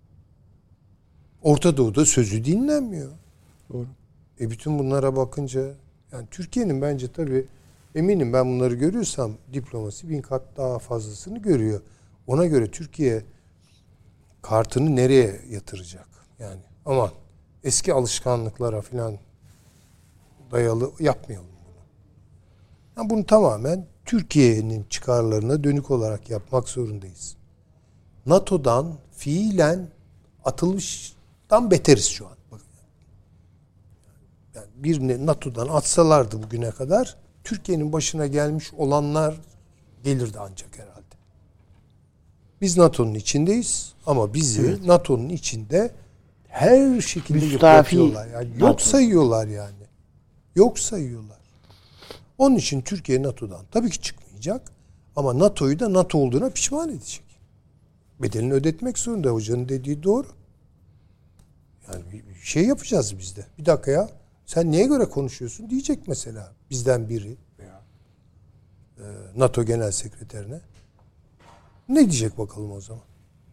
Orta Doğu'da sözü dinlenmiyor. Doğru. E bütün bunlara bakınca yani Türkiye'nin bence tabii eminim ben bunları görüyorsam diplomasi bin kat daha fazlasını görüyor. Ona göre Türkiye kartını nereye yatıracak? Yani aman eski alışkanlıklara falan dayalı yapmayalım bunu. Yani bunu tamamen Türkiye'nin çıkarlarına dönük olarak yapmak zorundayız. NATO'dan fiilen atılmıştan beteriz şu an. Bakın. Yani bir NATO'dan atsalardı bugüne kadar Türkiye'nin başına gelmiş olanlar gelirdi ancak herhalde. Biz NATO'nun içindeyiz ama bizi evet. NATO'nun içinde her şekilde yıpratıyorlar. Yani yok NATO. sayıyorlar yani. Yok sayıyorlar. Onun için Türkiye NATO'dan tabii ki çıkmayacak ama NATO'yu da NATO olduğuna pişman edecek. Bedelini ödetmek zorunda. Hocanın dediği doğru. Yani bir şey yapacağız biz de. Bir dakika ya. Sen neye göre konuşuyorsun diyecek mesela bizden biri veya e, NATO Genel Sekreterine. Ne diyecek bakalım o zaman?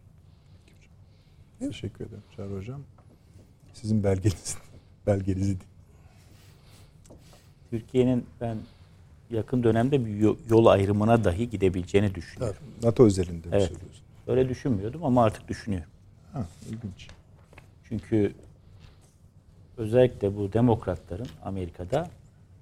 Teşekkür ederim Çağrı Hocam. Sizin belgeniz, belgenizi Türkiye'nin ben yakın dönemde bir yol ayrımına dahi gidebileceğini düşünüyorum. Tabii. NATO özelinde mi Evet. söylüyorsun? Öyle düşünmüyordum ama artık düşünüyorum. Ha, ilginç. Çünkü özellikle bu demokratların Amerika'da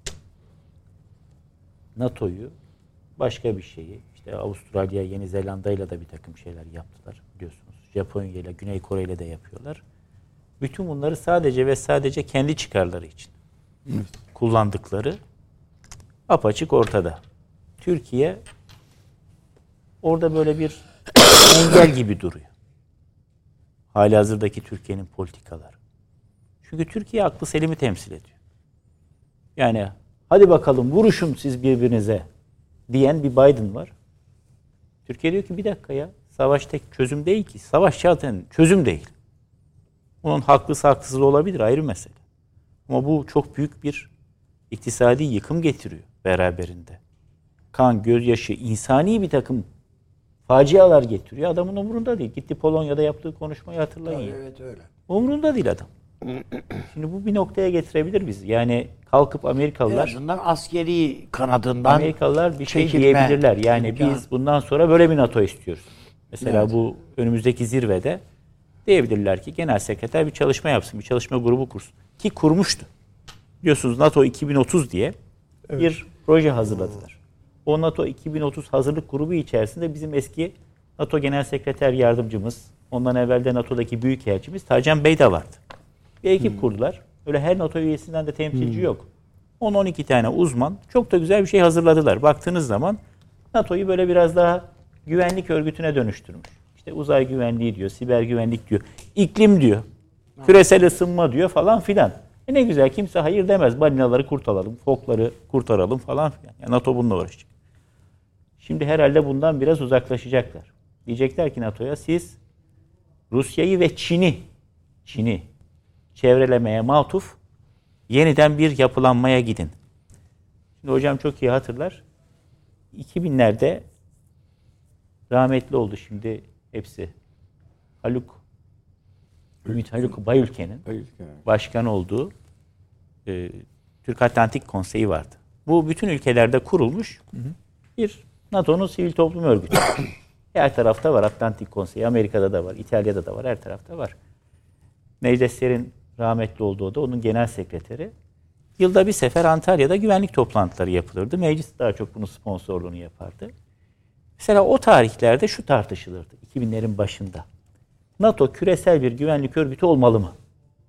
NATO'yu başka bir şeyi, işte Avustralya, Yeni Zelanda ile de bir takım şeyler yaptılar biliyorsunuz. Japonya ile, Güney Kore ile de yapıyorlar. Bütün bunları sadece ve sadece kendi çıkarları için kullandıkları apaçık ortada. Türkiye orada böyle bir engel gibi duruyor. Halihazırdaki Türkiye'nin politikaları. Çünkü Türkiye aklı selimi temsil ediyor. Yani hadi bakalım vuruşun siz birbirinize diyen bir Biden var. Türkiye diyor ki bir dakika ya, savaş tek çözüm değil ki. Savaş zaten çözüm değil. Onun haklısı haksız olabilir, ayrı mesele. Ama bu çok büyük bir iktisadi yıkım getiriyor beraberinde. Kan, gözyaşı, insani bir takım facialar getiriyor. Adamın umurunda değil. Gitti Polonya'da yaptığı konuşmayı hatırlayın. Ya. Evet öyle. Umurunda değil adam. Şimdi bu bir noktaya getirebilir bizi. Yani kalkıp En Amerikalılar azından askeri kanadından Amerikalılar bir şey çekilme diyebilirler. Yani imkanı. biz bundan sonra böyle bir NATO istiyoruz. Mesela Evet. bu önümüzdeki zirvede diyebilirler ki genel sekreter bir çalışma yapsın, bir çalışma grubu kursun. Ki kurmuştu. Biliyorsunuz NATO iki bin otuz diye bir proje hazırladılar. O NATO iki bin otuz hazırlık grubu içerisinde bizim eski NATO Genel Sekreter Yardımcımız, ondan evvel de NATO'daki Büyükelçimiz Tacan Bey de vardı. Bir ekip hmm. kurdular. Öyle her NATO üyesinden de temsilci hmm. yok. on on iki tane uzman çok da güzel bir şey hazırladılar. Baktığınız zaman NATO'yu böyle biraz daha güvenlik örgütüne dönüştürmüş. İşte uzay güvenliği diyor, siber güvenlik diyor, iklim diyor, küresel ısınma diyor falan filan. E ne güzel, kimse hayır demez. Balinaları kurtaralım, fokları kurtaralım falan filan. Yani NATO bununla uğraşacak. Şimdi herhalde bundan biraz uzaklaşacaklar. Diyecekler ki NATO'ya siz Rusya'yı ve Çin'i Çin'i çevrelemeye matuf yeniden bir yapılanmaya gidin. Şimdi hocam çok iyi hatırlar. iki binlerde rahmetli oldu şimdi hepsi. Haluk Ümit Haluk Bayülken'in başkan olduğu e, Türk Atlantik Konseyi vardı. Bu bütün ülkelerde kurulmuş bir NATO'nun sivil toplum örgütü. Her tarafta var Atlantik Konseyi. Amerika'da da var, İtalya'da da var, her tarafta var. Necdet Ser'in rahmetli olduğu da onun genel sekreteri. Yılda bir sefer Antalya'da güvenlik toplantıları yapılırdı. Meclis daha çok bunun sponsorluğunu yapardı. Mesela o tarihlerde şu tartışılırdı iki binlerin başında. NATO küresel bir güvenlik örgütü olmalı mı?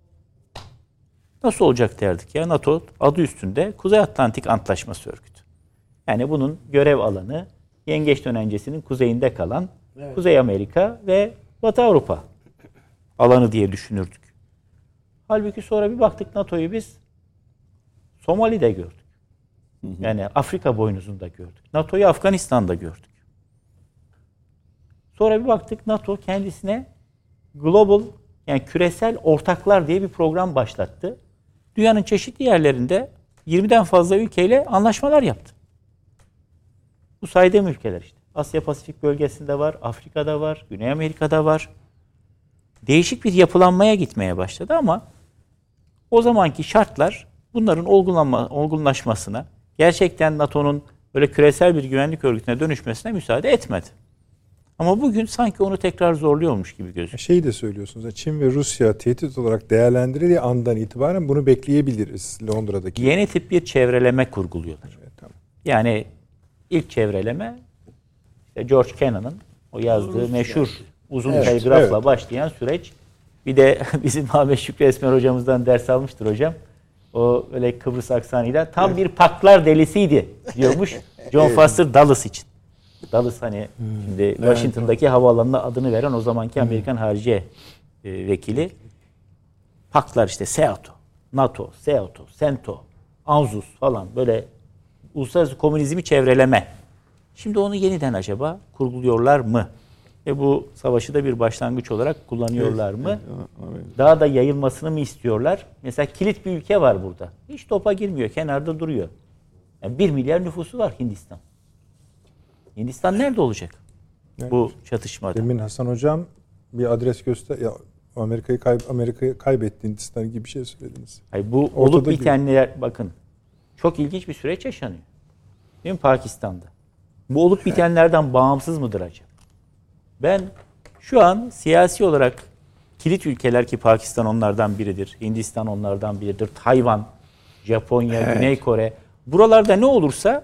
Nasıl olacak derdik ya? NATO adı üstünde Kuzey Atlantik Antlaşması örgütü. Yani bunun görev alanı Yengeç Dönencesi'nin kuzeyinde kalan evet. Kuzey Amerika ve Batı Avrupa alanı diye düşünürdük. Halbuki sonra bir baktık NATO'yu biz Somali'de gördük. Hı hı. Yani Afrika boynuzunda gördük. NATO'yu Afganistan'da gördük. Sonra bir baktık NATO kendisine global yani küresel ortaklar diye bir program başlattı. Dünyanın çeşitli yerlerinde yirmiden fazla ülkeyle anlaşmalar yaptı. Bu saydığım ülkeler işte. Asya Pasifik bölgesinde var, Afrika'da var, Güney Amerika'da var. Değişik bir yapılanmaya gitmeye başladı ama o zamanki şartlar bunların olgunlanma, olgunlaşmasına, gerçekten NATO'nun böyle küresel bir güvenlik örgütüne dönüşmesine müsaade etmedi. Ama bugün sanki onu tekrar zorluyormuş gibi gözüküyor. Şeyi de söylüyorsunuz. Çin ve Rusya tehdit olarak değerlendirildiği andan itibaren bunu bekleyebiliriz Londra'daki. Yeni tip bir çevreleme kurguluyorlar. Evet, tamam. Yani ilk çevreleme işte George Kennan'ın o yazdığı Rus meşhur yani. uzun evet, telgrafla evet. başlayan süreç. Bir de bizim Ahmet Şükrü Esmer hocamızdan ders almıştır hocam. O öyle Kıbrıs aksanıyla tam bir paklar delisiydi diyormuş John evet. Foster Dulles için. Dulles hani hmm. şimdi evet. Washington'daki havaalanına adını veren o zamanki Amerikan hmm. Hariciye e, vekili. Paklar işte SEATO, NATO, SEATO, CENTO, ANZUS falan böyle uluslararası komünizmi çevreleme. Şimdi onu yeniden acaba kurguluyorlar mı? Ve bu savaşı da bir başlangıç olarak kullanıyorlar mı? Daha da yayılmasını mı istiyorlar? Mesela kilit bir ülke var burada. Hiç topa girmiyor, kenarda duruyor. Yani bir milyar nüfusu var Hindistan. Hindistan nerede olacak Yani, bu çatışmada? Demin Hasan Hocam bir adres göster ya Amerika'yı kay Amerika'yı kaybetti Hindistan gibi bir şey söylediniz. Hayır, bu Ortada olup gibi. bitenler bakın çok ilginç bir süreç yaşanıyor. Değil mi Pakistan'da? Bu olup bitenlerden bağımsız mıdır acaba? Ben şu an siyasi olarak kilit ülkeler ki Pakistan onlardan biridir, Hindistan onlardan biridir, Tayvan, Japonya, Evet. Güney Kore. Buralarda ne olursa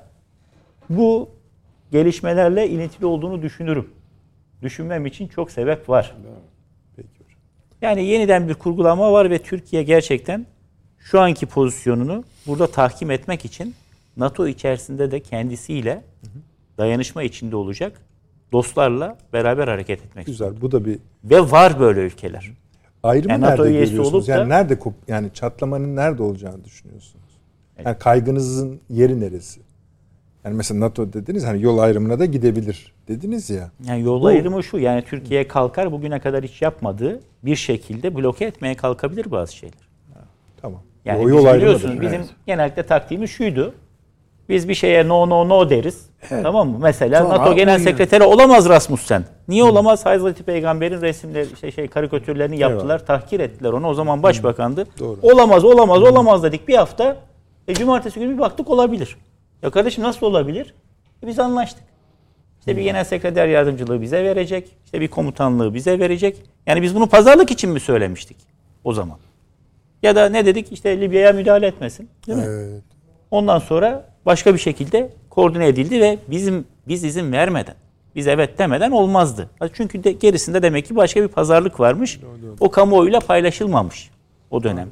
bu gelişmelerle ilintili olduğunu düşünürüm. Düşünmem için çok sebep var. Peki hocam. Yani yeniden bir kurgulama var ve Türkiye gerçekten şu anki pozisyonunu burada tahkim etmek için NATO içerisinde de kendisiyle dayanışma içinde olacak dostlarla beraber hareket etmek istiyor. Güzel. Bu da bir Ve var böyle ülkeler. ayrımı Yani NATO nerede üyesi görüyorsunuz? olup da- Yani nerede kop- yani çatlamanın nerede olacağını düşünüyorsunuz? Yani kaygınızın yeri neresi? Yani mesela NATO dediniz hani yol ayrımına da gidebilir dediniz ya. Yani yol Bu- ayrımı şu, yani Türkiye kalkar bugüne kadar hiç yapmadığı bir şekilde bloke etmeye kalkabilir bazı şeyler. Tamam. Yani o biz yol ayrımıdır. biliyorsunuz bizim genellikle taktiğimiz şuydu. Biz bir şeye no no no deriz. Evet. Tamam mı? Mesela Sonra NATO Genel uyuyor. Sekreteri olamaz Rasmussen. Niye olamaz? Hazreti Peygamber'in resimleri, işte şey karikatürlerini yaptılar, Eyvallah. tahkir ettiler onu. O zaman başbakandı. Doğru. Olamaz, olamaz, olamaz dedik bir hafta. E cumartesi günü bir baktık olabilir. Ya kardeşim nasıl olabilir? E biz anlaştık. İşte bir genel sekreter yardımcılığı bize verecek. İşte bir komutanlığı bize verecek. Yani biz bunu pazarlık için mi söylemiştik o zaman? Ya da ne dedik? İşte Libya'ya müdahale etmesin. Değil mi? Evet. Ondan sonra başka bir şekilde koordine edildi ve bizim biz izin vermeden, biz evet demeden olmazdı. Çünkü de gerisinde demek ki başka bir pazarlık varmış. O kamuoyuyla paylaşılmamış o dönemde.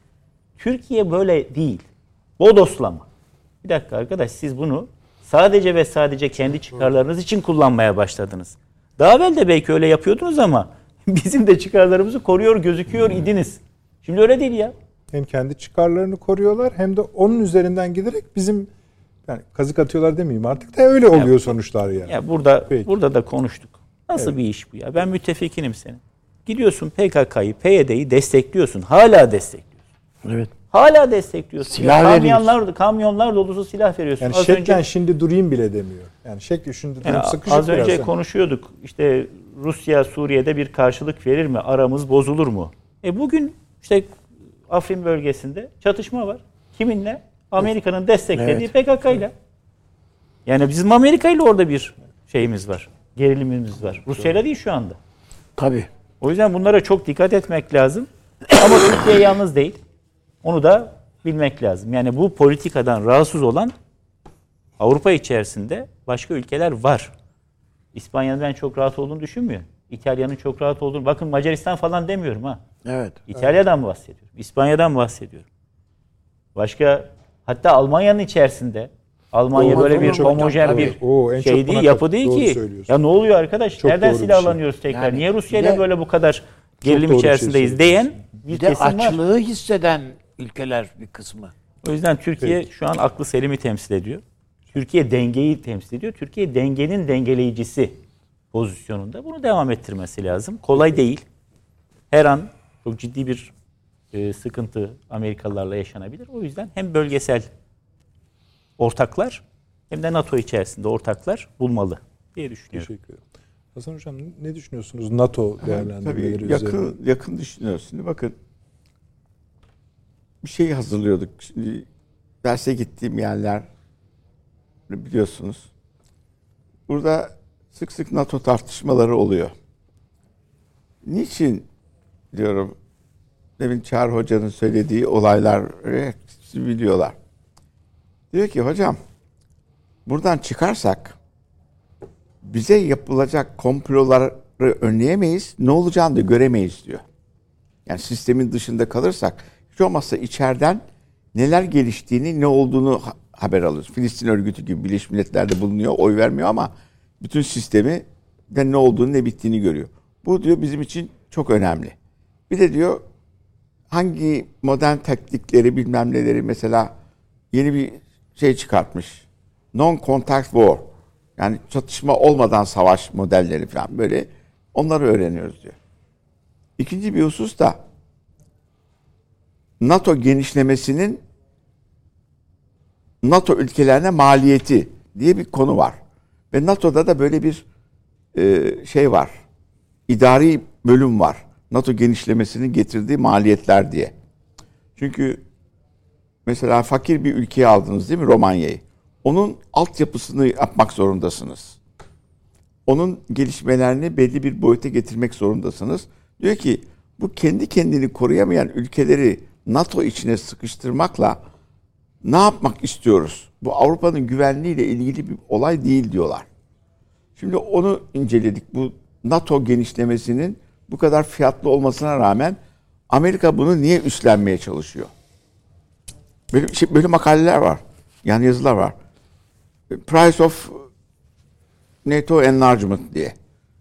Türkiye böyle değil. Bodoslama. Bir dakika arkadaş, siz bunu sadece ve sadece kendi çıkarlarınız için kullanmaya başladınız. Daha evvel de belki öyle yapıyordunuz ama bizim de çıkarlarımızı koruyor gözüküyor idiniz. Şimdi öyle değil ya. Hem kendi çıkarlarını koruyorlar hem de onun üzerinden giderek bizim yani kazık atıyorlar demeyeyim artık da öyle oluyor Ya- sonuçlar yani. Ya burada Peki. burada da konuştuk. Nasıl bir iş bu ya? Ben müttefikinim senin. Gidiyorsun P K K'yı, P Y D'yi destekliyorsun. Hala destekliyorsun. Evet. Hala destekliyorsun. Silah Ya veriyorsun. kamyonlar, kamyonlar dolusu silah veriyorsun. Yani az şeklen önce, şimdi durayım bile demiyor. Yani şekli şimdi yani durayım sıkışık az önce biraz. konuşuyorduk. İşte Rusya Suriye'de bir karşılık verir mi? Aramız bozulur mu? E bugün işte Afrin bölgesinde çatışma var. Kiminle? Amerika'nın desteklediği Evet. P K K'yla. Yani bizim Amerika ile orada bir şeyimiz var. Gerilimimiz var. Rusya'yla değil şu anda. Tabii. O yüzden bunlara çok dikkat etmek lazım. Ama Türkiye yalnız değil. Onu da bilmek lazım. Yani bu politikadan rahatsız olan Avrupa içerisinde başka ülkeler var. İspanya'nın ben çok rahat olduğunu düşünmüyorum. İtalya'nın çok rahat olduğunu. Bakın Macaristan falan demiyorum ha. Evet. İtalya'dan bahsediyorum. İspanya'dan bahsediyorum. Başka hatta Almanya'nın içerisinde Almanya Olmaz böyle olur bir mu hocam? homojen Tabii. bir Oo, en çok şey buna değil, yapı kat- değil doğru ki. söylüyorsun. Ya ne oluyor arkadaş? Çok Nereden doğru bir silahlanıyoruz tekrar? Yani Niye Rusya bir ile de- böyle bu kadar gerilim doğru bir şey içerisindeyiz söylüyorsun. diyen bir Bir de kesim var. açlığı hisseden ülkeler bir kısmı. O yüzden Türkiye Peki. şu an aklı selimi temsil ediyor. Türkiye dengeyi temsil ediyor. Türkiye dengenin dengeleyicisi pozisyonunda. Bunu devam ettirmesi lazım. Kolay değil. Her an çok ciddi bir e, sıkıntı Amerikalılarla yaşanabilir. O yüzden hem bölgesel ortaklar hem de NATO içerisinde ortaklar bulmalı diye düşünüyorum. Teşekkür ederim. Hasan Hocam ne düşünüyorsunuz NATO değerlendirmeleri Tabii üzerine? yakın, yakın düşünüyoruz. Şimdi bakın bir şey hazırlıyorduk. Şimdi derse gittiğim yerler biliyorsunuz. Burada sık sık NATO tartışmaları oluyor. Niçin diyorum demin Çağrı Hoca'nın söylediği olayları hepsi biliyorlar. Diyor ki hocam buradan çıkarsak bize yapılacak komploları önleyemeyiz. Ne olacağını da göremeyiz diyor. Yani sistemin dışında kalırsak hiç olmazsa içeriden neler geliştiğini, ne olduğunu ha- haber alıyoruz. Filistin örgütü gibi Birleşmiş Milletler'de bulunuyor, oy vermiyor ama bütün sistemi de ne olduğunu, ne bittiğini görüyor. Bu diyor bizim için çok önemli. Bir de diyor hangi modern taktikleri bilmem neleri mesela yeni bir şey çıkartmış. Non-contact war. Yani çatışma olmadan savaş modelleri falan böyle onları öğreniyoruz diyor. İkinci bir husus da NATO genişlemesinin NATO ülkelerine maliyeti diye bir konu var. Ve NATO'da da böyle bir e, şey var. İdari bölüm var. NATO genişlemesinin getirdiği maliyetler diye. Çünkü mesela fakir bir ülkeyi aldınız değil mi, Romanya'yı? Onun altyapısını yapmak zorundasınız. Onun gelişmelerini belli bir boyuta getirmek zorundasınız. Diyor ki bu kendi kendini koruyamayan ülkeleri NATO içine sıkıştırmakla ne yapmak istiyoruz? Bu Avrupa'nın güvenliğiyle ilgili bir olay değil diyorlar. Şimdi onu inceledik. Bu NATO genişlemesinin bu kadar fiyatlı olmasına rağmen Amerika bunu niye üstlenmeye çalışıyor? Böyle, şey, böyle makaleler var. Yani yazılar var. Price of NATO Enlargement diye.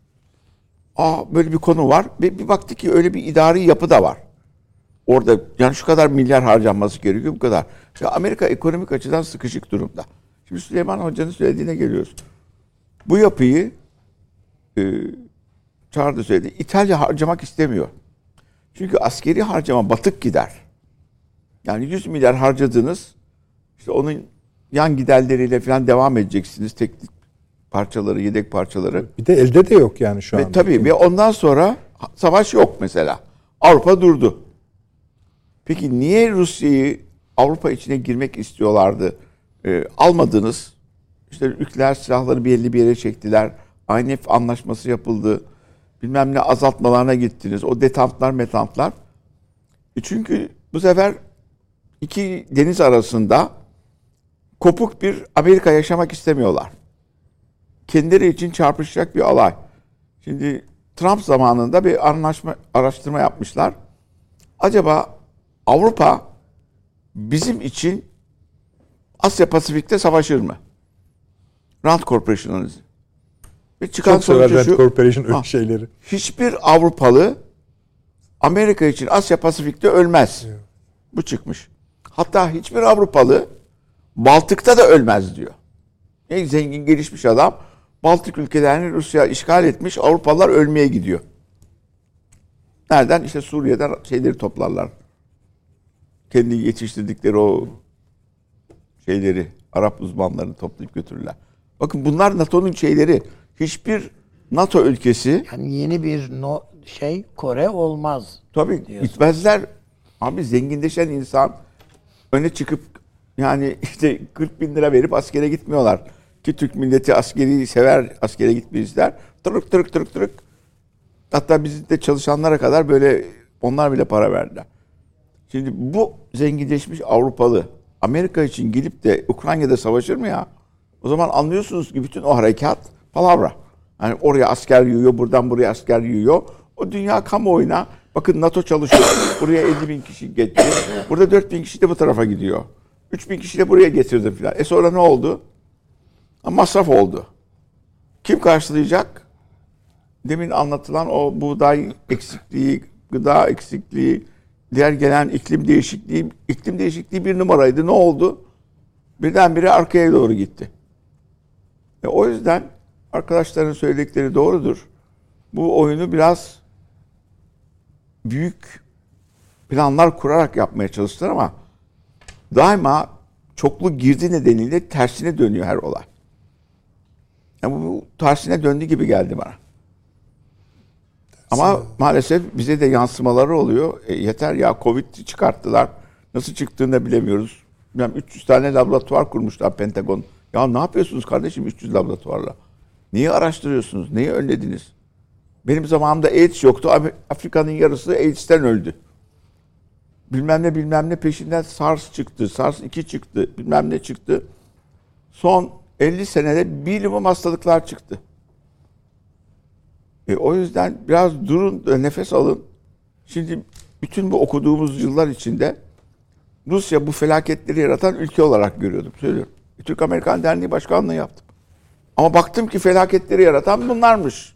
Aa, böyle bir konu var. Ve bir baktık ki öyle bir idari yapı da var. Orada yani şu kadar milyar harcanması gerekiyor, bu kadar. İşte Amerika ekonomik açıdan sıkışık durumda. Şimdi Süleyman Hoca'nın söylediğine geliyoruz. Bu yapıyı e, Çağrı söyledi. İtalya harcamak istemiyor. Çünkü askeri harcama batık gider. Yani yüz milyar harcadınız, işte onun yan giderleriyle falan devam edeceksiniz. Teknik parçaları, yedek parçaları. Bir de elde de yok yani şu ve anda. Tabii ve ondan sonra savaş yok mesela. Avrupa durdu. Peki niye Rusya'yı Avrupa içine girmek istiyorlardı? Ee, almadınız. İşte nükleer silahları belli bir yere çektiler. I N F anlaşması yapıldı. Bilmem ne azaltmalarına gittiniz. O detantlar metantlar. E çünkü bu sefer iki deniz arasında kopuk bir Amerika yaşamak istemiyorlar. Kendileri için çarpışacak bir alay. Şimdi Trump zamanında bir anlaşma, araştırma yapmışlar. Acaba Avrupa bizim için Asya Pasifik'te savaşır mı? Rand Corporation analizi. Ve çıkan Çok sever sonucu Rand şu. Corporation öyle Ha, şeyleri. Hiçbir Avrupalı Amerika için Asya Pasifik'te ölmez. Evet. Bu çıkmış. Hatta hiçbir Avrupalı Baltık'ta da ölmez diyor. En zengin gelişmiş adam Baltık ülkelerini Rusya işgal etmiş, Avrupalılar ölmeye gidiyor. Nereden? İşte Suriye'den şeyleri toplarlar. Kendi yetiştirdikleri o şeyleri, Arap uzmanlarını toplayıp götürürler. Bakın bunlar NATO'nun şeyleri. Hiçbir NATO ülkesi... Yani yeni bir no, şey Kore olmaz. Tabii diyorsun. Gitmezler. Abi zenginleşen insan öne çıkıp yani işte kırk bin lira verip askere gitmiyorlar. Ki Türk milleti askeri sever, askere gitmeyi ister. Tırık tırık tırık tırık. Hatta bizde çalışanlara kadar böyle onlar bile para verdiler. Şimdi bu zenginleşmiş Avrupalı Amerika için gelip de Ukrayna'da savaşır mı ya? O zaman anlıyorsunuz ki bütün o harekat palavra. Yani oraya asker yığıyor, buradan buraya asker yığıyor. O dünya kamuoyuna bakın NATO çalışıyor. Buraya elli bin kişi gitti. Burada dört bin kişi de bu tarafa gidiyor. üç bin kişi de buraya getirdim filan. E sonra ne oldu? Masraf oldu. Kim karşılayacak? Demin anlatılan o buğday eksikliği, gıda eksikliği, diğer gelen iklim değişikliği, iklim değişikliği bir numaraydı. Ne oldu? Birdenbire arkaya doğru gitti. E o yüzden arkadaşların söyledikleri doğrudur. Bu oyunu biraz büyük planlar kurarak yapmaya çalıştılar ama daima çoklu girdi nedeniyle tersine dönüyor her olay. Yani bu tersine döndü gibi geldi bana. Ama maalesef bize de yansımaları oluyor. E yeter ya, Covid çıkarttılar. Nasıl çıktığını da bilemiyoruz. Yani üç yüz tane laboratuvar kurmuşlar Pentagon. Ya ne yapıyorsunuz kardeşim üç yüz laboratuvarla? Niye araştırıyorsunuz? Neyi önlediniz? Benim zamanımda AIDS yoktu. Afrika'nın yarısı AIDS'ten öldü. Bilmem ne bilmem ne peşinden SARS çıktı. SARS iki çıktı. Bilmem ne çıktı. Son elli senede bilimum hastalıklar çıktı. E, o yüzden biraz durun, nefes alın. Şimdi bütün bu okuduğumuz yıllar içinde Rusya bu felaketleri yaratan ülke olarak görüyordum. Söylüyorum. E, Türk-Amerikan Derneği Başkanlığı yaptım. Ama baktım ki felaketleri yaratan bunlarmış.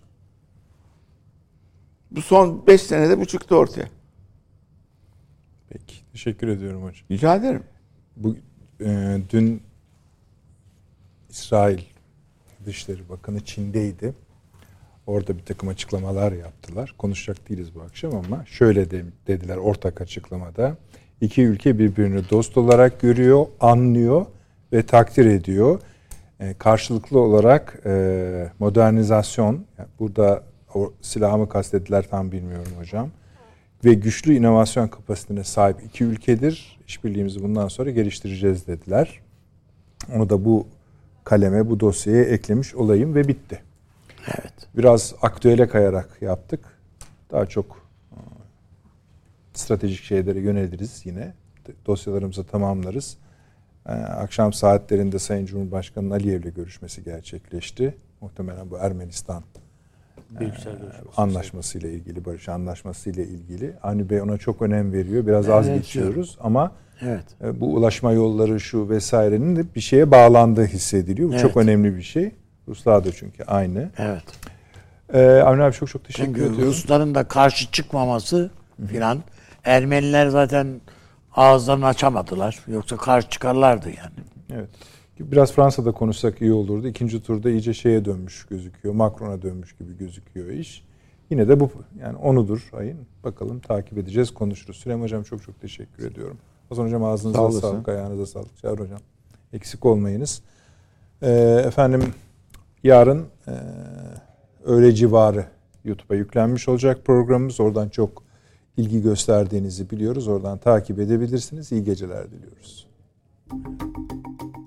Bu son beş senede bu çıktı ortaya. Peki. Teşekkür ediyorum hocam. Rica ederim. Bu, e, dün İsrail Dışişleri Bakanı Çin'deydi. Orada bir takım açıklamalar yaptılar. Konuşacak değiliz bu akşam ama şöyle de, dediler ortak açıklamada. İki ülke birbirini dost olarak görüyor, anlıyor ve takdir ediyor. E, karşılıklı olarak e, modernizasyon, yani burada o silahı mı kastediler tam bilmiyorum hocam. Ve güçlü inovasyon kapasitesine sahip iki ülkedir. İşbirliğimizi bundan sonra geliştireceğiz dediler. Onu da bu kaleme, bu dosyaya eklemiş olayım ve bitti. Evet. Biraz aktüele kayarak yaptık. Daha çok stratejik şeylere yöneliriz yine. Dosyalarımızı tamamlarız. Akşam saatlerinde Sayın Cumhurbaşkanı Aliyev'le görüşmesi gerçekleşti. Muhtemelen bu Ermenistan anlaşması ile ilgili, barış anlaşması ile ilgili. Avni Bey ona çok önem veriyor. Biraz az Evet, geçiyoruz ama evet. bu ulaşma yolları şu vesairenin de bir şeye bağlandığı hissediliyor. Bu Evet. çok önemli bir şey. Ruslar da çünkü aynı. Evet. Ee, Avni abi çok çok teşekkür Çünkü ediyorum. Rusların da karşı çıkmaması filan. Ermeniler zaten ağızlarını açamadılar. Yoksa karşı çıkarlardı yani. Evet. Biraz Fransa'da konuşsak iyi olurdu. İkinci turda iyice şeye dönmüş gözüküyor. Macron'a dönmüş gibi gözüküyor iş. Yine de bu yani onudur ayın. Bakalım takip edeceğiz, konuşuruz. Süleyman Hocam çok çok teşekkür ediyorum. Hasan Hocam ağzınıza sağlık, ayağınıza sağlık. Çağrı Hocam eksik olmayınız. Ee, efendim yarın e, öğle civarı YouTube'a yüklenmiş olacak programımız. Oradan çok ilgi gösterdiğinizi biliyoruz. Oradan takip edebilirsiniz. İyi geceler diliyoruz.